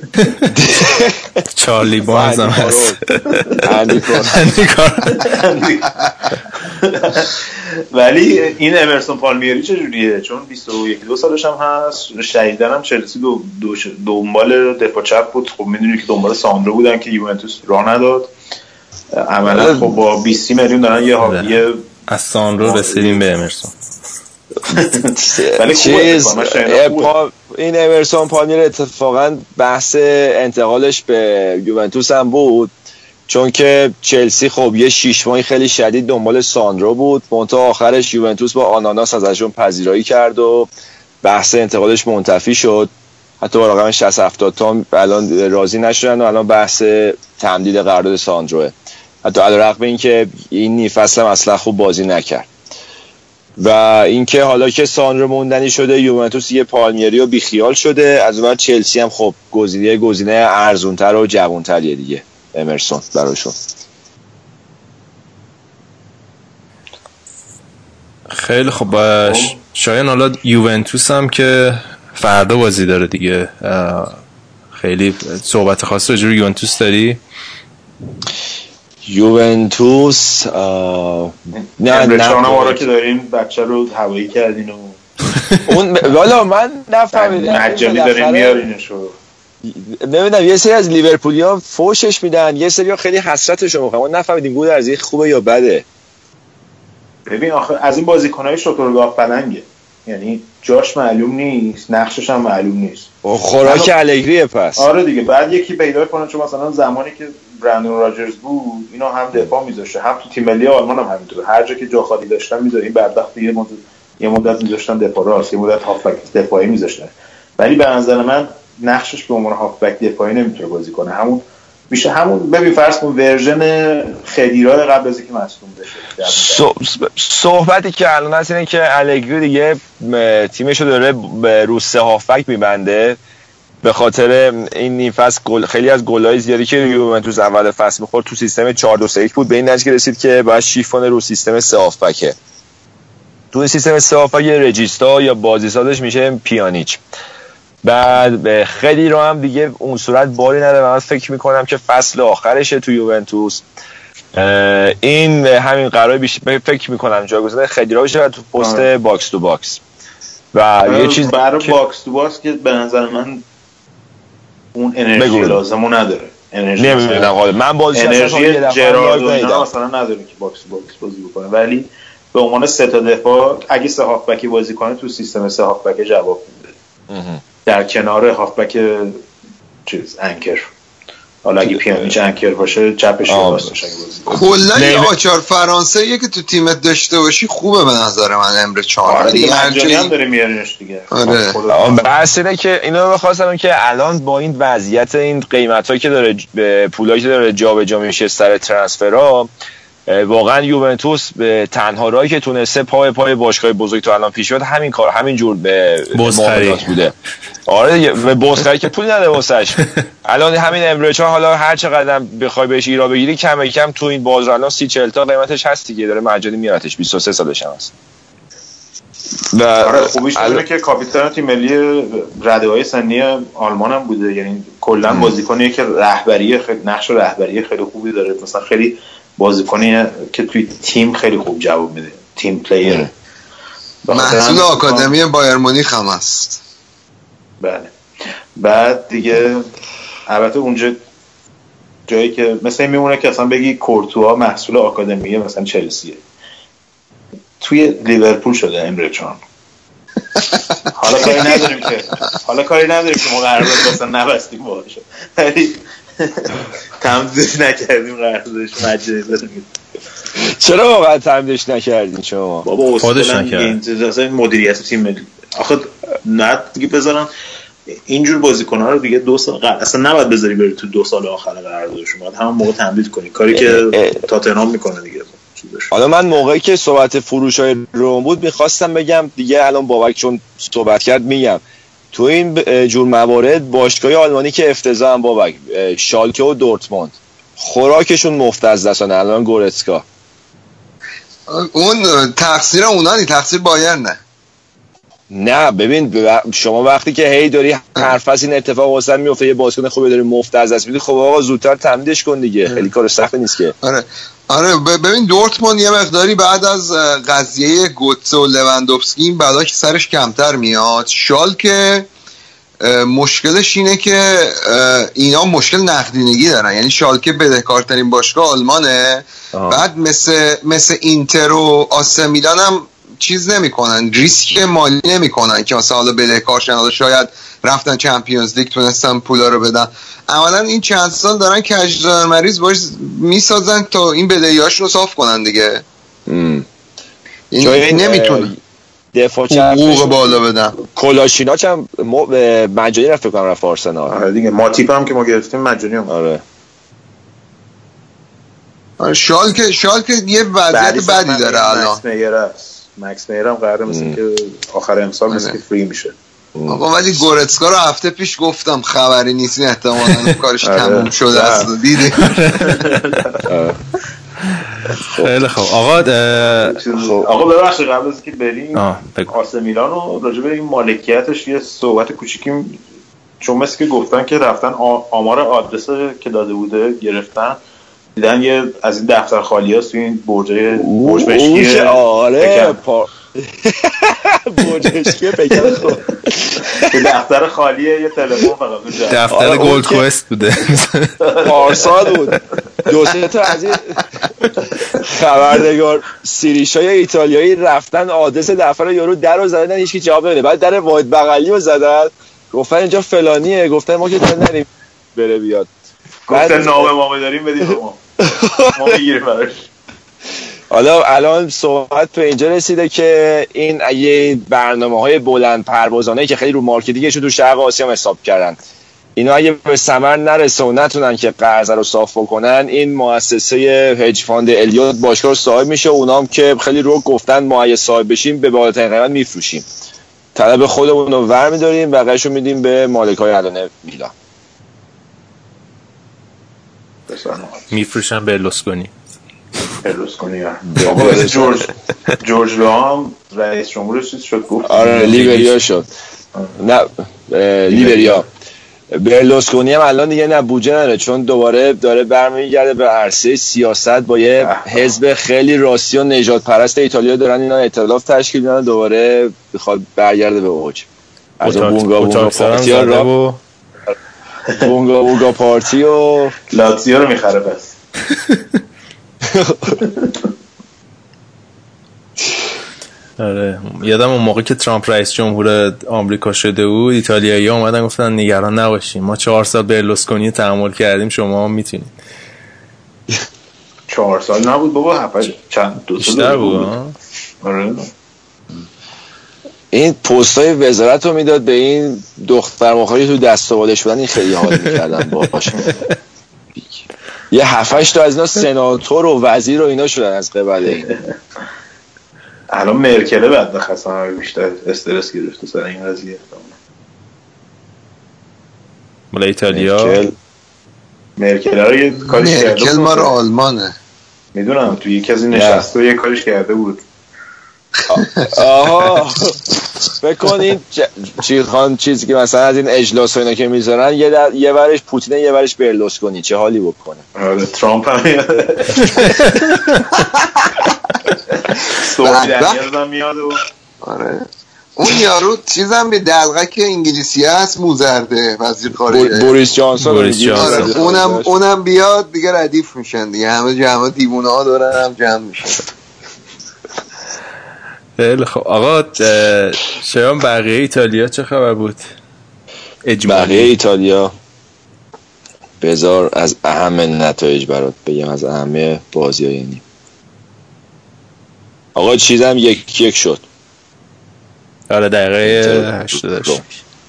چارلی بارنز هم هست. ولی این امرسون پالمیری چجوریه؟ چون 21-22 سالش هم هست. شهیدن هم چلسی دنبال دفاع چپ بود. خب میدونی که دنبال ساندرو بودن که یوونتوس راه نداد. عملا خب با 20 میلیون دارن یه از ساندرو رسیدیم به امرسون. ولی این امرسون پالمیر اتفاقا بحث انتقالش به یوونتوس هم بود، چون که چلسی خب یه 6 ماهی خیلی شدید دنبال ساندرو بود، منتها آخرش یوونتوس با آناناس ازشون پذیرایی کرد و بحث انتقالش منتفی شد. حتی با رقم 60-70 تا الان راضی نشدن و الان بحث تمدید قرارداد ساندروه، حتی علیرغم اینکه این نیم فصل هم اصلا خوب بازی نکرد. و اینکه حالا که ساندرو موندنی شده یوونتوس یه پالمیری رو بیخیال شده، از اون چلسی هم خب گزینه ارزونتر و جوانتریه دیگه امرسون براشون. خیلی خب شایان حالا یوونتوس هم که فردا بازی داره دیگه، خیلی صحبت خاصی راجع به یوونتوس داری؟ یوونتوس نه ما را که دارین بچه رو هوایی کردین و اون والا من نفهمیدم مجانی دارین میارینشو. نمیدونم یه سری از لیورپولیا فوشش میدن، یه سری خیلی حسرتشو میخوام. ما نفهمیدیم گل از این خوبه یا بده. ببین آخه از این بازیکنای شترگاه پلنگه، یعنی جاش معلوم نیست، نقشش هم معلوم نیست. خوراک الگریه پس. آره دیگه بعد یکی پیدا کنه، چون مثلا زمانی که برندون راجرز بود اینا هم دفاع میذاشته، هم تو تیم ملی آلمان هم همینطوره، هر جا که جا خالی داشتن میذاره. این بدبخت یه مدت میذاشتن دفاع راست، یه مدت هافبک دفاعی میذاشتن. ولی به نظر من نقشش به عنوان هافبک دفاعی نمیتونه بازی کنه. همون میشه همون ببین فرض کن ورژن خدیرا قبل از اینکه مصدوم بشه. صحبتی که الان هست اینه که الگری دیگه تیمشو داره به رو سه هافبک میبنده به خاطر این نیم فصل خیلی از گل‌های زیادی که یوونتوس اول فصل می‌خورد تو سیستم 4-2-3-1 بود، به این نتیجه رسید که باید شیفت کنه رو سیستم سه هافبکه. تو سیستم سه هافبک رجیستا یا بازیسازش میشه پیانیچ. بعد خیلی رو هم دیگه اون صورت باری نداره. من فکر میکنم که فصل آخرشه تو یوونتوس این همین قراره فکر میکنم جایگزین خدیرا بشه تو پست باکس تو باکس و یه چیز برای باکس تو باکس که به نظر من اون انرژی لازمو نداره. نمیدونم من بازی انرژی جراردو مثلا نداره که باکس تو باکس بازی بکنه، ولی به عنوان سه تا دفاع اگه سه هافبکی بازی کنه تو سیستم سه هافبک جواب میده در کنار هافبک چیز انکر. حالا اگه پیانیچ انکر باشه چپش راستش اگه بازی کلا یه آچار فرانسه یه که تو تیمت داشته باشی خوبه به نظر من. امر چهار دیگه مجانی هم داره میارنش دیگه. آره بحث اینه که اینو بخواستم که الان با این وضعیت این قیمتایی که داره پولایی که داره جابجا میشه سر ترانسفرها، واقعا یوونتوس به تنها راهی که تونسته پای باشگاه بزرگ تو الان پیش بیاد همین کار همین جور به معاملات بوده. آره دیگه به بازخری که پول نده واسش. الان همین امرچا حالا هر چقدر بخوای بهش ایرا بگیری کم کم تو این بازار الان 30-40 تا قیمتش هست دیگه، داره مجانی میارتش. 23 سالش هم هست. آره خوبیش اینه که کاپیتان تیم ملی رده‌های سنی آلمان هم بوده، یعنی کلا بازیکنیه که نقش رهبری خیلی خوبی داره. مثلا خیلی بازیکنی که توی تیم خیلی خوب جواب میده، تیم پلیر. محصول آکادمی بایر مونیخ هم است. بله. بعد دیگه البته اونجا جایی که مثلا میمونه که اصلا بگی کورتوا محصول آکادمی مثلا چلسیه، توی لیورپول شده امره چان. حالا کاری نداریم که ما قرارداد مثلا نبستیم باهاش، ولی تمدیدش نکردیم، قراردادش مجانی داریم. چرا واقعا تمدیدش نکردین شما؟ بابا خودش نکرد. اصلا مدیریت تیم ملی آخه نه دیگه بذارن اینجور بازیکن‌ها رو دیگه 2 سال اصلا نباید بذاری بری تو 2 سال آخر قراردادشون، باید همون موقع تمدید کنی، کاری که تاتنهام میکنه دیگه. حالا من موقعی که صحبت فروش‌های روم بود می‌خواستم بگم دیگه الان بابک چون صحبت کرد میگم تو این جور موارد باشگاه آلمانی که افتضاحن بابک، شالکه و دورتموند خوراکشون مفت از دستانه الان گورتسکا. اون تقصیر اونا نی، تقصیر بایرن نه ببین شما وقتی که هی داری حرف از این اتفاق واسه میفته یه بازیکن خوبی داری مفت از دست میدی، خب آقا زودتر تمدیدش کن دیگه، خیلی کار سخت نیست که. آره ببین دورتموند یه مقداری بعد از قضیه گوتسه و لواندوفسکی بعدا که سرش کمتر میاد. شالکه مشکلش اینه که اینا مشکل نقدینگی دارن، یعنی شالکه بدهکارترین باشگاه آلمانه. بعد مثل اینتر و آسه میلان هم چیز نمیکنن، ریسک مالی نمیکنن که مثلا حالا بدهکارشن، حالا شاید رفتن چمپیونز لیگ تونستن پولا رو بدن. اولا این چند سال دارن کجدار مریض باش میسازن تا این بدهیاشون رو صاف کنن دیگه. این نمیتونه دفاع حقوق بالا بدن. کلاشیناچ هم مجانی رفت فکر کنم رفت آرسنال. آره دیگه ماتیپ هم که ما گرفتیم مجانی هم. آره شالکه یه وضعیت بدی داره الان. مکس میر هم قراره مثل که آخر امسال مثل که فری میشه. آقا ولی گورتسکا رو هفته پیش گفتم خبری نیست، این احتمالاً کارش تموم شده است. دیدی؟ خیلی خوب آقا ببخشید قبل از اینکه بریم آسه میلان رو راجع به این مالکیتش یه صحبت کوچیکی، چون مثل که گفتن که رفتن آمار آدرس که داده بوده گرفتن، دیدن یه از این دفتر خالی هست توی این برج مشکی. آره برجشکی بگم خب دفتر خالیه، یه تلفن فقط دفتر گولد کوست بوده پارسال بود. 2-3 تا از این خبرنگار سیریشای ایتالیایی رفتن آدرس دفتر یارو در رو زدن، هیچکی جواب نمیده. بعد در واحد بغلی رو زدن گفتن اینجا فلانیه، گفتن ما که نریم بره بیاد. گفتن نامه مامه داریم بدید ما میگیریم براش. حالا الان صحبت به اینجا رسیده که این اگه برنامه‌های بلند پروازانه که خیلی رو مارکتینگشون تو شرق آسیا هم حساب کردن، اینا اگه به ثمر نرسه و نتونن که قرض رو صاف بکنن، این مؤسسه هج فاند الیوت باشگاه رو صاحب میشه و اونام که خیلی رو گفتن ما اگه صاحب بشیم به بالاترین قیمت میفروشیم، طلب خودمون رو ور می‌داریم و بقیه‌شو میدیم به مالکای الان میلان. میفروشن برلوسکونی. جورج لو هم رئیس جمهورش شد گفت. آره لیبریا شد. نه لیبریا. برلوسکونی هم الان دیگه نه بودجه نداره، چون دوباره داره برمیگرده به عرصه سیاست با یه حزب خیلی راستی و نژاد پرست ایتالیا دارن اینا ائتلاف تشکیل میدن، دوباره بخواد برگرده به اوج. از بونگا پارتی را بونگا پارتی و لاتزیو رو میخره پس. آره یادم اون موقع که ترامپ رئیس جمهور آمریکا شده بود، ایتالیایی‌ها اومدن گفتن نگران نباشین، ما 4 سال برلوسکونی تحمل کردیم، شما هم میتونید. 4 سال نبود بابا، چند 2 سال بود. آره این پستای وزارت رو میداد به این دختر مخاری تو دستاوردش بودن، این خیلی حال میکردن باهاش. یه 7-8 تا از اینا سناتور و وزیر و اینا شدن از قبل این. الان مرکله بعد بخواستم بیشتر استرس گرفته سر این قضیه. مال ایتالیا مرکل رو یه کاریش کرده بود. مرکل مال آلمانه میدونم، توی یکی از این نشسته یه کاریش کرده بود. آها فکر کن این چیزی که مثلا از این اجلاس و اینا که میذارن یه ورش پوتینه یه ورش برلوسکونی، چه حالی بکنه. آره ترامپ هم میاد. آره اون یارو چیزم به دلغک انگلیسی هست، موزرده وزیر خارجه بوریس جانسون. اونم بیاد دیگه ردیف میشن دیگه، همه جمع دیوونه ها دورن هم جمع میشن. خیلی خب آقا شایان بقیه ایتالیا چه خبر بود؟ بقیه ایتالیا بذار از اهم نتایج برات بگم، از اهم بازی‌ها. یعنی آقا چیزم 1-1 شد. آره دقیقه 88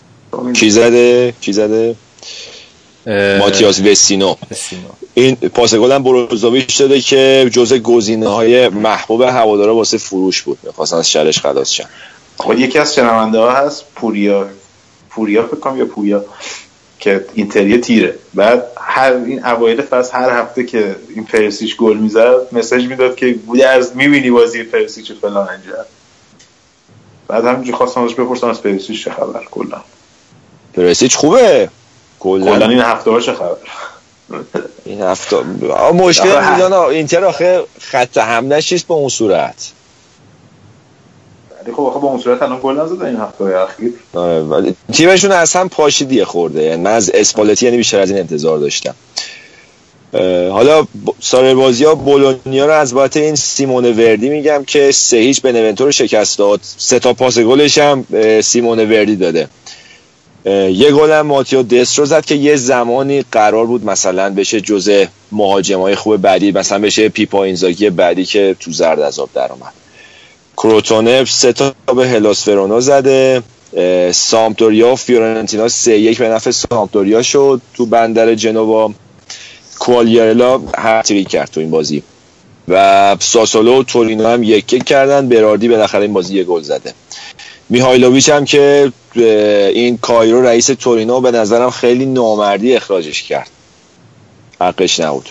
کی زده؟ ماتیاس وسینو. این پاس گل هم بروزوویچ داده که جزء گزینه‌های محبوب هوادارا واسه فروش بود، می‌خواستن از شرش خلاص شن. خب یکی از شنونده‌ها هست پوریا فکر کنم یا پویا که اینتریه تیره، بعد هر این اوایل فصل هر هفته که این پرسیچ گل میزد مسیج میداد که بوده از میبینی بازی پرسیچ فلان اینجا. بعد همینجوری خواستم ازش بپرسم از پرسیچ چه خبر. کلا پرسیچ خوبه کلا این هفته ها چه خبر. این هفته مشکل میلان اینتر آخه خط حمله‌اش نیست به اون صورت. ولی خب آخه با اون صورت الان گل نزد این هفته اخیر. آره ولی تیمشون اصلا پاشیدی خورده، یعنی من از اسپالتی یعنی بیشتر از این انتظار داشتم. حالا سال بازی‌ها بولونیا رو از بابت این سیمون وردی میگم که 3-0 به نونتو رو شکست داد، 3 تا پاس گلش هم سیمون وردی داده. یه گل هم ماتیو دسترو زد که یه زمانی قرار بود مثلا بشه جزء مهاجمای خوب بعدی، مثلا بشه پیپا اینزاگی بعدی که تو زرد عذاب در اومد. کروتونه 3 تا به هلاس ورونا زده. سامپدوریا و فیورنتینا 3-1 به نفع سامپدوریا شد تو بندر جنوا. کوالیارلا هتریک کرد تو این بازی و ساسولو و تورینو هم 1-1 کردن. براردی بالاخره این بازی 1 گل زده. میهایلوویچ هم که این کایرو رئیس تورینو به نظرم خیلی نامردی اخراجش کرد، حقش نبود.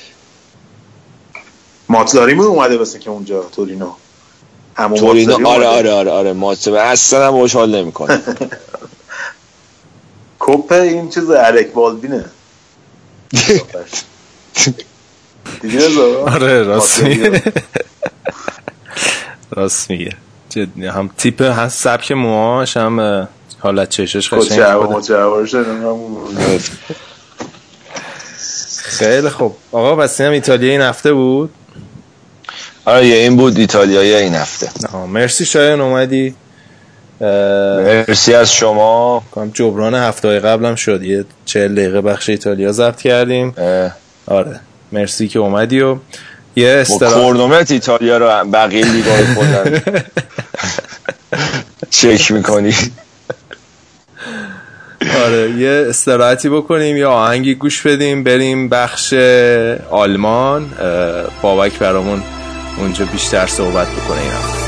ماتزاریمون اومده واسه که اونجا تورینو آره ماتزاریمون اصلا هم باش حال نمیکنه. کوپ این چیز الک بالدینه دیگه. آره راست میگه جدی، هم تیپ هست، سبک موهاش هم حالت چشش قشنگه. خیلی خوب آقا بس هم ایتالیا این هفته بود. آره این بود ایتالیایی این هفته. مرسی شایان اومدی. مرسی از شما. جبران هفته قبلم شد، یه 40 دقیقه بخش ایتالیا ضبط کردیم. آره مرسی که اومدی و یه کرونومتر ایتالیا رو بقیه لیگا رو خودن چک میکنی. آره یه استراحتی بکنیم، یه آهنگی گوش بدیم، بریم بخش آلمان. بابک برامون اونجا بیشتر صحبت بکنه این هفته.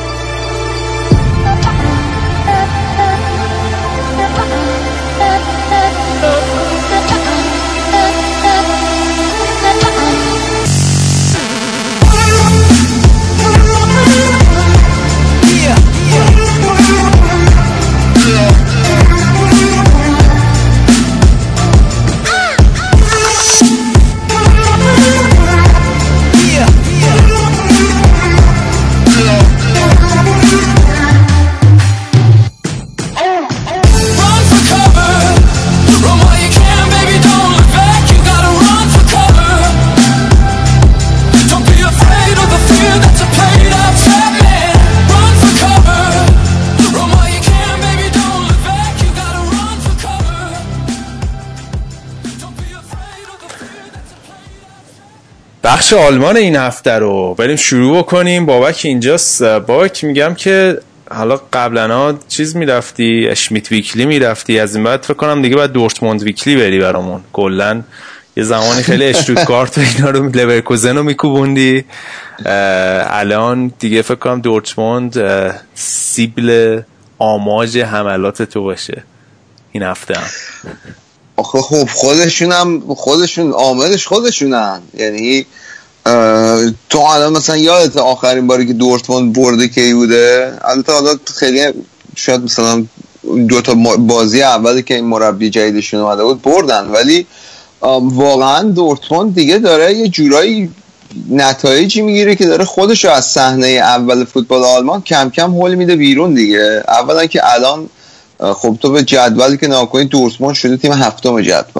بخش آلمان این هفته رو بریم شروع بکنیم. بابک اینجاست. بابک میگم که حالا قبلا چیز میرفتی اشمیت ویکلی میرفتی، از این بعد فکر کنم دیگه باید دورتموند ویکلی بری برامون. کلن یه زمانی خیلی اشتوتگارت و اینا رو لورکوزن رو میکوبوندی، الان دیگه فکر کنم دورتموند سیبل آماج حملات تو باشه این هفته هم. آخه خب خودشون عاملش خودشونن. یعنی تو الان مثلا یادت آخرین باری که دورتموند برده کی بوده؟ البته حالا خیلی شاید مثلا 2 تا بازی اولی که این مربی جدیدشون اومده بود بردن، ولی واقعا دورتموند دیگه داره یه جورایی نتایجی میگیره که داره خودشو از صحنه اول فوتبال آلمان کم کم هول میده بیرون دیگه. اولا که الان خب تو به جدولی که نگاه کنی دورتموند شده تیم 7م جدول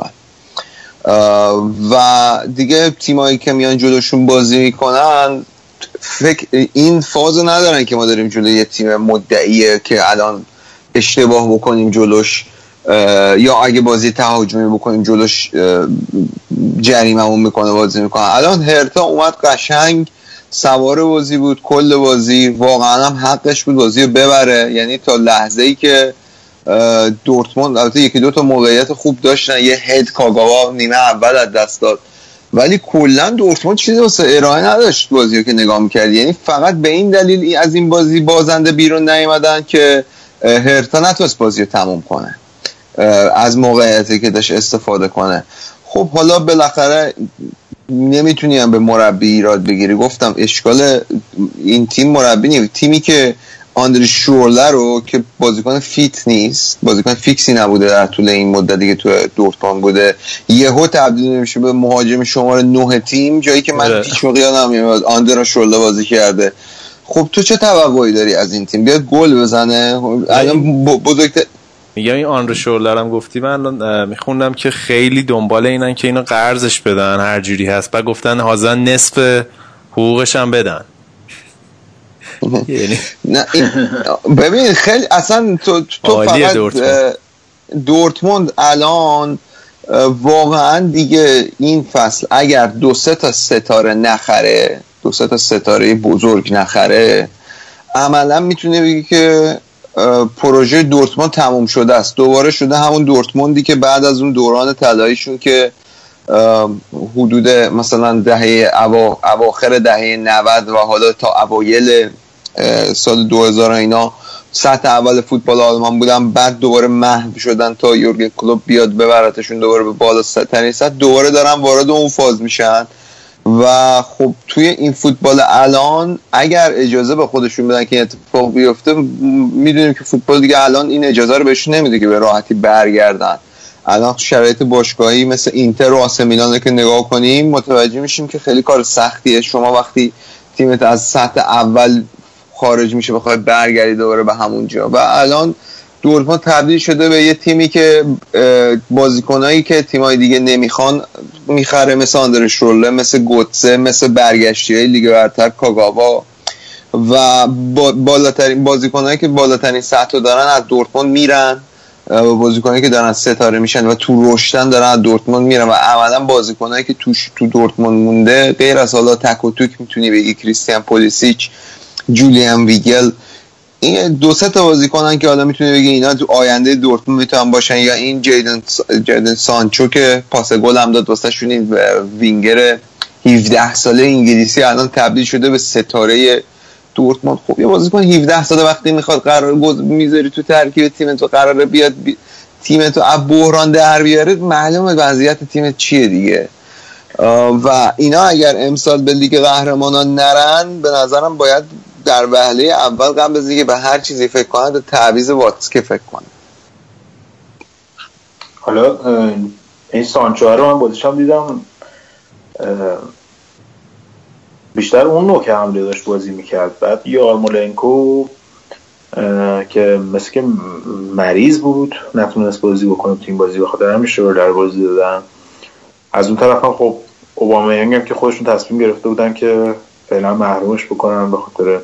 و دیگه تیمایی که میان جلوشون بازی میکنن این فازو ندارن که ما داریم جلوی یه تیم مدعیه که الان اشتباه بکنیم جلوش یا اگه بازی تهاجمی بکنیم جلوش جریممون میکنه بازی میکنه. الان هرتا اومد قشنگ سوار بازی بود، کل بازی واقعا هم حقش بود بازی رو ببره. یعنی تا لحظه‌ای که دورتموند البته 1-2 تا موقعیت خوب داشتن، یه هد کاگاوا نیمه اول از دست داد، ولی کلا دورتموند چیزی واسه ارائه نداشت بازی رو که نگاه می‌کردی. یعنی فقط به این دلیل از این بازی بازنده بیرون نیومدن که هرتا نتونست بازی رو تموم کنه، از موقعیتی که داشت استفاده کنه. خب حالا بالاخره نمیتونی هم به مربی ایراد بگیری. گفتم اشکال این تیم مربی نیست. تیمی که آندری شورلر رو که بازیکن فیت نیست، بازیکن فیکسی نبوده در طول این مدتی که تو دورتموند بوده، یهو تبدیل میشه به مهاجم شماره 9 تیم، جایی که من هیچ موقع یادم نمیاد آندرا شورلر بازی کرده. خب تو چه توقعی داری از این تیم؟ بیاد گل بزنه؟ الان بزرگتر میگم این آندرا شورلر هم گفتی، من میخوندم که خیلی دنبال اینن که اینو قرضش بدن هر جوری هست، بعد گفتن حاضر نصف حقوقش هم بدن. نه ببین خیلی اصلا تو فقط دورتموند الان واقعا دیگه این فصل اگر 2-3 تا ستاره نخره، 2-3 تا ستاره بزرگ نخره، عملا میتونه بگی که پروژه دورتموند تموم شده است. دوباره شده همون دورتموندی که بعد از اون دوران طلاییشون که حدود مثلا اواخر دهه 90 و حالا تا اوایل سال 2000 اینا سطح اول فوتبال آلمان بودن، بعد دوباره محو شدن تا یورگن کلوپ بیاد ببرتشون دوباره به بالا ترین سطح، دوباره دارن وارد اون فاز میشن. و خب توی این فوتبال الان اگر اجازه به خودشون بدن که این اتفاق بیفته، میدونیم که فوتبال دیگه الان این اجازه رو بهشون نمیده که به راحتی برگردن. الان شرایط باشگاهی مثل اینتر و آسه میلان که نگاه کنیم متوجه میشیم که خیلی کار سختیه. شما وقتی تیمت از سطح اول خارج میشه بخوای برگردی دوباره به همون جا، و الان دورتموند تبدیل شده به یه تیمی که بازیکنایی که تیمای دیگه نمیخوان میخره، مثل آندر شورلر، مثل گوتسه، مثل برگشتی‌های لیگ برتر کاگاوا، و بالاترین بازیکنایی که بالاترین سطح دارن از دورتموند میرن، بازیکنایی که دارن ستاره میشن و تو رشدن دارن از دورتموند میرن و عملا بازیکنایی که تو دورتموند مونده غیر از حالا تک و توک میتونی بگی کریستیان پولیسیچ، جولیان ویگل، این دو سه تا بازیکنن که حالا میتونی بگی اینا تو آینده دورتموند میتونن باشن، یا این جیدن سانچو که پاس گل هم داد واسه شون، این وینگر 17 ساله انگلیسی الان تبدیل شده به ستاره دورتموند. خب یه بازیکن 17 ساله وقتی میخواد قرار میذاری تو ترکیب تیم تو قراره بیاد تیم تو از بحران در بیاره، معلومه وضعیت تیم چیه دیگه. و اینا اگر امسال به لیگ قهرمانان نرن به نظرم باید در وهله اول قبل از اینکه به هر چیزی فکر کنه به تعویض واتسکه فکر کنه. حالا این سانچو رو من بازیش هم دیدم، بیشتر اون نوع که حمله داشت بازی میکرد. بعد یارمولنکو که مثل که مریض بود نتونست بازی بکنه تیم بازی، بخاطر همین شروع در بازی دادن. از اون طرف هم خب اوبامیانگ هم که خودشون تصمیم گرفته بودن که فعلا محرومش بکنن به خاطر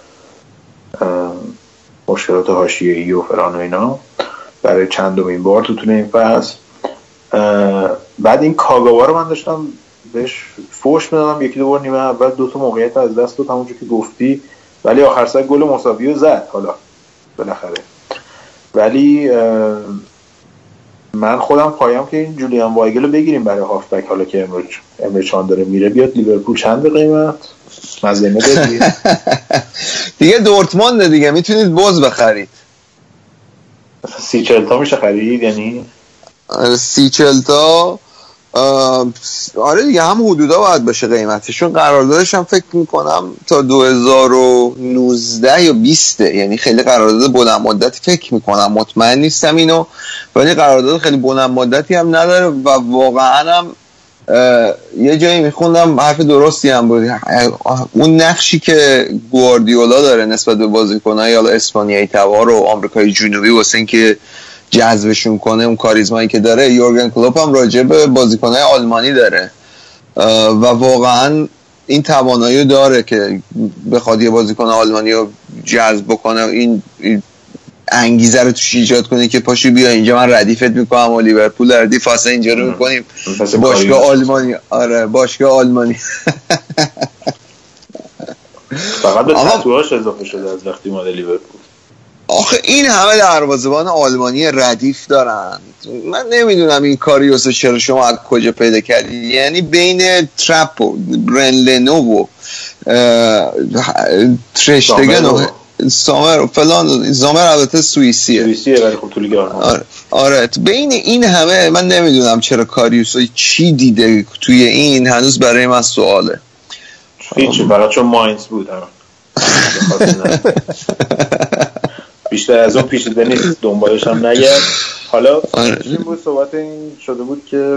مشکلات حاشیه‌ای و فلان و اینا برای چندمین بار تو طول این فصل. بعد این کاگاوا رو من داشتم بهش فوش میدادم، یکی دو بار نیمه اول دو تا موقعیت از دست داد همونجوری که گفتی، ولی آخر سر گل مساوی رو زد حالا بالاخره. ولی من خودم پایم که این جولیان وایگل رو بگیریم برای هافبک، حالا که امروز چان داره میره بیاد لیورپول. چند قیمت مزینه بدید دیگه دورتموند دیگه میتونید بوز بخرید. 30-40 تا میشه خرید، یعنی 30-40 تا. آره دیگه هم حدودا باید باشه قیمتشون. قراردادش هم فکر میکنم تا 2019 یا 20، یعنی خیلی قرارداد بلند مدتی فکر میکنم، مطمئن نیستم اینو، ولی قرارداد خیلی بلند مدتی هم نداره و واقعا هم یه جایی میخوندم حرف درستی هم بود، اون نقشی که گواردیولا داره نسبت به بازیکن‌های حالا اسپانیایی تبار و آمریکای جنوبی واسه اینکه جذبشون کنه، اون کاریزمایی که داره یورگن کلوپ هم راجع به بازیکن‌های آلمانی داره و واقعا این توانایی داره که بخواد یه بازیکن آلمانی رو جذب بکنه، این انگیزه رو توش ایجاد کنه که پاشو بیا اینجا من ردیفت میکنم و لیورپول ردیف واسه اینجا رو میکنیم باشگاه آلمانی. آره باشگاه آلمانی فقط به تتوهاش اضافه شده از وقتی اومده لیورپول. آخه این همه دروازه‌بان آلمانی ردیف دارن، من نمیدونم این کاریوسو چرا شما از کجا پیدا کردید. یعنی بین ترپ و رنلنو و ترشتگن و زامر و فلان، زامر البته سوئیسیه ولی خب تو لیگ آره بین این همه من نمیدونم چرا کاریوسو چی دیده توی این، هنوز برای من سواله. هیچی، برای چون ماینز بود بیشتر از اون پیچیده نیست، دنبالش هم نگرد. حالا این بود صحبت این شده بود که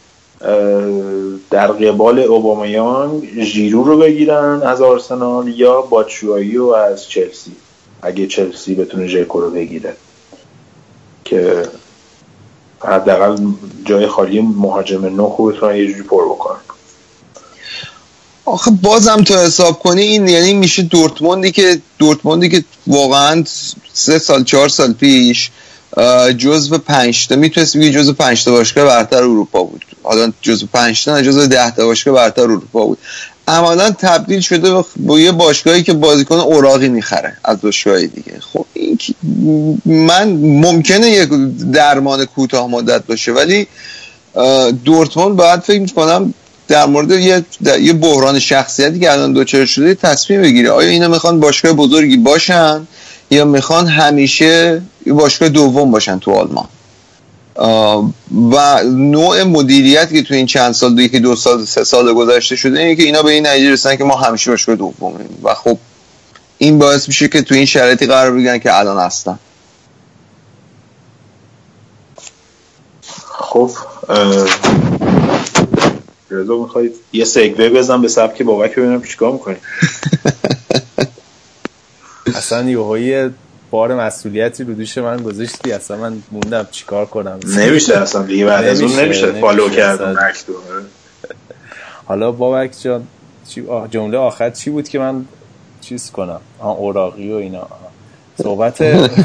در قبال اوبامیانگ ژیرو رو بگیرن از آرسنال یا باتشوایی رو از چلسی، اگه چلسی بتونه ژکو رو بگیره که حداقل جای خالی مهاجم نو خوب بتونن یه جوری پر بکنن. آخه بازم تو حساب کنی این یعنی میشه دورتموندی که واقعا 3 سال 4 سال پیش جزو 5 تا میتونست بگی جزو 5 تا باشگاه برتر اروپا بود، حالا جزو 5 تا نه جزو 10 تا باشگاه برتر اروپا بود، عملاً تبدیل شده با یه باشگاهی که بازیکن اوراقی میخره از باشگاه دیگه. خب این من ممکنه یک درمان کوتاه مدت باشه، ولی دورتموند باید فکر می‌کنم در مورد یه بحران شخصیتی که الان دوچار شده تصمیم بگیره، آیا اینا میخوان باشگاه بزرگی باشن یا میخوان همیشه باشگاه دوم باشن تو آلمان. و نوع مدیریتی که تو این چند سال، 2 سال 3 سال گذشته شده اینه که اینا به این نتیجه رسیدن که ما همیشه باشگاه دومیم و خب این باعث میشه که تو این شرایطی قرار بگیرن که الان هستن. خب رضا میخواید یه سگوی بزنم به سبک بابک ببینم چیکار میکنی؟ اصلا یهویی بار مسئولیتی رو دوش من گذاشتی، اصلا من موندم چیکار کنم. نمیشه اصلا دیگه، بعد از اون نمیشه فالو کردن. حالا بابک جان جمله آخر چی بود که من چیز کنم اوراقی و اینا صحبت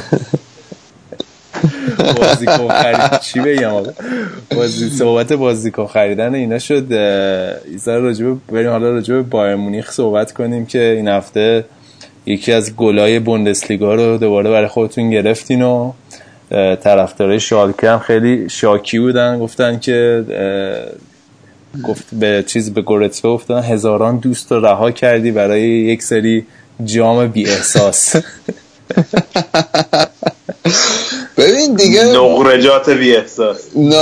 بازیکن خرید چی بگم آقا صحبت بازیکن خریدن اینا شد. ایزار بریم حالا راجع به بایر مونیخ صحبت کنیم که این هفته یکی از گلای بوندسلیگا رو دوباره برای خودتون گرفتین و طرفدارای شالکه هم خیلی شاکی بودن، گفتن که به گورتسکا گفتن هزاران دوست رو رها کردی برای یک سری جام بی احساس. ببین دیگه نقرجات بی احساس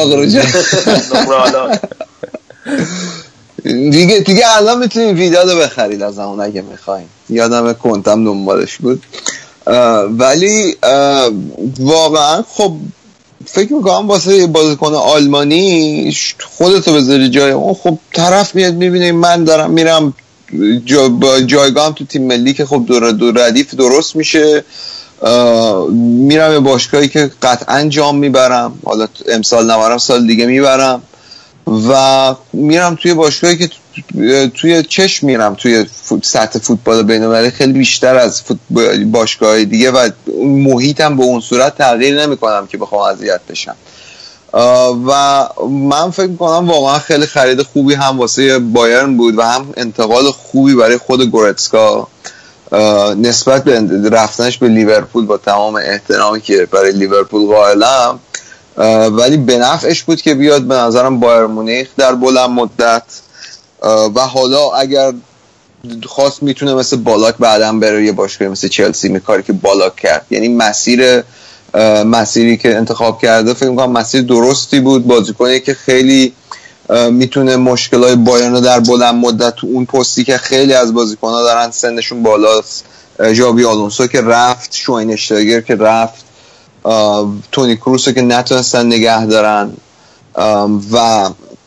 دیگه الان میتونیم ویدال رو بخرید از اون اگه میخواین، یادم کنتم دنبالش بود. ولی واقعا خب فکر میکنم واسه بازیکن آلمانی خودتو بذاری جای اون، خب طرف میاد میبینه من دارم میرم جایگاهم تو تیم ملی که خب دور ردیف درست میشه، میرم یه باشگاهی که قطعا جام میبرم، حالا امسال نبرم سال دیگه میبرم، و میرم توی باشگاهی که توی چشم میرم توی سطح فوتبال بین‌المللی خیلی بیشتر از باشگاه‌های دیگه و اون محیطم به اون صورت تغییر نمی‌کنم که بخوام اذیت بشم. و من فکر می‌کنم واقعا خیلی خرید خوبی هم واسه بایرن بود و هم انتقال خوبی برای خود گورتسکا نسبت به رفتنش به لیورپول، با تمام احترامی که برای لیورپول قائلم، ولی به نفعش بود که بیاد به نظرم بایر مونیخ در بلند مدت، و حالا اگر خواست میتونه مثل بالاک بعداً بره یه باشگاه مثل چلسی، کاری که بالاک کرد. یعنی مسیری که انتخاب کرده فکر می‌کنم مسیر درستی بود. بازیکنی که خیلی میتونه مشکلات بایرن رو در بلند مدت تو اون پستی که خیلی از بازیکن‌ها دارن سنشون بالاست، ژابی آلونسو که رفت، شواینشتایگر که رفت، تونی کروسو که نتونستن نگه دارن، و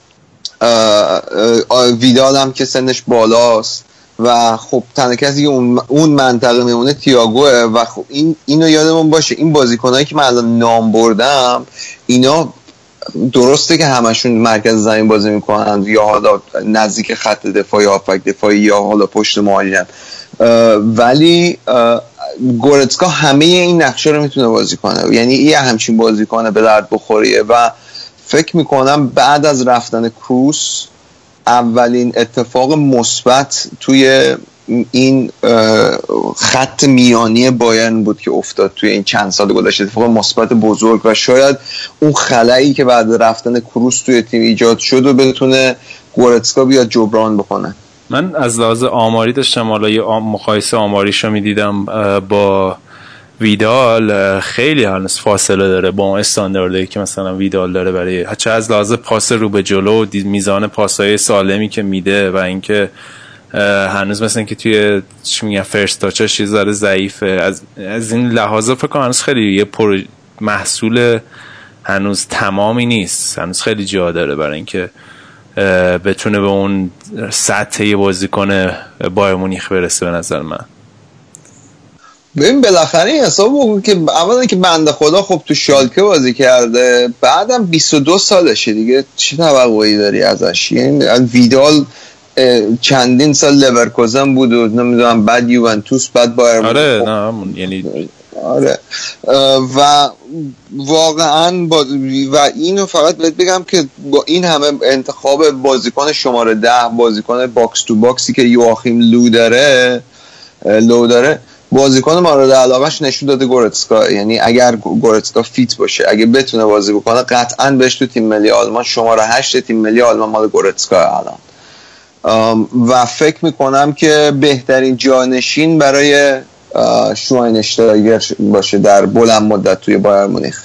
ویدال هم که سنش بالاست، و خب تنها کسی که اون منطقه میمونه تییاگوه. و خب اینو یادمون باشه این بازیکنایی که من الان نام بردم اینا درسته که همشون مرکز زمین بازی میکنن یا حالا نزدیک خط دفاعی، هافبک دفاعی یا حالا پشت مهاجم، ولی گورتسکا همه این نقشه رو میتونه بازی کنه. یعنی یه همچین بازی کنه به درد بخوریه و فکر میکنم بعد از رفتن کروس اولین اتفاق مثبت توی این خط میانی بایرن بود که افتاد توی این چند سال گذشته، اتفاق مثبت بزرگ، و شاید اون خلایی که بعد رفتن کروس توی تیم ایجاد شد و بتونه گورتسکا بیاد جبران بکنه. من از لحاظ آماری داشتم حالا یه مقایسه آماریشو میدیدم با ویدال، خیلی هنوز فاصله داره با اون استانداردی که مثلا ویدال داره، برای چه از لحاظ پاس رو به جلو، میزان پاسای سالمی که میده و اینکه هنوز مثلا که توی چی میگن فرست تاچش یه ذره ضعیفه. از این لحاظا فکر کنم هنوز خیلی یه محصول هنوز تمامی نیست، هنوز خیلی جا داره برای اینکه بتونه به اون سطح بازیکن بایر مونیخ برسه. به نظر من ببین بالاخره این حساب بگو که اولا که بنده خدا خب تو شالکه بازی کرده، بعدم 22 سالشه دیگه، چه توقعی داری ازش؟ یعنی ویدال چندین سال لورکوزن بود و نمیدونم بعد یوونتوس بعد بایر مونیخ. آره نه یعنی آره، و واقعا و اینو فقط بهت بگم که با این همه انتخاب بازیکن شماره 10، بازیکن باکس تو باکسی که یواخیم لو داره بازیکن مورد علاقهش نشون داده گورتسکا. یعنی اگر گورتسکا فیت باشه، اگه بتونه بازی بکنه، قطعاً بهش تو تیم ملی آلمان شماره 8 تیم ملی آلمان مال گورتسکا الان. و فکر میکنم که بهترین جانشین برای شواینشتایگر باشه در بلند مدت توی بایر مونیخ.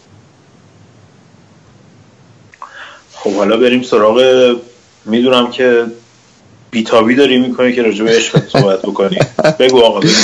خب حالا بریم سراغ، میدونم که بیتابی داری میکنی که راجع به عشق صحبت بکنی. بگو آقا، بگو.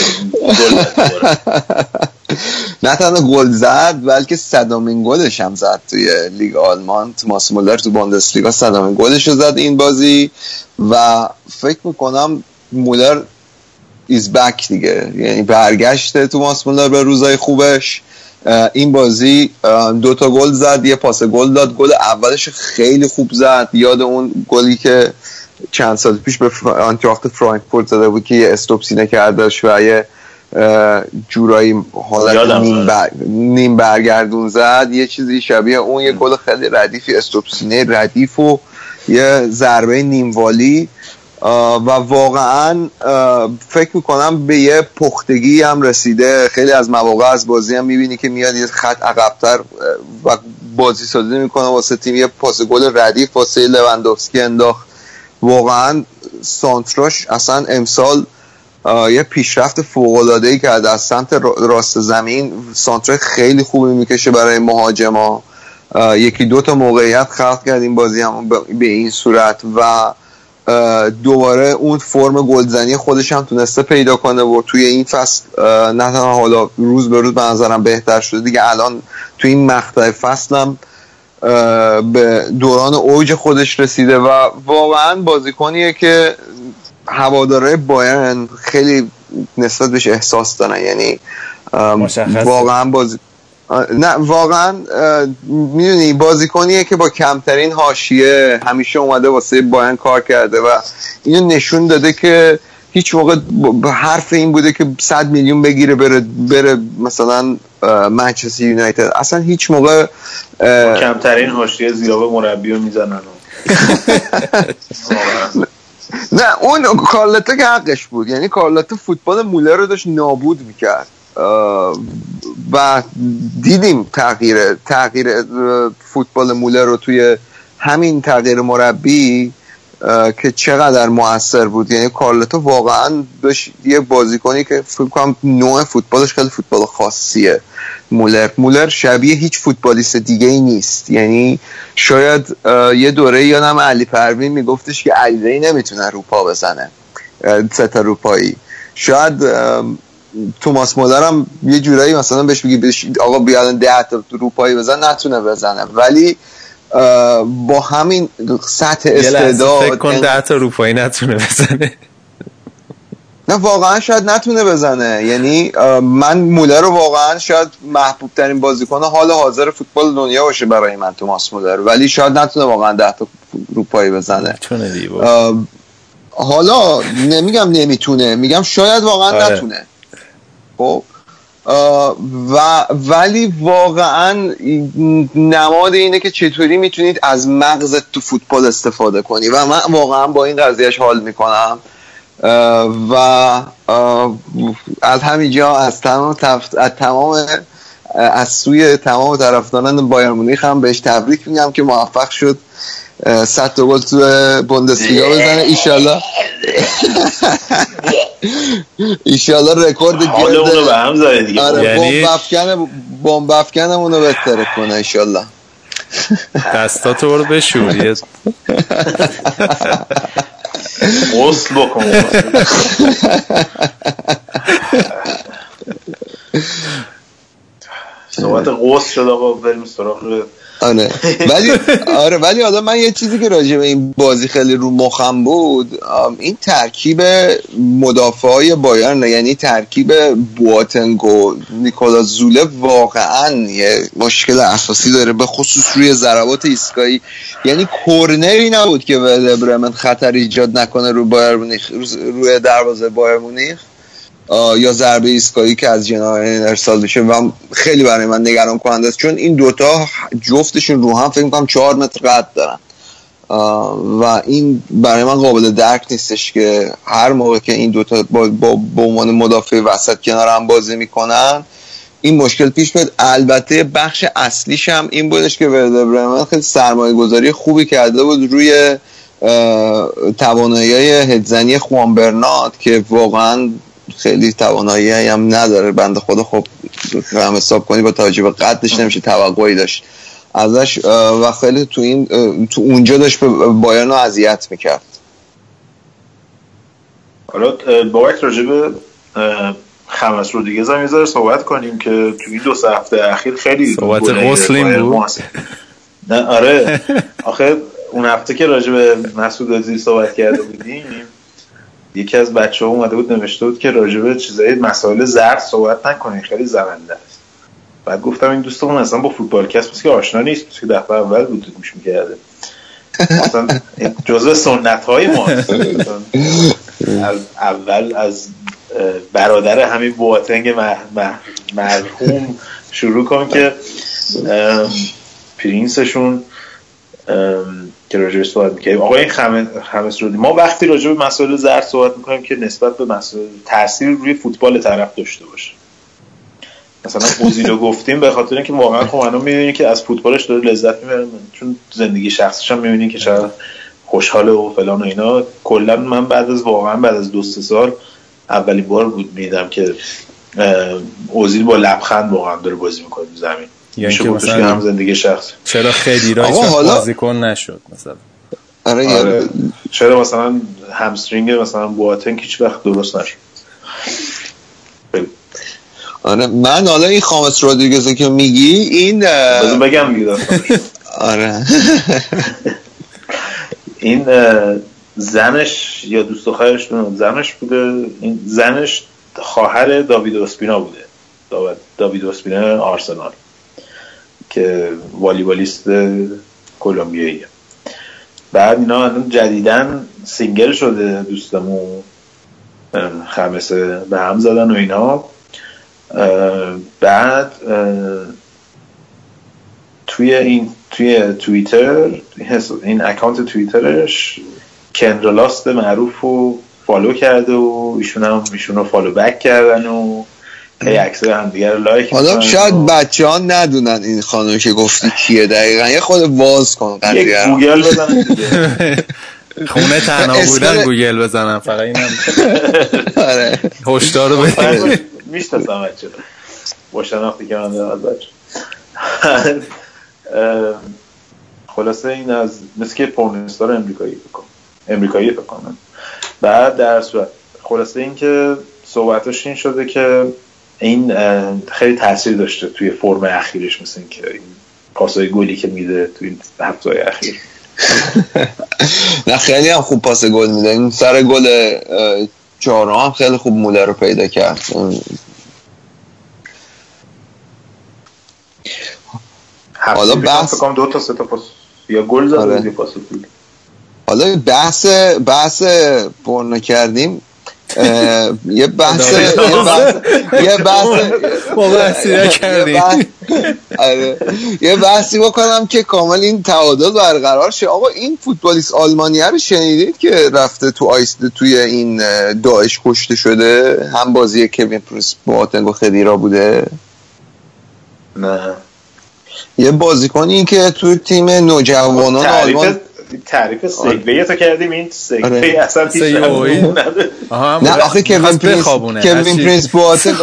نه تنها گل زد بلکه 100مین گلش هم زد توی لیگ آلمان. توماس مولر تو بوندسلیگا 100مین گلش رو زد این بازی، و فکر میکنم مولر ایز بک دیگه، یعنی برگشته توماس مولر به روزای خوبش. این بازی 2 تا گل زد، یه پاس گل داد، گل اولش خیلی خوب زد، یاد اون گلی که چند سال پیش به آنتراخت فرانکفورت زده بود که یه استوب سینه کردش و یه جورایی حالت نیم برگردون زد، یه چیزی شبیه اون، یه گل خیلی ردیفی، استوب سینه ردیف و یه ضربه نیموالی و واقعا فکر میکنم به یه پختگی هم رسیده. خیلی از مواقع از بازی هم میبینی که میاد یه خط عقب‌تر و بازی سازی میکنه واسه تیم، یه پاس گل ردیف واسه لوندوفسکی انداخت. واقعا سانتراش اصلا امسال یه پیشرفت فوق‌العاده‌ای کرده از سمت راست زمین، سانتر خیلی خوبی میکشه برای مهاجما، یکی دو تا موقعیت خلق کرد این بازی هم به این صورت و دوباره اون فرم گلزنی خودش هم تونسته پیدا کنه و توی این فصل نه تنها حالا روز به روز به نظرم بهتر شده دیگه، الان توی این مقطع فصل هم به دوران اوج خودش رسیده و واقعا بازیکنیه که هواداره بایرن خیلی نسبت بهش احساس دارن، یعنی واقعا واقعا میدونی بازیکنیه که با کمترین حاشیه همیشه اومده واسه بایرن کار کرده و اینو نشون داده که هیچ موقع حرف این بوده که 100 میلیون بگیره بره مثلا منچستر یونایتد، اصلا هیچ موقع کمترین حاشیه زیرا به مربی رو میزنن. نه اون کارلتا که حقش بود، یعنی کارلتا فوتبال مولر رو داشت نابود میکرد و دیدیم تغییر فوتبال مولر رو توی همین تغییر مربی که چقدر موثر بود. یعنی کارلتا واقعا داشت یه بازیکنی که فکر کنم نوع فوتبالش خیلی فوتبال خاصیه. مولر شبیه هیچ فوتبالیست دیگه ای نیست، یعنی شاید یه دوره یادم علی پروین میگفتش که علیرضایی نمیتونه رو پا بزنه، ستا روپایی، شاید توماس مولر هم یه جورایی مثلا بهش بگی آقا بیادن 10 تا روپایی بزن نتونه بزنه، ولی با همین سطح استعداد فکر کن 10 تا روپایی نتونه بزنه. نه واقعا شاید نتونه بزنه، یعنی من مولر رو واقعا شاید محبوب ترین بازیکن حال حاضر فوتبال دنیا باشه برای من توماس مولر، ولی شاید نتونه واقعا 10 تا روپایی بزنه. حالا نمیگم نمیتونه، میگم شاید واقعا نتونه. خب ولی واقعا نماد اینه که چطوری میتونید از مغزت تو فوتبال استفاده کنی و من واقعا با این قضیهش حال میکنم و از همینجا از سوی تمام طرفداران بایرن مونیخ هم بهش تبریک میگم که موفق شد 100 تا گل تو بوندسلیگا بزنه. ایشالله رکورد حالمونو به هم زده دیگه. آره بمب افکنمونو بهتره کنه ایشالله. دستاتو رو بشورید غسل بکن. صحبت غسل شد آقا، بریم سراغ. ولی آدم من یه چیزی که راجع به این بازی خیلی رو مخم بود، این ترکیب مدافعای بایرن، یعنی ترکیب بواتنگ و نیکولاس زوله واقعا یه مشکل اساسی داره، به خصوص روی ضربات ایستگاهی. یعنی کورنری نبود که ورده برمن خطر ایجاد نکنه روی دروازه بایر مونیخ یا ضربه ایستگاهی که از جناح ارسال بشه و خیلی برای من نگران کننده است، چون این دوتا جفتشون رو هم فکر می‌کنم 4 متر قد دارن و این برای من قابل درک نیستش که هر موقع که این دوتا با عنوان مدافع وسط کنار هم بازی میکنن این مشکل پیش میاد. البته بخش اصلیش هم این بودش که ورده برمن خیلی سرمایه گذاری خوبی کرده بود روی توانایی هدزنی خوان برنارد که واقعا خیلی توانایی هم نداره بنده خدا. خب هم حساب کنی با توجه به قدش نمیشه توقعی داشت ازش و خیلی تو اونجا داشت بایرن رو اذیت میکرد. حالا بابک راجع به خمس رودریگز هم میذاره صحبت کنیم که تو این 2 هفته اخیر خیلی صحبت غسلیم بود. نه آره آخه اون هفته که راجع به مسعود عزیز صحبت کرده بودیم یکی از بچه‌ها اومده بود نوشته بود که راجع به چیزای مسائل زرد صحبت نکنین خیلی زرنده است. بعد گفتم این دوستمون اصلا با فوتبال کس که آشنا نیست، که دفعه اول بود گوش می‌کرده. مثلا جزء سنت‌های ما اول از برادر همین بواتنگ مرحوم شروع کن که پرینسشون که راجبش صحبت میکنیم. آقای خمس رودی، ما وقتی راجب مسائل زرد صحبت میکنیم که نسبت به مسائل تأثیر روی فوتبال طرف داشته باشه، مثلا اوزیل رو گفتیم به خاطر اینکه واقعا خب منو میبینی که از فوتبالش داره لذت میبره، چون زندگی شخصیش هم میبینی که چقدر خوشحاله و فلان و اینا. کلا من بعد از 2-3 سال اولین بار بود میدم که اوزیل با لبخند واقعا داره بازی میکنه تو زمین، میشه گفتش که هم زندگی شخصی. چرا خیلی رایت بازیکن نشد مثلا؟ آره چرا مثلا همسترینگ مثلا بواتنگ هیچ وقت درست نشد. آره من حالا این خامس رودریگز که میگی این بذار بگم دیگه آره این زنش یا دوست دخترش زنش بوده، این زنش خواهر داوید اوسپینا بوده، داوید اوسپینا آرسنال که والیبالیست کلمبیاییه. بعد اینا جدیدن سینگل شده، دوستمون خمسه به هم زدن و اینا. بعد توی توییتر این اکانت توییترش کندرالاست معروف رو فالو کرده و ایشون رو فالو بک کردن و هی عکسای هم دیگه رو لایک میکنن. حالا شاید بچه‌ها ندونن این خانم که گفتی کیه دقیقاً، یه خود باز کن قضیه یک گوگل بزنن دیگه. خونه تنها بودن گوگل بزنن فقط اینم. آره هشدار رو بده. میشناسم بچه با شناختی که من دارم بچه. خلاصه این از مثل که پورنستار امریکایی بکنن. بعد در صورت خلاصه این که صحبتاش این شده که این خیلی تاثیر داشته توی فرم اخیرش، مثل این که این پاسای گلی که میده توی این هفته‌های اخیر. نه خیلی هم خوب پاس گل میده، این سر گل 4 هم خیلی خوب مولر رو پیدا کرد. حالا بحث 2 تا 3 تا پاس یا گل زد یا پاس گل. حالا بحث پورنو کردیم، یه بحثی بکنم که کامل این تعادل برقرار شه. آقا این فوتبالیست آلمانیه رو شنیدید که رفته توی این داعش کشته شده؟ هم بازی کوین پرینس بواتنگ و خدیرا بوده. نه یه بازیکنی که توی تیم نوجوانان آلمان تعریف سگویه تا کردیم، این سگویه اصلا پیش نداره. نه آخه کوین پرینس بواتنگ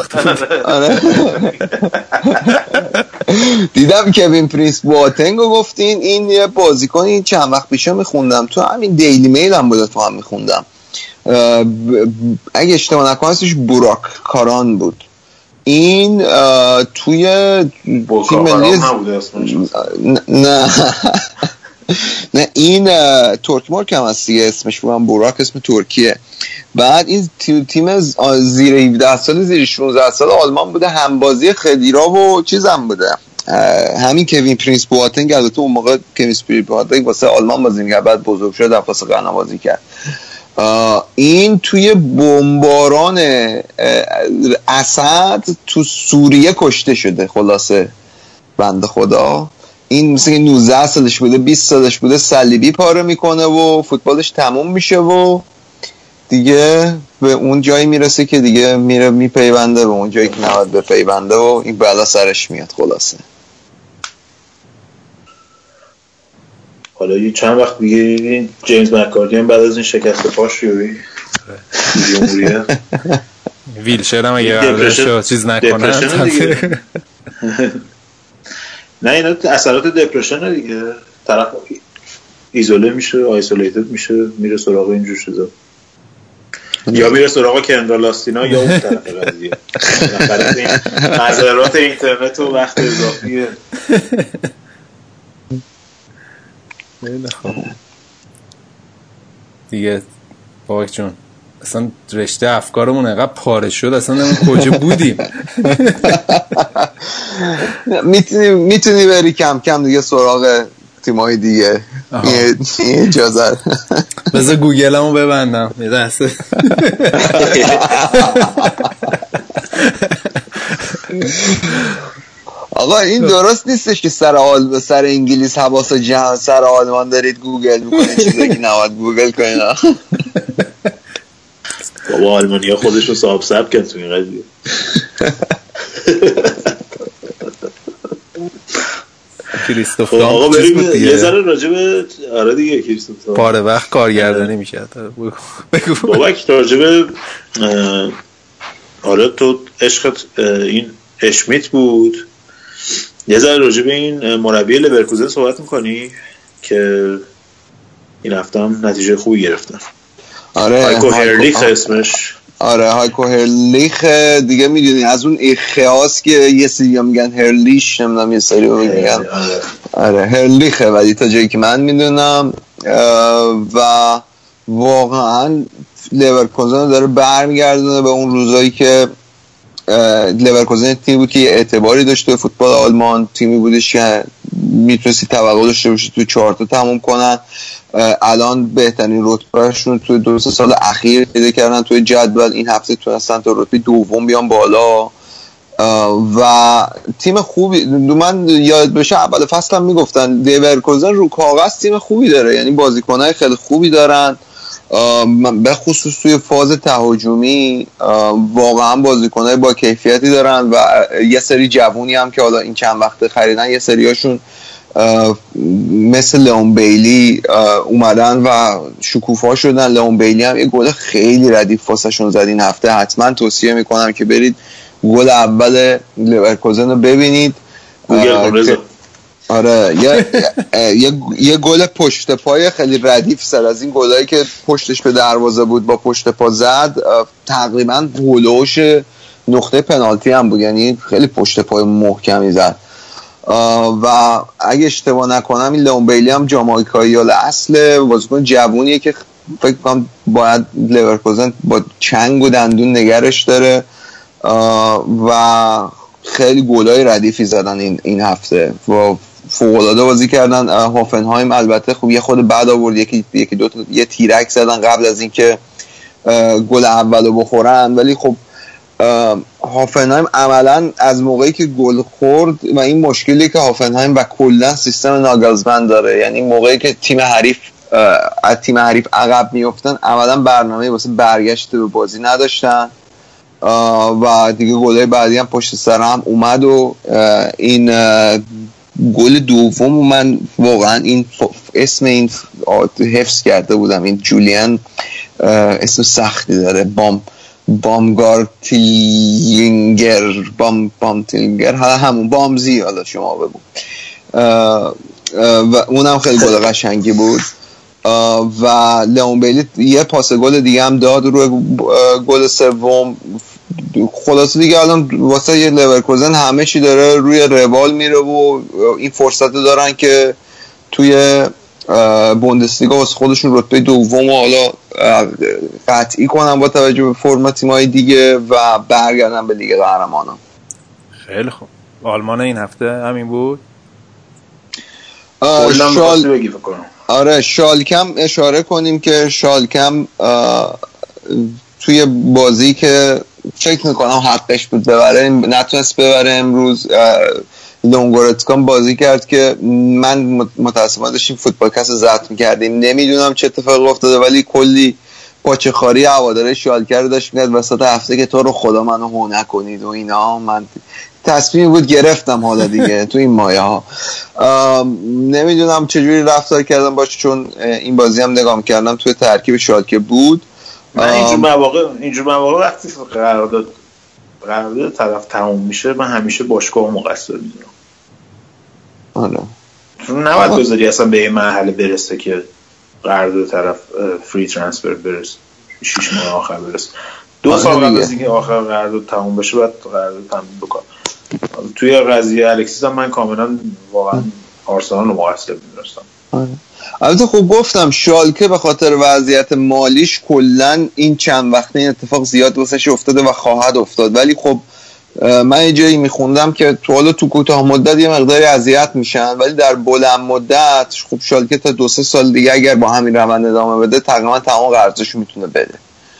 دیدم کوین پرینس بواتنگ رو گفتین. این یه بازیکنی چند وقت پیش میخوندم تو همین دیلی میل هم بوده، تو هم میخوندم اگه اشتباه نکنم اسمش بوراک کاران بود. این توی تیم ملی نه این ترکمارک هم هست دیگه، اسمش بودم بوراک، اسم ترکیه. بعد این تیم زیر 17 سال زیر 16 سال آلمان بوده، همبازی خدیرا و چیز هم بوده، همین کوین پرینس بواتنگ. البته اون موقع کوین پرینس بواتنگ واسه آلمان بازی می‌کرد، بعد بزرگ شد واسه غنا بازی کرد. این توی بمباران اسد تو سوریه کشته شده. خلاصه بنده خدا این مثل 19 سالش بوده 20 سالش بوده صلیبی پاره میکنه و فوتبالش تموم میشه و دیگه به اون جایی میرسه که دیگه میره میپیونده به اون جایی که نباید بپیونده و این بلا سرش میاد. خلاصه حالا یه چند وقت دیگه جیمز مکاردی هم بعد از این شکست پاش ویلچر هم اگه قراردادش چیز نکنه نه اینا اثرات دپرشن دیگه، طرف ایزوله میشه، آیسولیتد میشه، میره سراغ اینجور چیزا، یا میره سراغ کندرالاستینا یا اون طرف قضیه. برای نظرات اینترنت و وقت اضافیه. دیگه باک جون اصلا رشته افکارمون انقدر پاره شد اصلا نمیم کجا بودیم. میتونی بری کم کم دیگه سراغ تیمای دیگه. اجازه بذار گوگلمو ببندم یه دسته. آقا این درست نیستش که سر انگلیس حواس جمع، سر آلمان دارید گوگل میکنید چیزایی که نباید گوگل کنید. بابا آلمانیا خودشون صاحب سب کن تو این قضیه. کریستوف آقا بریم یه ذره راجع به آره دیگه کریستوف پاره وقت کارگردانی میکرد. بگو بابا راجع به آره تو عشقت این اشمیت بود. یه ذره راجع به این مربی لورکوزن صحبت میکنی که این هفته هم نتیجه خوبی گرفتن. آره هایکو هرلیخ اسمش. آره هایکو هرلیخ دیگه میدونی از اون اخیاس که یه سری میگن هرلیش نمیدونم یه سری میگن آره هرلیخه ولی تا جایی که من میدونم و واقعا لورکوزن داره برمیگردونه به اون روزایی که لورکوزن تیمی بود که یه اعتباری داشت تو فوتبال آلمان، تیمی بودش که میتونستی توقع داشته باشی تو 4 تا تموم کنن. الان بهترین رتبهشون تو 2 سال اخیر پیدا کردن توی جدول. این هفته تونستن تا رتبه دوم بیان بالا و تیم خوبی. من یاد بشه اول فصل هم میگفتن لورکوزن رو کاغذ تیم خوبی داره، یعنی بازیکنای خیلی خوبی دارن به خصوص توی فاز تهاجمی واقعا بازیکنای با کیفیتی دارن و یه سری جوونی هم که حالا این چند وقته خریدن یه سریاشون مثل لئون بیلی اومدن و شکوفا شدن. لئون بیلی هم یه گل خیلی ردیف واسهشون زد این هفته. حتما توصیه میکنم که برید گل اول لورکوزن رو ببینید. آره یه گل پشت پای خیلی ردیف سر از این گلایی که پشتش به دروازه بود با پشت پا زد، تقریبا هولوش نقطه پنالتی هم بود، یعنی خیلی پشت پای محکمی زد. و اگه اشتباه نکنم این لئون بیلی هم جامائیکایی اصل، بازیکن جوونیه که فکر کنم باید لورکوزن با چنگ و دندون نگرش داره و خیلی گلای ردیفی زدن این هفته و فوق‌العاده بازی کردن. هافنهایم البته خوب یه خود بعد آورد، یکی دو تا یه تیرک زدن قبل از اینکه گل اولو بخورن، ولی خب هافنهایم عملا از موقعی که گل خورد و این مشکلی که هافنهایم و کلا سیستم ناگلزمن داره، یعنی موقعی که تیم حریف عقب میافتن عملا برنامه‌ای واسه برگشت به بازی نداشتن و دیگه گلای بعدی هم پشت سر هم اومد و این گل دوم من واقعا این اسم این حفظ کرده بودم، این جولیان اسم سختی داره، بامتیلینگر همون بامزی، حالا شما بگو، و اونم خیلی گل قشنگی بود. و لئون بیلی یه پاس گل دیگه هم داد روی گل سوم. خلاصه دیگه الان واسه یه لورکوزن همه چی داره روی روال میره و این فرصت دارن که توی بوندسلیگا واسه خودشون رتبه دوم و حالا قطعی کنن با توجه به فرم تیم‌های دیگه و برگردن به لیگ قهرمانان. خیلی خوب. آلمان این هفته همین بود. آره شالکم اشاره کنیم که شالکم توی بازی که فکر میکنم حقش بود ببره نتونست ببره امروز. لونگورتسکان بازی کرد که من متاسفانه داشتیم فوتبالکست ضبط میکردیم، نمیدونم چه اتفاقی افتاده ولی کلی پاچه خاری هواداره شالکه رو داشت میکرد وسط هفته که تو رو خدا منو هو نکنید و اینا. من تصمیم بود گرفتم حالا دیگه تو این مایه ها نمیدونم چجوری رفتار کردم باشه، چون این بازی هم نگاه کردم توی ترکیب شالکه بود. من اینجور مواقع وقتی قرارداد طرف تموم میشه من همیشه باشگاه مقصر میدونم. آره چون نباید بذاری اصلا به این مرحله برسه که قرارداد طرف فری ترانسفر برسه 6 ماه آخر برسه. 2 سال قبل از اینکه آخر قرارداد تموم بشه بعد قرارداد تمدید بکنه. توی قضیه الکسیس هم من کاملا واقعا آرسنال رو مقصر میدونستم. البته خب گفتم شالکه به خاطر وضعیت مالیش کلن این چند وقته این اتفاق زیاد واسش افتاده و خواهد افتاد، ولی خب من یه جایی میخوندم که تو کوتاه مدت یه مقداری اذیت میشن، ولی در بلند مدت خب شالکه تا 2-3 سال دیگه اگر با همین روند ادامه بده تقریبا تمام قراردادش میتونه بده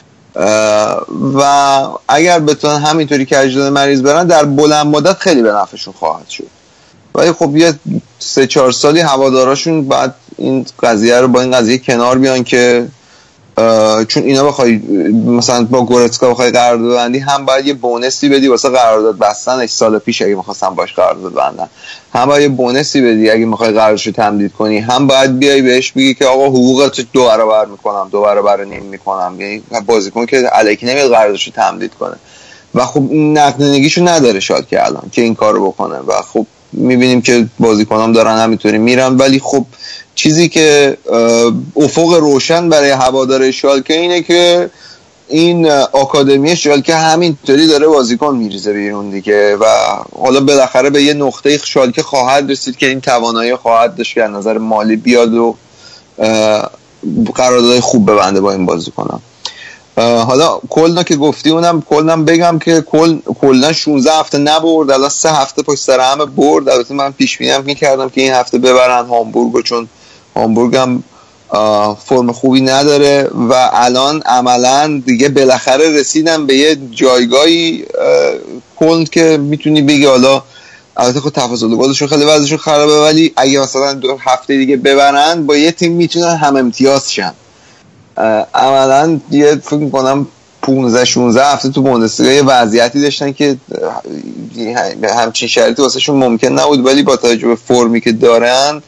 و اگر بتونن همینطوری که اجداد مریض برن در بلند مدت خیلی به نفعشون خواهد شد. ولی خب یه 3-4 سالی هواداراشون بعد این قضیه رو با این قضیه کنار بیان که چون اینا بخوای مثلا با گورتسکا بخوای قرارداد بندی، هم باید یه بونسی بدی واسه قرارداد بستنش سال پیش اگه می‌خواستن باش قرارداد بندن، هم باید یه بونسی بدی اگه می‌خوای قراردادشو تمدید کنی، هم باید بیای بهش بگی که آقا حقوقت 2 برابر می‌کنم 2 برابر نیم می‌کنم. یعنی بازیکن که الکی نمیاد قراردادشو تمدید کنه و خب این نقدینگیشو نداره شالکه الان که این کارو بکنه و خب می‌بینیم که بازیکنام دارن همینطوری میرن. ولی خب چیزی که افق روشن برای هوادار شالکه اینه که این آکادمی شالکه همینطوری داره بازیکن میریزه بیرون دیگه و حالا بالاخره به یه نقطه شالکه خواهد رسید که این توانایی خواهد داشت که از نظر مالی بیاد و قرارداد خوب ببنده با این بازیکن‌ها. حالا کلنا که گفتی اونم کلنم بگم که کلنا 16 هفته نبرد، الان 3 هفته پشت سر هم برد. البته من پیش بینی می‌کردم که این هفته ببرن هامبورگ، چون هامبورگ هم فرم خوبی نداره و الان عملاً دیگه بالاخره رسیدن به یه جایگاهی کلن که میتونی بگی حالا البته خود تفاضل گلشون خیلی وضعشون خرابه، ولی اگه مثلا 2 هفته دیگه ببرن با یه تیم میتونن هم امتیاز شن. عملاً یه فکر می‌کنم 15-16 هفته تو بوندسلیگا یه وضعیتی داشتن که همچین شرایطی واسهشون ممکن نبود، ولی با توجه به فرمی که دارن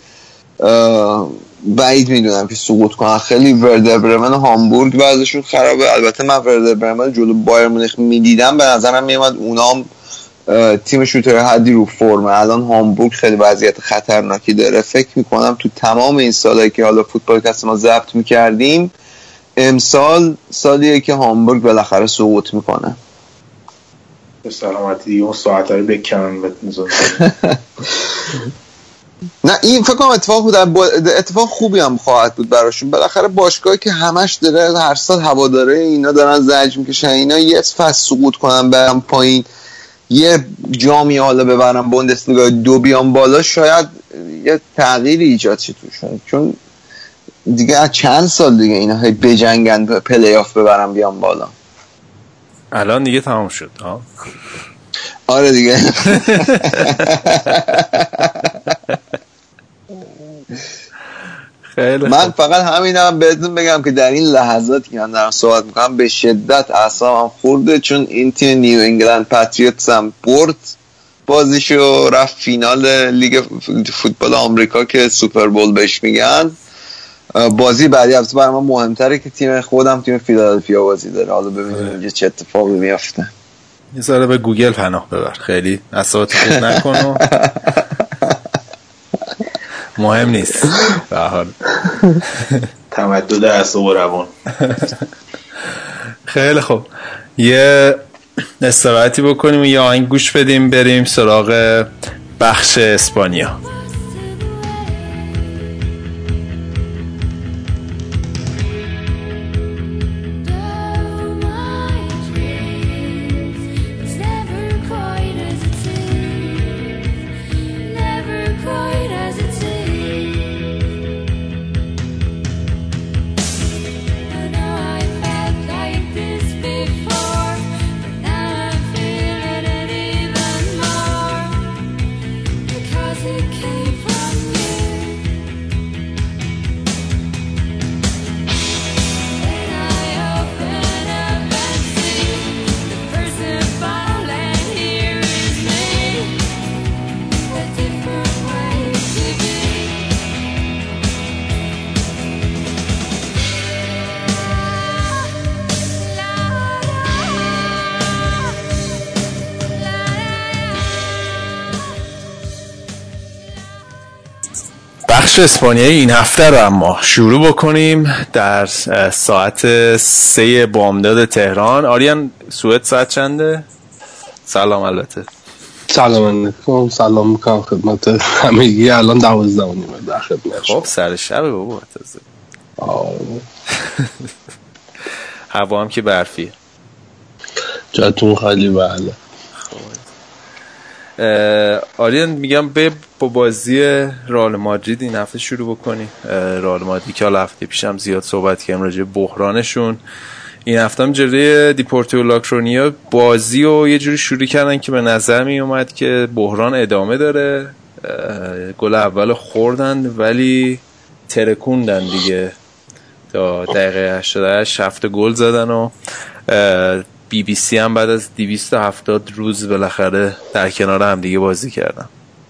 بعید میدونم که سقوط کنن. خیلی وردر برمن و هامبورگ وضعشون خرابه. البته من وردر برمن جلو بایر مونیخ میدیدم، به نظرم میومد اونام تیم شوتر حدی رو فرمه. الان هامبورگ خیلی وضعیت خطرناکی داره. فکر میکنم تو تمام این سالایی که حالا فوتبال کست ما ضبط میکردیم امسال سالیه که هامبورگ بالاخره سقوط میکنه. به سلامتی اون ساعتایی بکنن بتونن. نه این فکر کنم اتفاق بود، اتفاق خوبی هم خواهد بود براشون. بالاخره باشگاهی که همش داره هر سال هواداره اینا دارن زجر میکشن، اینا یه فصل سقوط کنن برن پایین یه جامی حالا ببرن بوندسلیگا 2 بیان بالا، شاید یه تغییری ایجاد شه توشون، چون دیگه از چند سال دیگه اینا هی بجنگن پلی آف ببرن بیان بالا. الان دیگه تمام شد ها. آره دیگه. خیلی من فقط همینم بهتون بگم که در این لحظات که من دارم صحبت میکنم به شدت اعصابم خورده، چون این تیم نیو انگلند پاتریوتس هم برد بازیشو، رفت فینال لیگ فوتبال آمریکا که سوپر بول بهش میگن. بازی بعدی البته برای من مهمتره که تیم خودم تیم فیلادلفیا بازی داره. حالا ببینیم اینجا چه اتفاقی میافته. یه ذره به گوگل پناه ببر، خیلی اعصابت خورد نکن. مهم نیست به هر حال. تمدد اعصاب و روان. خیلی خوب، یه استراحتی بکنیم و یه آهنگ گوش بدیم بریم سراغ بخش اسپانیا. بخش اسپانیایی این هفته رو اما شروع بکنیم در ساعت 3 بامداد تهران. آریان سوئد ساعت چنده؟ سلام. البته سلام علیکم، سلام میکنم خدمت همگی. الان 12:30 در خدمت. خب سر شب بابا تازه. هوا هم که برفیه. جاتون خالی. بله آریان میگم با بازی رئال مادرید این هفته شروع بکنیم. رئال مادرید که هفته پیشم زیاد صحبت کردیم راجع به بحرانشون، این هفته هم جلوی دیپورتیو لاکرونیا بازی و یه جوری شروع کردن که به نظر می اومد که بحران ادامه داره. گل اول خوردن ولی ترکوندن دیگه، تا دقیقه 88 هفته گل زدن و بی بی سی هم بعد از 270 روز بالاخره در کنار هم دیگه بازی کردن.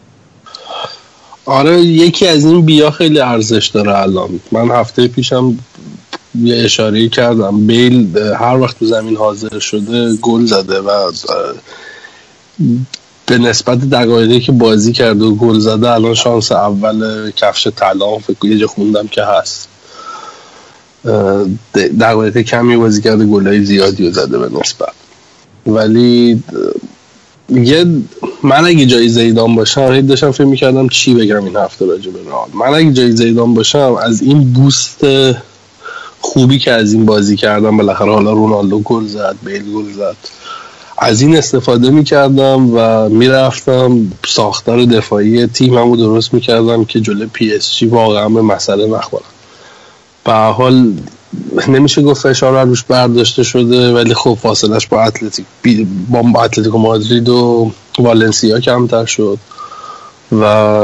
آره یکی از این بیا خیلی ارزش داره الان. من هفته پیشم یه اشاره کردم، بیل هر وقت تو زمین حاضر شده گل زده و به نسبت دقایقی که بازی کرده و گل زده الان شانس اول کفش طلا فکر یه جا خوندم که هست. دقایق کمی بازی کرده، گلای زیادی رو زده به نسبت. ولی من اگه جای زیدان باشم داشتم فکر می‌کردم چی بگم این هفته راجع به رئال. من اگه جای زیدان باشم از این بوست خوبی که از این بازی کردم، بالاخره حالا رونالدو گل زد، بیل گل زد، از این استفاده می‌کردم و میرفتم ساختار دفاعی تیممو درست می‌کردم که جلوی پی اس جی واقعا به مسئله نخورم. به حال نمیشه گفت فشار روش برداشته شده، ولی خب فاصلش با اتلتیکو مادرید و والنسیا کمتر شد و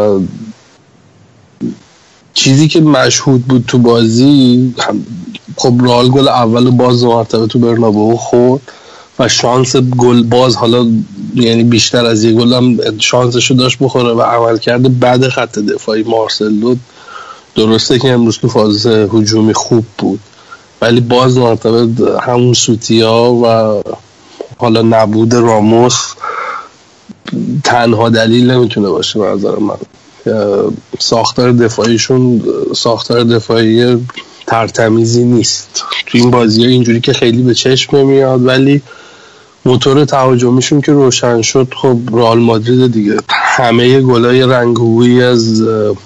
چیزی که مشهود بود تو بازی، خب رئال گل اول باز مرتبه تو برنابئو خورد و شانس گل باز، حالا یعنی بیشتر از یه گل هم شانسشو داشت بخوره و عملکرد بعد خط دفاعی مارسلو درسته که امروز تو فاز هجومی خوب بود، ولی باز مرتبه همون سوتیا و حالا نبود راموس تنها دلیل نمیتونه باشه به نظر من. ساختار دفاعیشون ساختار دفاعی ترتمیزی نیست تو این بازی ها، اینجوری که خیلی به چشم نمیاد، ولی موتور تهاجمیشون که روشن شد، خب رئال مادرید دیگه همه گلای رنگ‌وبویی از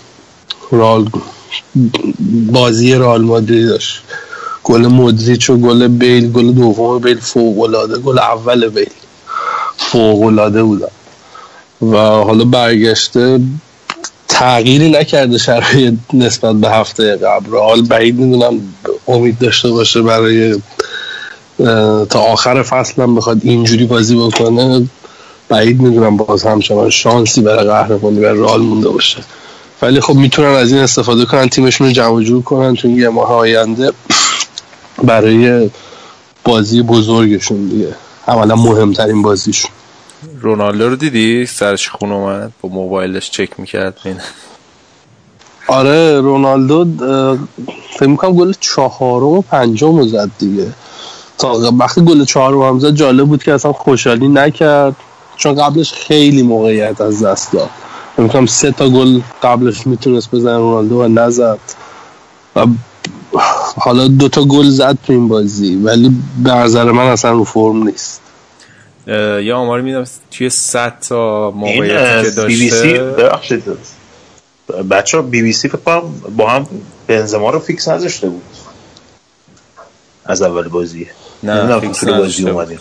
بازی رئال مادرید داشت. گل مودریچ و گل بیل، گل دوم بیل فوق‌العاده، گل اول بیل فوق‌العاده بودن و حالا برگشته تغییری نکرده شرایط نسبت به هفته قبل. رئال بعید میدونم امید داشته باشه برای تا آخر فصل هم بخواد اینجوری بازی بکنه، بعید میدونم باز همچنان شانسی برای قهرمانی برای رئال مونده باشه. ولی خب میتونن از این استفاده کنن، تیمشون رو جمع جور کنن تو یه ماه آینده برای بازی بزرگشون دیگه، عملا مهمترین بازیشون. رونالدو رو دیدی سرش خون اومد با موبایلش چک میکرد بین. آره رونالدو فکر میکنم گل 4 و 5 زد دیگه. تا وقتی گل 4 هم زد جالب بود که اصلا خوشحالی نکرد، چون قبلش خیلی موقعیت از دست داد. فکر میکنم 3 گل قبلش میتونست بزنه رونالدو و نزد و حالا 2 گل زد تو این بازی، ولی به نظر من اصلا رو فرم نیست. یا آمار میدم توی 100 تا موقعیتی که داشته. بی بی سی ببخشید بچه‌ها، بی بی سی فکر کنم با هم بنزما رو فیکس نذاشته بود از اول بازی. نه فیکس بازی اومدیم.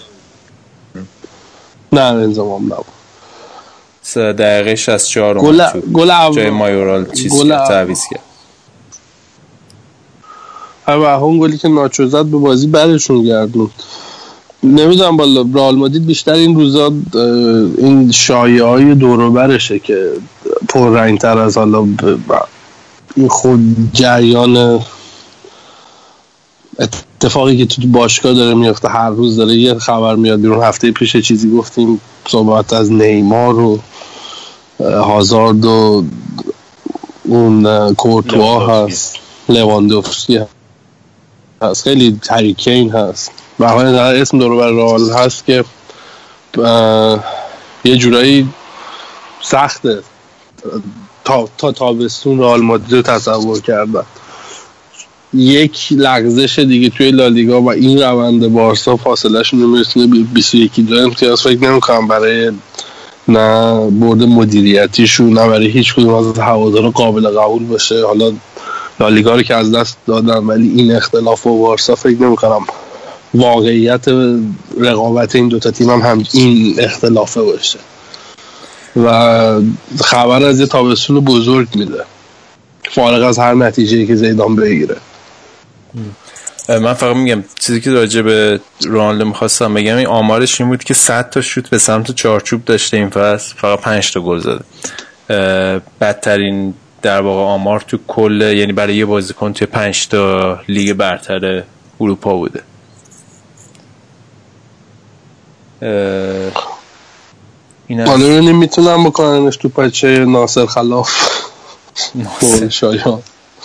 نه بنزما هم نبود. 3 دقیقه 64 گل جای مایورال چیز تعویض کرد. اون گلی که ناچو زد به بازی برشون گردوند. نمیدونم بالا رئال مادرید بیشتر این روزا این شایعه‌های دور و برشه که پررنگ‌تر از حالا این خود جریان اتفاقی که تو باشگاه داره میفته. هر روز داره یه خبر میاد بیرون. هفته پیش چیزی گفتیم صحبت از نیمار و هازارد و اون کورتوا هست، لواندوفسکی هست، خیلی هری کین هست و همه اسم دور و بر رئال هست که یه جورایی سخته تا تابستون رئال مادرید رو تصور کردن. یک لغزش دیگه توی لالیگا و این روند بارسا فاصله‌شون میرسونه 21 امتیاز. فکر نمی‌کنم برای نه برد مدیریتیشون نه برای هیچ کدوم از هوادارا قابل قبول باشه. حالا لالیگا رو که از دست دادن، ولی این اختلاف با بارسا فکر نمی‌کنم واقعیت رقابت این دوتا تیم هم این اختلافه باشه. و خبر از یه تابستون بزرگ میده فارغ از هر نتیجه‌ای که زیدان بگیره. من فقط میگم چیزی که راجع به رونالدو میخواستم بگم این آمارش این بود که 100 تا شوت به سمت چارچوب داشته این فصل، فقط 5 تا گل زده. بدترین در واقع آمار تو کل، یعنی برای یه بازیکن توی 5 تا لیگ برتر اروپا بوده. حالا نمیتونم بکننش تو پچه ناصر خلاف شایان.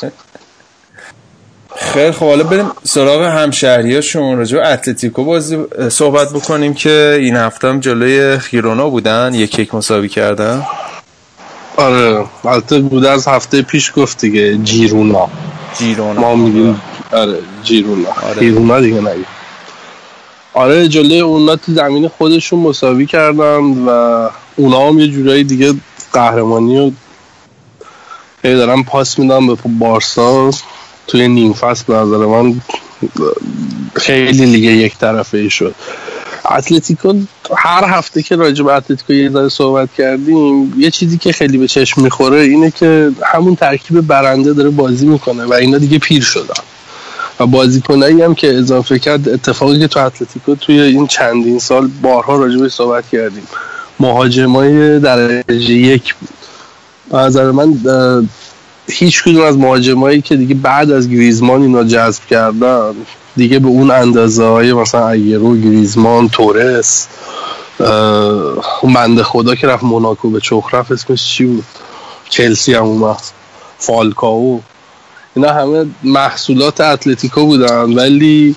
خیلی خب حالا بریم سراغ همشهریاشون. راجع به اتلتیکو بازی صحبت بکنیم که این هفته هم جلوی خیرونا بودن، 1-1 مساوی کردن. آره البته بوده از هفته پیش گفت دیگه جیرونا ما میگیم. آره جیرونا. آره. خیرونا دیگه نگیم. آره جلوی اونا تو زمین خودشون مساوی کردن و اونا هم یه جورایی دیگه قهرمانی رو دارن پاس میدن به بارسا. توی نیم فصل به نظر من خیلی لیگ یک طرفه ای شد. اتلتیکو هر هفته که راجع به اتلتیکو یه ذره صحبت کردیم، یه چیزی که خیلی به چشم میخوره اینه که همون ترکیب برنده داره بازی میکنه و اینا دیگه پیر شدن و بازیکنایی هم که اضافه کرد. اتفاقی که تو اتلتیکو توی این چندین سال بارها راجع بهش صحبت کردیم، مهاجمای درجه یک بود. به نظر من هیچ کدوم از مهاجمایی که دیگه بعد از گریزمان اینا جذب کردن دیگه به اون اندازه های مثلا ایرو، گریزمان، تورس، اون بنده خدا که رفت موناکو به چخ رفت اسمش چی بود، چلسی هم اومد، فالکاو، اینا همه محصولات اتلتیکو بودن. ولی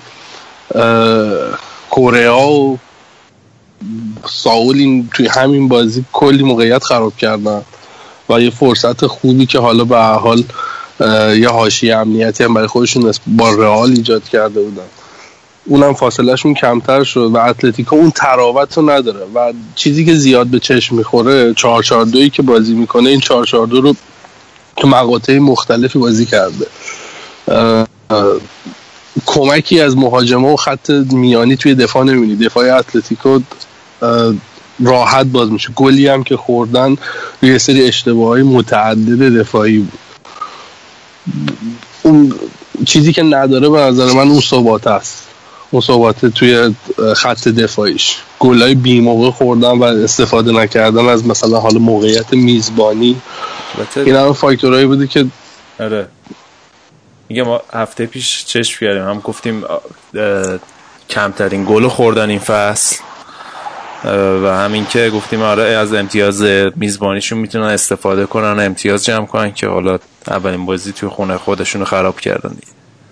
کوریا و ساول این توی همین بازی کلی موقعیت خراب کردن و یه فرصت خوبی که حالا به هر حال یه حاشیه امنیتی هم برای خودشون با رئال ایجاد کرده بودن، اونم فاصله شون کمتر شد و اتلتیکو اون تراوت رو نداره و چیزی که زیاد به چشم میخوره 4-4-2 که بازی میکنه. این 4-4-2 رو تو مقاطع مختلفی بازی کرده. کمکی از مهاجمه و خط میانی توی دفاع نمیبینی. دفاع اتلتیکو راحت باز میشه. گلی هم که خوردن یه سری اشتباهات متعدد دفاعی بود. اون چیزی که نداره به نظر من اون ثبات است، اون ثبات توی خط دفاعیش. گلای بی موقع خوردن و استفاده نکردن از مثلا حال موقعیت میزبانی، این هم فاکتورایی بودی که آره میگم ما هفته پیش چشم کردیم، هم گفتیم کمترین گل خوردن این فصل و همین که گفتیم آره از امتیاز میزبانیشون میتونن استفاده کنن، امتیاز جمع کنن که حالا اولین بازی توی خونه خودشون رو خراب کردن دیگه.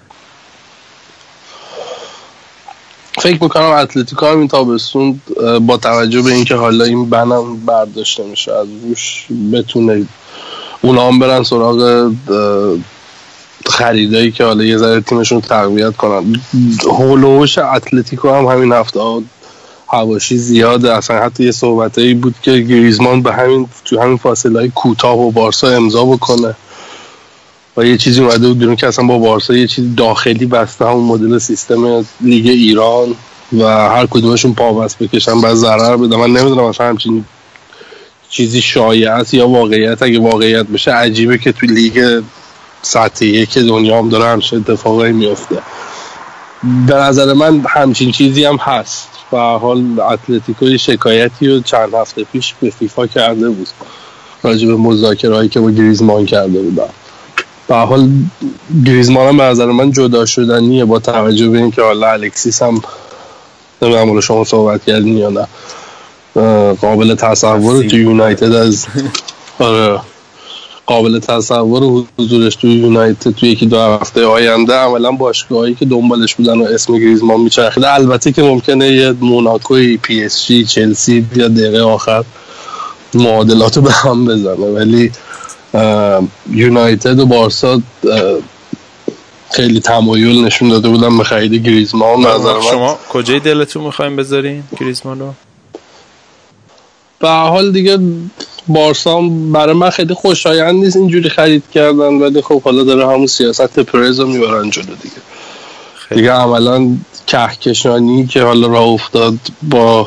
فکر میکنم اتلتیکو هم این تابستون با توجه به اینکه حالا این بنم برداشته میشه از روش بتونه اونا هم برن سراغ خریدایی که حالا یه ذره تیمشون تقویت کنن. هولوش اتلتیکو هم همین هفته حواشی زیاده. اصلا حتی یه صحبتایی بود که گریزمان به همین تو همین فاصله کوتاه با بارسا امضا بکنه و یه چیزی اومده بود بیرون که اصلا با بارسا یه چیز داخلی بسته، همون مدل سیستم لیگ ایران و هر کدومشون پاوست بکشن بعد ضرر بده. من نمیدونم اصلا همچین چیزی شایعه است یا واقعیت. اگه واقعیت بشه عجیبه که تو لیگ سطح یک دنیا هم داره همچین اتفاقایی میفته. به نظر من همچین چیزی هم هست. به هر حال اتلتیکو شکایتی رو چند هفته پیش به فیفا کرده بود راجع به مذاکرهایی که با گریزمان کرده بودن. به هر حال گریزمان هم به نظر من جدا شدنیه با توجه به اینکه حالا الکسیس هم نمیدونم حالا شما صحبت کردین یا نه، قابل تصور تو یونایتد از آره قابل تصور حضورش تو یونایتد توی یکی دو هفته آینده عملا باشگاهایی که دنبالش بودن و اسم گریزمان میچرخیده. البته که ممکنه یه موناکوی، پی اس جی، چلسی یا دقیقه آخر معادلاتو به هم بزنه، ولی یونایتد و بارسا خیلی تمایل نشون داده بودن به خرید گریزمان. شما کجای دلتون میخواین بذارین گریزمان رو؟ به حال دیگه بارسا برای من خیلی خوشایند نیست اینجوری خرید کردن، ولی خب حالا داره همون سیاست پرز رو میبرن جلو دیگه عملا کهکشانی که حالا راه افتاد با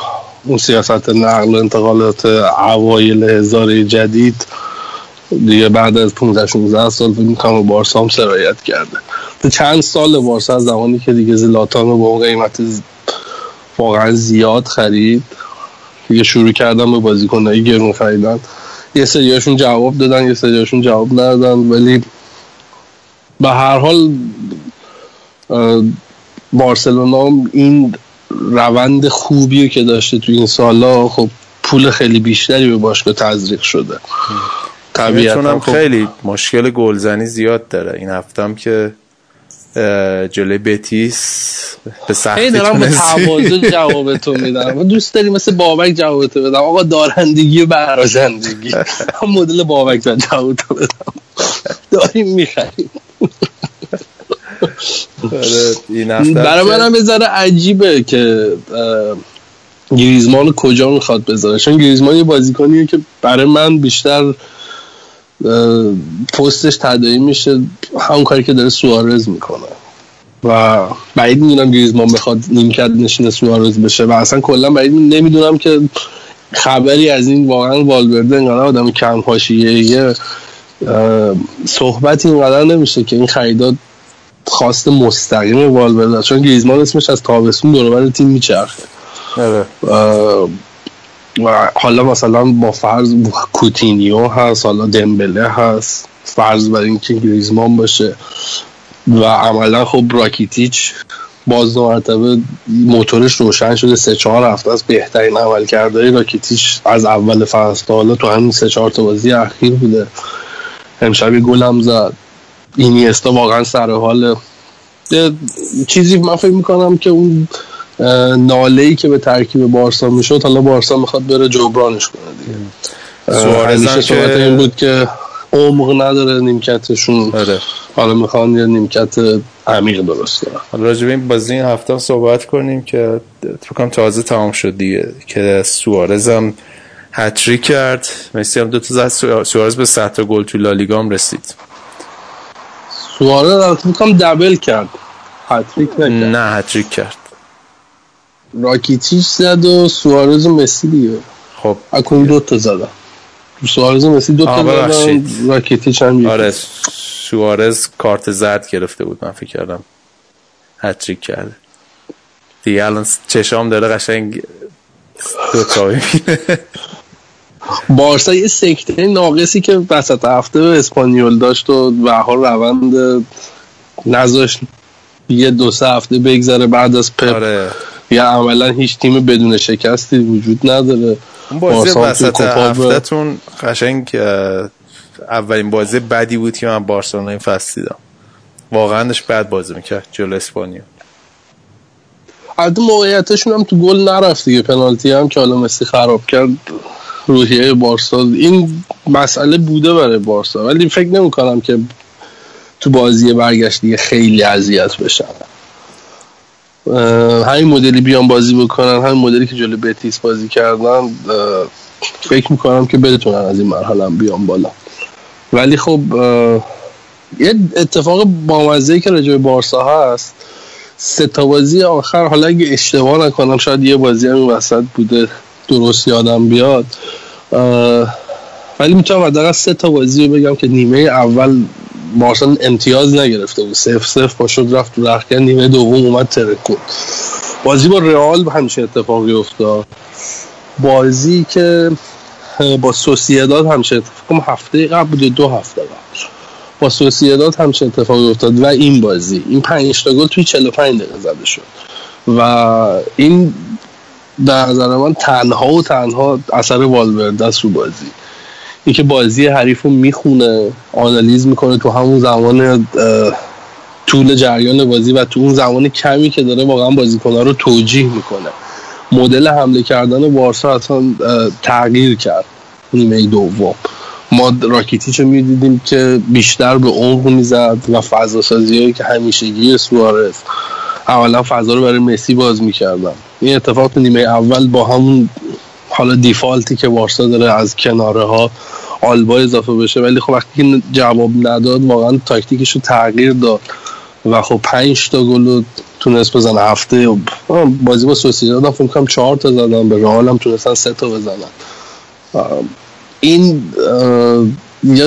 اون سیاست نقل و انتقالات اوایل هزاره جدید دیگه بعد از 15-16 سال فکر می‌کنم بارسا هم سرایت کرده. تا چند سال بارسا از زمانی که دیگه زلاتان رو با اون قیمت واقعا زیاد خرید دیگه شروع کردن به بازیکنایی گرون خریدن. یه سریاشون جواب دادن، یه سریاشون جواب ندادن، ولی به هر حال بارسلونا این روند خوبی که داشته تو این سالا خب پول خیلی بیشتری به باشگاه تزریق شده. طبیعتاً خب خیلی مشکل گلزنی زیاد داره. این هفتم که جلوی بتیس به سختی دارم با تواضع جوابتو میدم. من دوست داری مثل بابک جوابتو بدم آقا، دارندگی و برازندگی هم مدل بابک جوابتو بدم داریم میخریم. برای منم بذاره عجیبه که گریزمان کجا میخواد بذاره، چون گریزمان یه بازیکنیه که برای من بیشتر پستش تداعی میشه همون کاری که داره سوارز میکنه و بعید میدونم گریزمان بخواد نیمکت نشین سوارز بشه و اصلا کلا بعید نمیدونم که خبری از این واقعا والورده انقدر آدم کم حاشیه‌ایه صحبتی اینقدر نمیشه که این خریدات خواست مستقیم والورده، چون گریزمان اسمش از تابستون دور و بر تیم میچرخه و حالا مثلا با فرض کوتینیو هست، حالا دمبله هست، فرض بر این که گریزمان باشه و عملا خب راکیتیچ باز دو مرتبه موتورش روشن شده 3-4 هفته از بهترین عمل کرده راکیتیچ از اول فصل تا حالا تو همین 3-4 تا بازی اخیر بوده. امشب گل هم زد. اینیستا واقعا سر حال چیزی من فکر میکنم که اون ناله‌ای که به ترکیب بارسا میشد حالا بارسا میخواد بره جبرانش کنه دیگه. سوارز هم صحبت این بود که عمق نداره نیمکتشون، حالا میخوان یه نیمکت عمیق درست کنن. حالا راجع به این بازی این هفته صحبت کنیم که فکر کنم تازه تمام شد دیگه که سوارز هم هتریک کرد، مسی هم 2 تا زد، سوارز به 100 تا گل تو لالیگا هم رسید. سوارز فکر کنم دبل کرد، هتریک نکرد. نه هتریک کرد. راکیتیچ زد و سوارز و مسی دیگه. خب اکنون 2 تا زدن. سوارز و مسی 2 تا زدن، راکیتیچ هم آره سوارز کارت زرد گرفته بود، من فکر کردم هتریک کرده دیگه. الان چشام داره قشنگ 2 تا میبینه. بارسا یه سکته ناقصی که وسط هفته به اسپانیول داشت و به هر حال نذاشت یه 2-3 هفته بگذره بعد از پپ. آره. یا عملا هیچ تیم بدون شکستی وجود نداره. اون بازی وسط هفته‌تون قشنگ اولین بازی بدی بود که من بارسلونا این فصل دیدم. واقعا داشت بد بازی میکرد جلوی اسپانیا. البته موقعیتشون هم تو گل نرفت دیگه، پنالتی هم که حالا مسی خراب کرد روحیه بارسا. این مسئله بوده برای بارسا، ولی فکر نمی‌کنم که تو بازی برگشت دیگه خیلی اذیت بشن. همین مدلی بیان بازی بکنن، همین مدلی که جلوی بتیس بازی کردن، فکر میکنم که بتونن از این مرحله بیان بالا. ولی خب یه اتفاق بامزه‌ای که راجع به بارسا هست، 3 تا بازی آخر، حالا اگه اشتباه نکنم شاید یه بازی هم این وسط بوده درست یادم بیاد، ولی میتونم حداقل 3 تا بازی رو بگم که نیمه اول بارسا امتیاز نگرفته بود، 0-0 پاشد رفت تو رختکن، نیمه دوم اومد ترکون. بازی با رئال همیشه اتفاقی افتاد، بازی که با سوسییداد همیشه اتفاق هفته قبل بود، 2 هفته قبل با سوسییداد همیشه اتفاقی افتاد و این بازی این 5 تا گل توی 45 دقیقه زده شد و این در نظر من تنها اثر والورده است رو بازی. این که بازی حریف رو میخونه، آنالیز میکنه تو همون زمان طول جریان بازی و تو اون زمان کمی که داره واقعا بازیکن‌ها رو توجیه میکنه. مدل حمله کردن بارسا اصلا تغییر کرد نیمه دوم. ما راکیتیچ رو میدیدیم که بیشتر به عمق میزد و فضا سازی‌هایی که همیشگی سوارز، اولا فضا رو برای مسی باز میکردن. این اتفاق تو نیمه اول با همون حالا دیفالتی که بارسا داره از کناره ها آلبا اضافه بشه، ولی خب وقتی که جواب نداد واقعا تاکتیکش رو تغییر داد و خب 5 تا گل تونست بزنه. هفته بازی با سوسیداد فکر کنم 4 تا زدن، به رئال هم تونستن 3 تا بزنن. این یه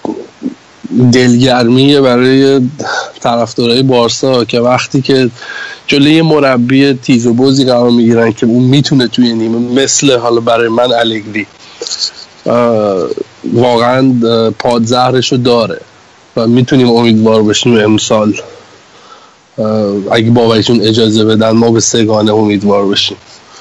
دلگرمیه برای طرفدارای بارسا که وقتی که جلوی مربی تیز و بزی قرار میگیرن که اون میتونه توی نیمه، مثل حالا برای من الگری واقعا پادزهرشو داره و میتونیم امیدوار باشیم امسال اگه بابایشون اجازه بدن ما به سگانه امیدوار باشیم.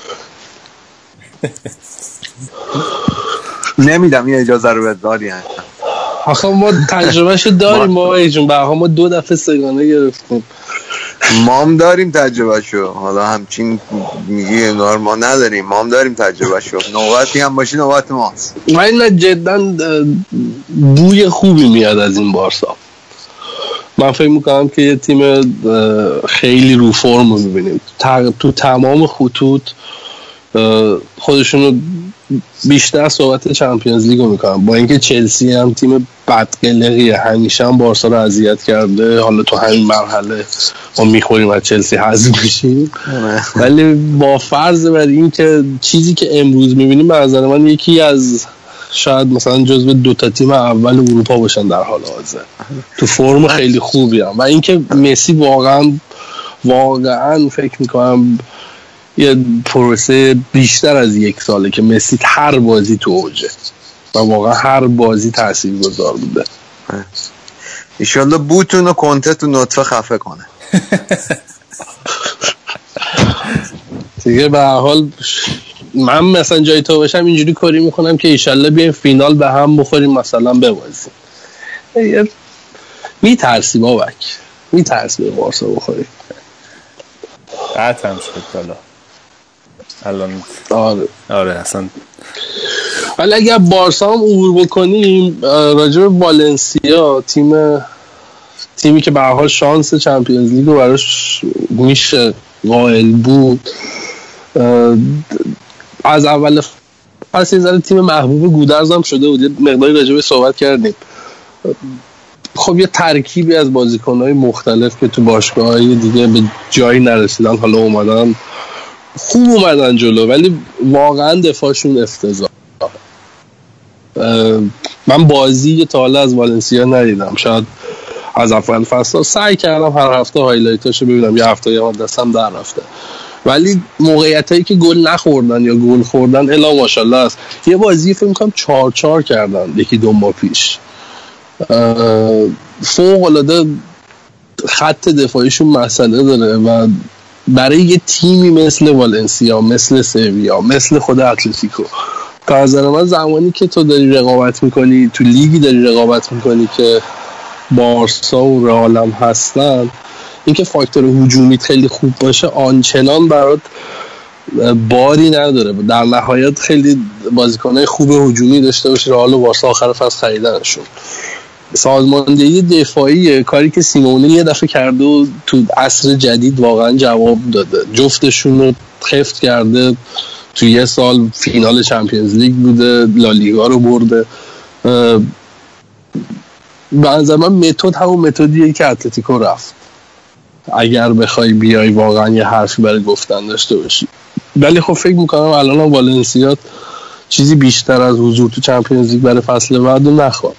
نمیدم این اجازه رو بداری. آخه ما تجربهشو داریم بابایشون، به ما 2 دفعه سگانه گرفتیم. ما هم داریم تجربهشو، حالا همچین میگی انگار ما نداریم، ما هم داریم تجربهشو. نوبتی هم باشه نوبت ماست. من جدا بوی خوبی میاد از این بارسا. من فکر میکنم که یه تیم خیلی رو فرم رو میبینیم تو تمام خطوط. خودشونو بیشتر صحبت چمپیونز لیگ رو میکنم، با اینکه چلسی هم تیم بدقلقیه، همیشه هم بارسا رو اذیت کرده. حالا تو همین مرحله ما میخوریم از چلسی حذف میشیم، ولی با فرض بر این که چیزی که امروز میبینیم به نظر من یکی از شاید مثلا جزو 2 تا تیم اول اروپا باشن در حال حاضر، تو فرم خیلی خوبی هم. و اینکه مسی واقعا فکر میکنم یه پروسه بیشتر از 1 ساله که مسی هر بازی تو اوجه و واقعا هر بازی تاثیرگذار بوده. ایشالله بوتون و کنته تو نطفه خفه کنه. دیگه به هر حال من مثلا جای تو باشم اینجوری کاری میکنم که ایشالله بیایم فینال به هم بخوریم، مثلا ببازیم. میترسی بابک، میترسی به بارسا بخوری. قطعا شد الان. آره اصلا. ولی اگر بارسا هم عبور بکنیم، راجع به والنسیا تیمی که به هر حال شانس چمپیونز لیگ رو براش میشه قائل بود، از اول پس یه ذره تیم محبوب گودرز هم شده بود. یه مقداری راجع به صحبت کردیم. خب یه ترکیبی از بازیکن‌های مختلف که تو باشگاه‌های دیگه به جایی نرسیدن، حالا اومدن خوب اومدن جلو، ولی واقعا دفاعشون افتضاح. من بازی تا حالا از والنسیا ندیدم، شاید از اول فصل سعی کردم هر هفته هایلایتاشو ببینم، یه هفته یه دستم در رفته، ولی موقعیتایی که گل نخوردن یا گل خوردن الا ماشاءالله است. یه بازی فکر می‌کنم 4-4 کردن 1-2 ماه پیش. فوق العاده خط دفاعیشون مسئله داره و برای یه تیمی مثل والنسیا، مثل سویا، مثل خود اتلتیکو، که از نظر من زمانی که تو داری رقابت میکنی تو لیگی، داری رقابت میکنی که بارسا و رئال هم هستن، اینکه فاکتور هجومیت خیلی خوب باشه آنچنان برات باری نداره. در نهایت خیلی بازیکنای خوب هجومی داشته باشه. رئال و بارسا آخر فصل خریدنشون. سازماندهی دفاعی کاری که سیمونه یه دفعه کرده و تو عصر جدید واقعا جواب داده. جفتشون رو خفت کرده، تو یه سال فینال چمپیونز لیگ بوده، لالیگا رو برده. به نظر من متد همون متدیه که اتلتیکو رفت، اگر بخوای بیای واقعا یه حرفی برای گفتن داشته باشی. ولی خب فکر میکنم الان والنسیا چیزی بیشتر از حضور تو چمپیونز لیگ برای فصل بعد نخواد.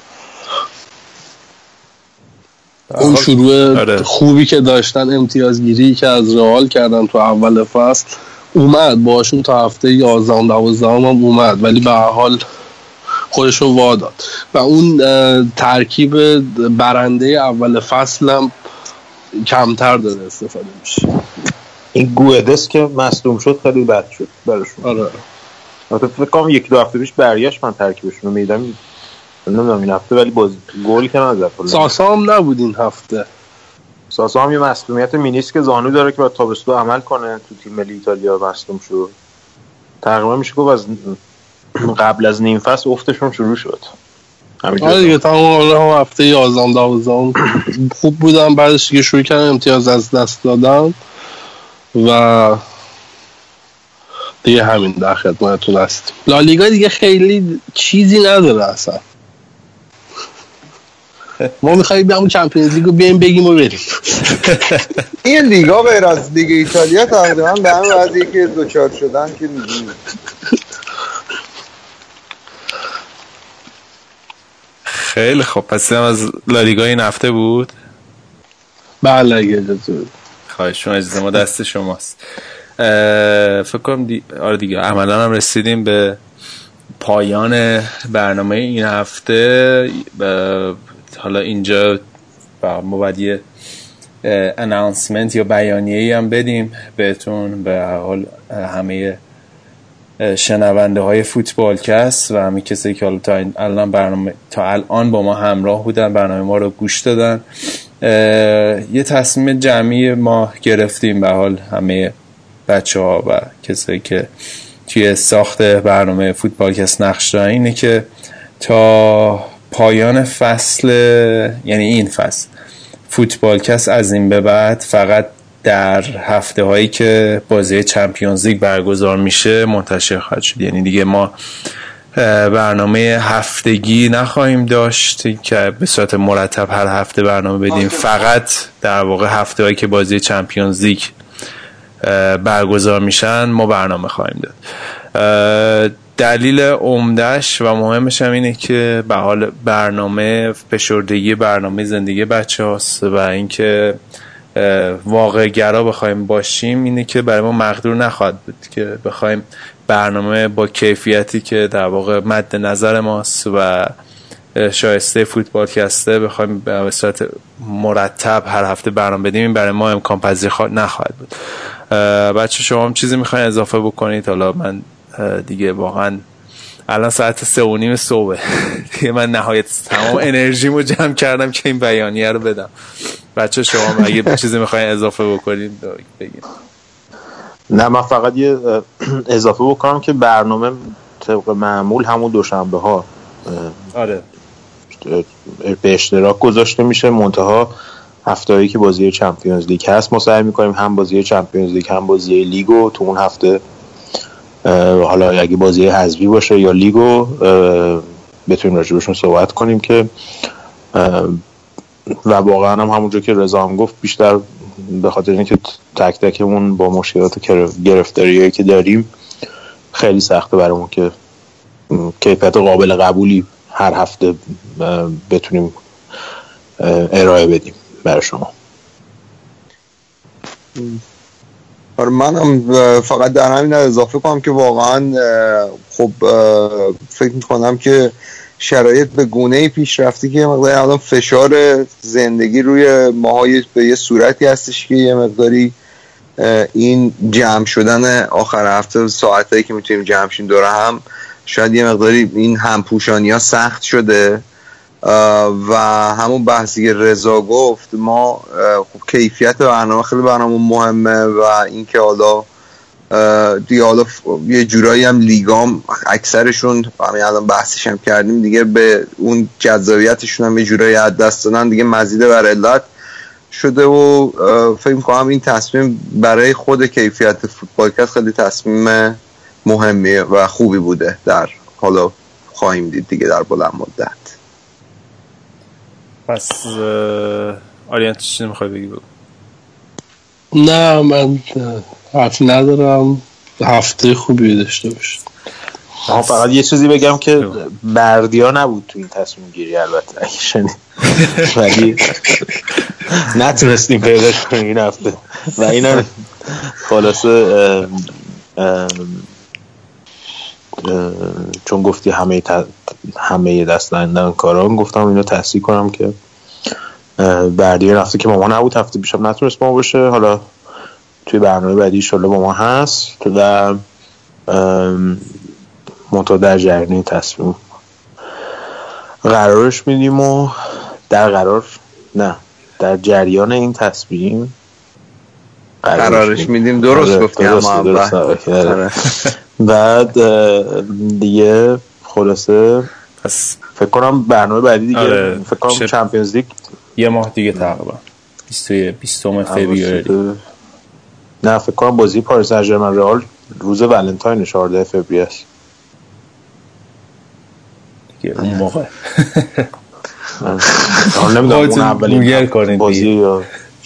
اون شروع خوبی که داشتن، امتیازگیری که از رئال کردن تو اول فصل، اومد باشون تا هفته 11 و 12 هم اومد، ولی به هر حال خودشو واداد و اون ترکیب برنده اول فصل هم کمتر داره استفاده میشه. این گوئدس که مصدوم شد خیلی بد شد براشون. آره البته فکر کنم 1-2 هفته پیش برگشت، من ترکیبشون رو میدم نمیدونم این هفته، ولی باز گل که نزد. ساسا هم نبود این هفته. ساسا هم یه مصدومیت مینیسک زانو داره که باید تابستون عمل کنه، تو تیم ملی ایتالیا مصدوم شد. تقریبا میشه گفت از قبل از نیم فصل افتشون شروع شد. آره دیگه تمام هفته 11 12 خوب بودن، بعدش دیگه شروع کردن امتیاز از دست دادن و دیگه همین در خدمتتون هست. لالیگا دیگه خیلی چیزی نداره اصلا. ما می‌خوایم بیام چمپیونز لیگو بیایم بگیم و بریم. این لیگا غیر از لیگ ایتالیا تقریبا به همین وضعی که دوچار شدن که می‌گیم. خیلی خب، پس هم از لالیگا این هفته بود. بله اگه اجازه بود. خواهشون اجازه ما دست شماست. فکر کنم آره دیگه عملاً هم رسیدیم به پایان برنامه این هفته. حالا اینجا ما باید یه اناونسمنت یا بیانیه‌ای هم بدیم بهتون، به حال همه شنونده های فوتبالکست و همه کسی که تا الان با ما همراه بودن، برنامه ما رو گوش دادن. یه تصمیم جمعی ما گرفتیم، به حال همه بچه ها و کسی که توی ساخت برنامه فوتبالکست نقش دارن، اینه که تا پایان فصل، یعنی این فصل، فوتبالکست از این به بعد فقط در هفته هایی که بازی چمپیونز لیگ برگزار میشه منتشر خواهد شد. یعنی دیگه ما برنامه هفتگی نخواهیم داشت که به صورت مرتب هر هفته برنامه بدیم، فقط در واقع هفته هایی که بازی چمپیونز لیگ برگزار میشن ما برنامه خواهیم داد. دلیل عمدهش و مهمش هم اینه که به حال برنامه فشردگی برنامه زندگی بچه هاست و اینکه واقع گرا بخوایم باشیم اینه که برای ما مقدور نخواهد بود که بخوایم برنامه با کیفیتی که در واقع مد نظر ماست و شایسته فوتبالکسته بخوایم به صورت مرتب هر هفته برنامه بدیم، این برای ما امکان پذیر نخواهد بود. بچه شما هم چیزی میخواین اضافه بکنید؟ حالا من دیگه واقعا الان ساعت 3:30 صبح دیگه من نهایت تمام انرژیمو جمع کردم که این بیانیه رو بدم. بچه شما هم اگه چیزی میخواین اضافه بکنید بگید. نه من فقط یه اضافه بکنم که برنامه طبق معمول همون دوشنبه ها آره به اشتراک گذاشته میشه، منتها هفته‌ای که بازی چمپیونز لیگ هست ما سعی میکنیم هم بازی چمپیونز لیگ هم بازی لیگو تو اون هفته، حالا اگه بازی حذفی باشه یا لیگو، بتونیم راجبشون صحبت کنیم که و واقعا هم همونجور که رضا هم گفت بیشتر به خاطر اینکه تک تکمون با مشکلات گرفتاریایی که داریم خیلی سخته برامون که کیفیت قابل قبولی هر هفته بتونیم ارائه بدیم برای شما. منم فقط در همین اضافه کنم که واقعا خب فکر میکنم که شرایط به گونه‌ای پیش رفتی که مقداری الان فشار زندگی روی ماهای به یه صورتی هستش که یه مقداری این جمع شدن آخر هفته ساعتایی که میتونیم جمع شیم دور هم، شاید یه مقداری این همپوشانی ها سخت شده و همون بحثی که رضا گفت، ما خب کیفیت برنامه خیلی برنامه مهمه و اینکه حالا دیگه حالا یه جورایی هم لیگام اکثرشون همین الان بحثش هم کردیم دیگه به اون جذابیتشون هم یه جورایی از دست دادن دیگه، مزید بر علت شده و فکر می‌کنم این تصمیم برای خود کیفیت فوتبالکست خیلی تصمیم مهمیه و خوبی بوده. در حالا خواهیم دید دیگه در بلند مدت. پس آریان چی میخوای بگی؟ بگو. نه من حرفی ندارم، هفته خوبی داشته باشید. فقط یه چیزی بگم که بردیا نبود تو این تصمیم گیری، البته اگه شنید ولی نتونستیم پیداش کنیم این هفته و اینا خلاصه چون گفتی همه دستاندن کاران، گفتم اینو تصحیح کنم که بردیا هفته که با ما نبود، هفته پیشم نتونست با ما باشه، حالا توی برنامه بعدی انشالله با ما هست و منطقه در جریان این تصمیم قرارش میدیم و در جریان این تصمیم قرارش میدیم. درست گفتی هم بعد دیگه خلاصه پس فکر کنم برنامه بعدی دیگه فکر کنم چمپیونز لیگ یه ماه دیگه تقریبا 20 فوریه. نه فکر کنم بازی پاریس سن ژرمن رئال روز ولنتاین 14 فوریه است دیگه اون موقع. نمیدونم اون اولین بازی یا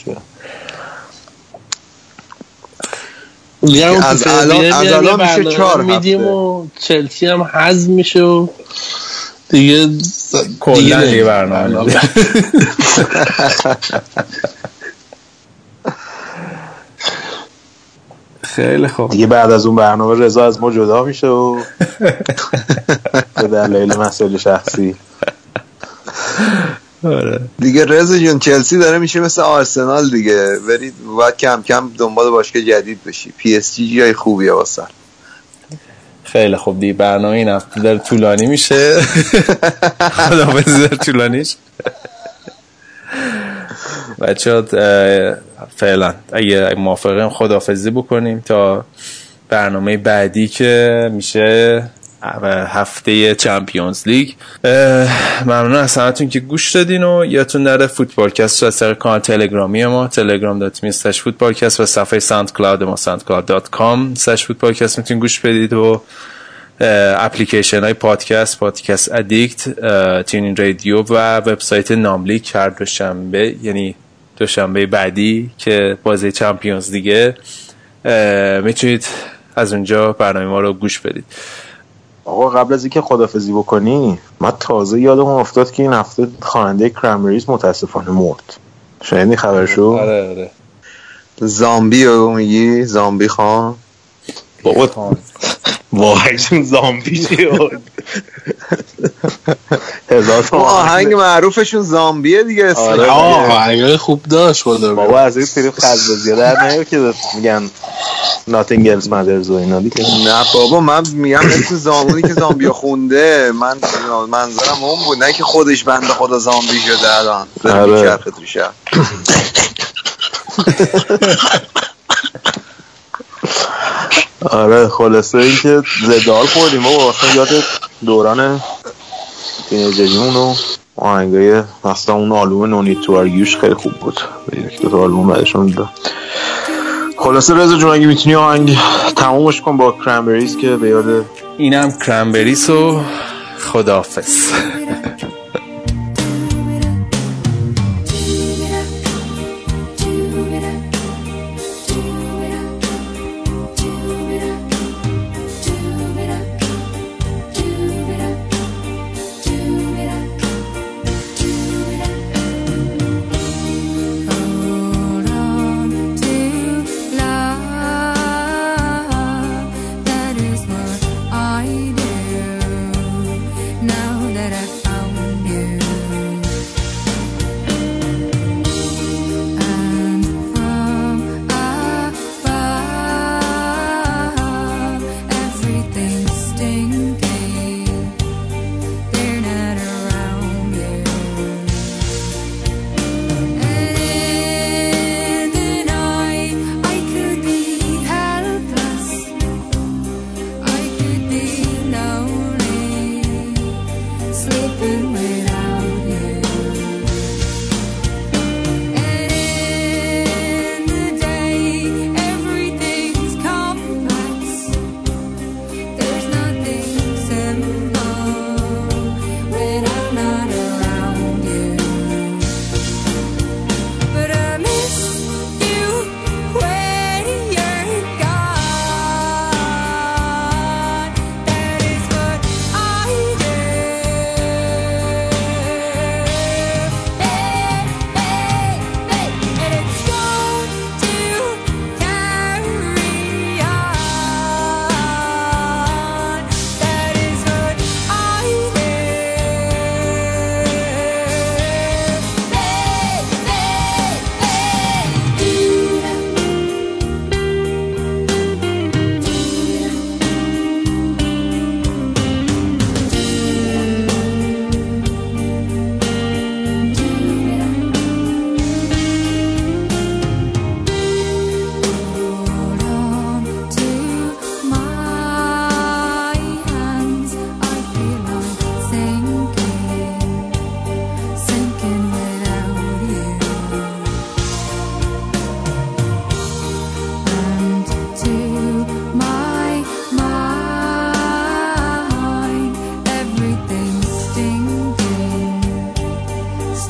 از الان میشه 4 میدیم و چلسی هم حذف میشه و دیگه کلا دیگه برنامه خیلی خوب. دیگه بعد از اون برنامه رضا از ما جدا میشه و به دلایل مسائل شخصی دیگه رضا جون چلسی داره میشه مثل آرسنال دیگه، برید باید کم کم دنبال باشگاه جدید بشی. پی اس جی جای خوبیه واسه. خیلی خوب دیگه برنامه این هفته داره طولانی میشه. خداحافظی داره طولانیش بچه‌ها. فعلا اگه موافقیم خداحافظی بکنیم تا برنامه بعدی که میشه هفته چمپیونز لیگ. ممنون از همتون که گوش دادین و یادتون نره فوتبالکست رو از طریق کانال تلگرامی ما telegram.me/footballcast و صفحه ساوندکلاود ما soundcloud.com/footballcast میتونین گوش بدید و اپلیکیشن های پادکست ادیکت، تیونین رادیو و وبسایت ناملیک هر دوشنبه، یعنی دوشنبه بعدی که بازی چمپیونز لیگه، میتونید از اونجا برنامه ما رو گوش بدید. آقا قبل از اینکه خدافظی بکنی، من تازه یادم افتاد که این هفته خواننده کرنبریز متاسفانه مرد. شنیدی خبرشو؟ آره. زامبی رو میگی؟ زامبی خان؟ بابا خان واقعا زامبی چیه؟ آهنگ معروفشون زامبیه دیگه. آهنگ خوب داشت بابا از این طریق خلق زیاده در نیو که میگن nothing else matters و اینا دیگه. نه بابا من میگم مثل زامونی که زامبیا خونده. من منظرم اون بود، نه که خودش بنده خدا زامبی شده الان داره میچرخه تو شهر. آره خلاصه این که زدال خوردیم و اصلا یاد دوران تینیجریمون و آهنگای مثلا اون آلبوم نونی تو آرگیوش خیلی خوب بود. یک دو تا آلبوم بعدشون داد. خلاصه رضا جون اگه میتونی آهنگ تمومش کن با کرنبریز که به یاد اینم کرنبریز و خداحافظ. Now that I found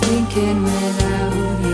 thinking without you.